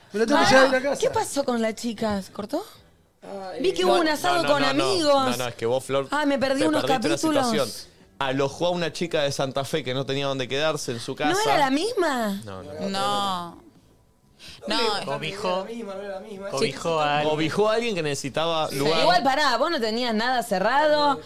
Me lo tengo que Ah, llevar a una casa. ¿Qué pasó con las chicas? ¿Cortó? Vi que No, hubo un asado no, no, con no, no. amigos. No, no, es que vos, Flor. Ah, me perdí te unos perdiste una capítulos. situación. Alojó a una chica de Santa Fe que no tenía dónde quedarse en su casa. ¿No era la misma? No, no. No. No. Cobijó. Cobijó a alguien. Cobijó a alguien que necesitaba lugar. Igual pará, vos no tenías nada cerrado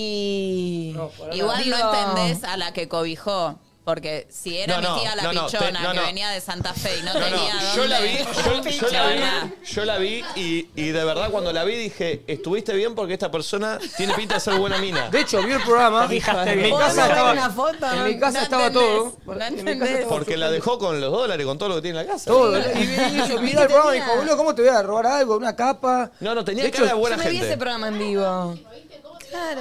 y... Igual Digo- no entendés a la que cobijó. Porque si era No, no, mi tía la no, no, pichona te- no, que no. venía de Santa Fe y no, No, no, tenía yo dónde... la vi, yo, yo la vi, Pichona. yo la vi y, y de verdad cuando la vi dije, estuviste bien porque esta persona tiene pinta de ser buena mina. De hecho, vi el programa. Fijaste En mi bien. casa ¿Podemos ver estaba, una foto? en mi casa No estaba entendés, todo. no En mi casa entendés. estaba Porque la dejó con los dólares, con todo lo que tiene en la casa. todo. Y, y, y yo miré el programa y dijo, boludo, ¿cómo te voy a robar algo? Una capa. No, no, tenía De cara hecho, de buena Yo me vi gente. ese programa en vivo. Claro.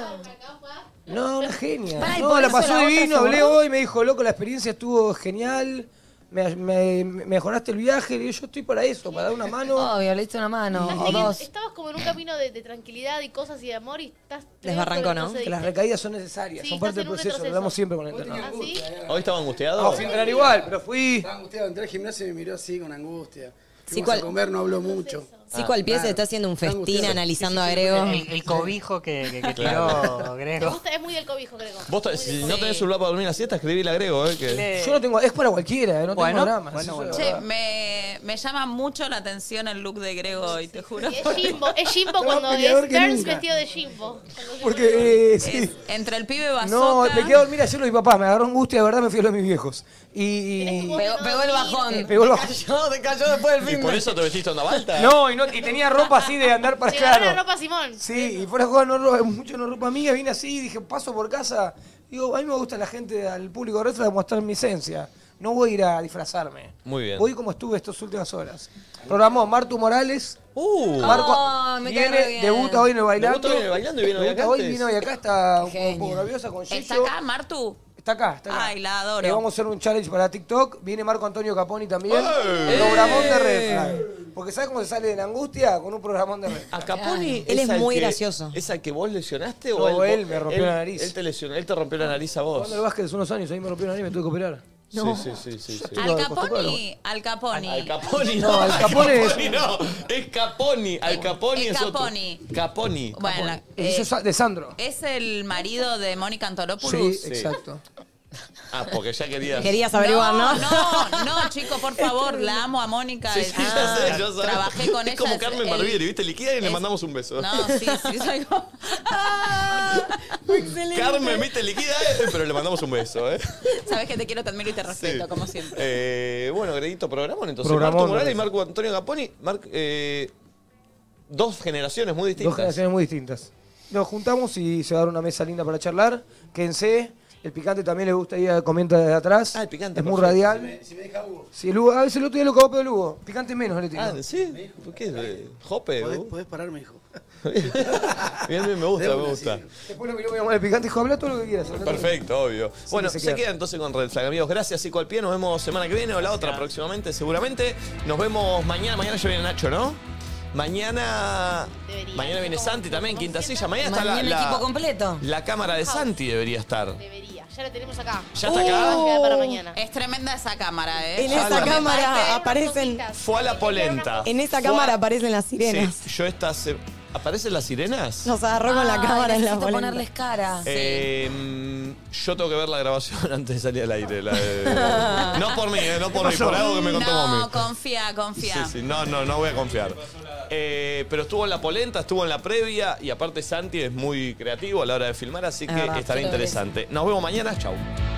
No, una genia. Pará, y No, por la eso pasó la otra divino, se hablé borró. hoy, me dijo, loco, la experiencia estuvo genial. Me, me- me mejoraste el viaje. Le digo, yo estoy para eso, para dar una mano. Obvio, le diste una mano o Viste que dos. Estabas como en un camino de, de tranquilidad y cosas y de amor y estás... Desbarrancó, ¿no? Que las recaídas son necesarias, Sí, son parte del estás en un proceso, lo retroceso. hablamos siempre con el entrenador. ¿Ah, sí? ¿Hoy estaba angustiado? No, fui a entrenar igual, pero fui. Estaba angustiado, entré al gimnasio y me miró así con angustia. Sí, Fuimos ¿cuál? a comer, no habló mucho. Sí, cual pie se nada. está haciendo un Está festín angustiado. analizando a Grego. El, el cobijo que, que, que Claro. tiró Me Grego. gusta, es muy del cobijo, creo. Vos, ta- si no tenés celular para dormir la siesta, escribí le agrego, eh. Que... Yo no tengo, es para cualquiera, eh, no Bueno, tengo drama. bueno, eso bueno. es Che, verdad. me, me llama mucho la atención el look de Grego hoy, te juro. Y es Jimbo, es Jimbo Más cuando peleador es que Burns nunca. vestido de Jimbo. Porque, eh, sí. Es entre el pibe No, bazooka... me quedé a dormir ayer lo de mi papá, me agarró angustia, de verdad me fui a lo de mis viejos. Y. Pegó, pegó el bajón. Eh, pegó el bajón. Cayó, te cayó después del ¿Y fin. por de- eso te vestiste onda balta? No, y, no, y tenía ropa así de andar para Te agarró la claro. ropa Simón. Sí, y fuera de juego no ro- mucho no ropa amiga, vine así, dije, paso por casa. Digo, a mí me gusta la gente, al público retro, demostrar mi esencia. No voy a ir a disfrazarme. Muy bien. Voy como estuve estas últimas horas. Programó Martu Morales. Uh, Marco Oh, me cae re viene, bien. debuta hoy en el bailando. Debuta hoy en el Bailando y viene hoy Debuta acá hoy, antes. vino hoy acá, está un Genio. poco nerviosa con Gillo. ¿Está acá, Martu? Está acá, está acá. Ay, la adoro. Eh, vamos a hacer un challenge para TikTok. Viene Marco Antonio Caponi también. ¡Eh! Programón de Red Flag. Porque ¿sabes cómo se sale de la angustia? Con un programón de Red Flag. ¿A Caponi Él es al muy que- gracioso. ¿Es al que vos lesionaste No, o él me rompió él- la nariz. Él te lesionó, él te rompió la nariz a vos. Jugando al básquet hace unos años, ahí me rompió la nariz y me tuve que operar. No. Sí, sí, sí, sí, sí. Al Lo de Caponi, al Caponi. Al Caponi No, Al Capone es- no, es Caponi. Al Caponi es es, otro. Caponi. Caponi. Bueno, El eh, hizo Sa- de Sandro. es el marido de Mónica Antolopoulos. Sí, Sí. exacto. Ah, porque ya querías. Querías averiguar, ¿no? No, no, chicos, por favor, la amo a Mónica. Sí, sí, ya sé, ya sé. Trabajé con es ella. como es Carmen el- Barbieri, ¿viste? Liquida y le es- mandamos un beso. No, sí, sí, soy como... Carmen, ¿viste? Liquida, eh, pero le mandamos un beso, ¿eh? Sabes que te quiero, te admiro y te respeto, Sí. como siempre. Eh, bueno, Greguito, programón entonces. Programón, Marco Morales y Lorenzo. Marco Antonio Caponi. Mar- eh, dos generaciones muy distintas. Dos generaciones muy distintas. Nos juntamos y se va a dar una mesa linda para charlar. Quédense. El picante también le gusta ir a comenta desde atrás. Ah, el picante, Es muy perfecto. radial. Si me deja Hugo, Si el Hugo, a veces el otro día lo cagó pedo el Hugo. Picante menos le tiro. Ah, ¿sí? ¿Por qué? Eh, ¿Jope? podés, uh? podés parar, me dijo. Bien, bien, me gusta, De me una, gusta. sí. Después lo miró mi mamá el picante y dijo, habla todo lo que quieras. habla todo lo que Perfecto, obvio. bueno, se se, queda. queda entonces con Red Flag, amigos. Gracias, Cico al Pie. Nos vemos semana que viene o la otra próximamente, seguramente. Nos vemos mañana. Mañana ya viene Nacho, ¿no? Mañana. Debería. Mañana viene Como- Santi también, como quinta siempre. silla. Mañana está la, Mañana la, equipo completo. la cámara de Santi, debería estar. Debería. Ya la tenemos acá. ¿Ya está acá? Va a quedar para mañana. Es tremenda esa cámara, ¿eh? En Ya esa me cámara parece- aparecen. Fue a la polenta. En esa Fue a- cámara aparecen las sirenas. Sí, yo esta se- ¿Aparecen las sirenas? Nos agarró con la Ay, cámara en la necesito polenta. ponerles cara. Eh, mm, yo tengo que ver la grabación antes de salir al aire. la de- No por mí, eh, no por mí, por algo que me contó No, Momi. confía, confía. Sí, sí, no, no, no voy a confiar. Eh, pero estuvo en la polenta, estuvo en la previa y aparte Santi es muy creativo a la hora de filmar, así Es que verdad, estará sí lo interesante. Nos vemos mañana, chau.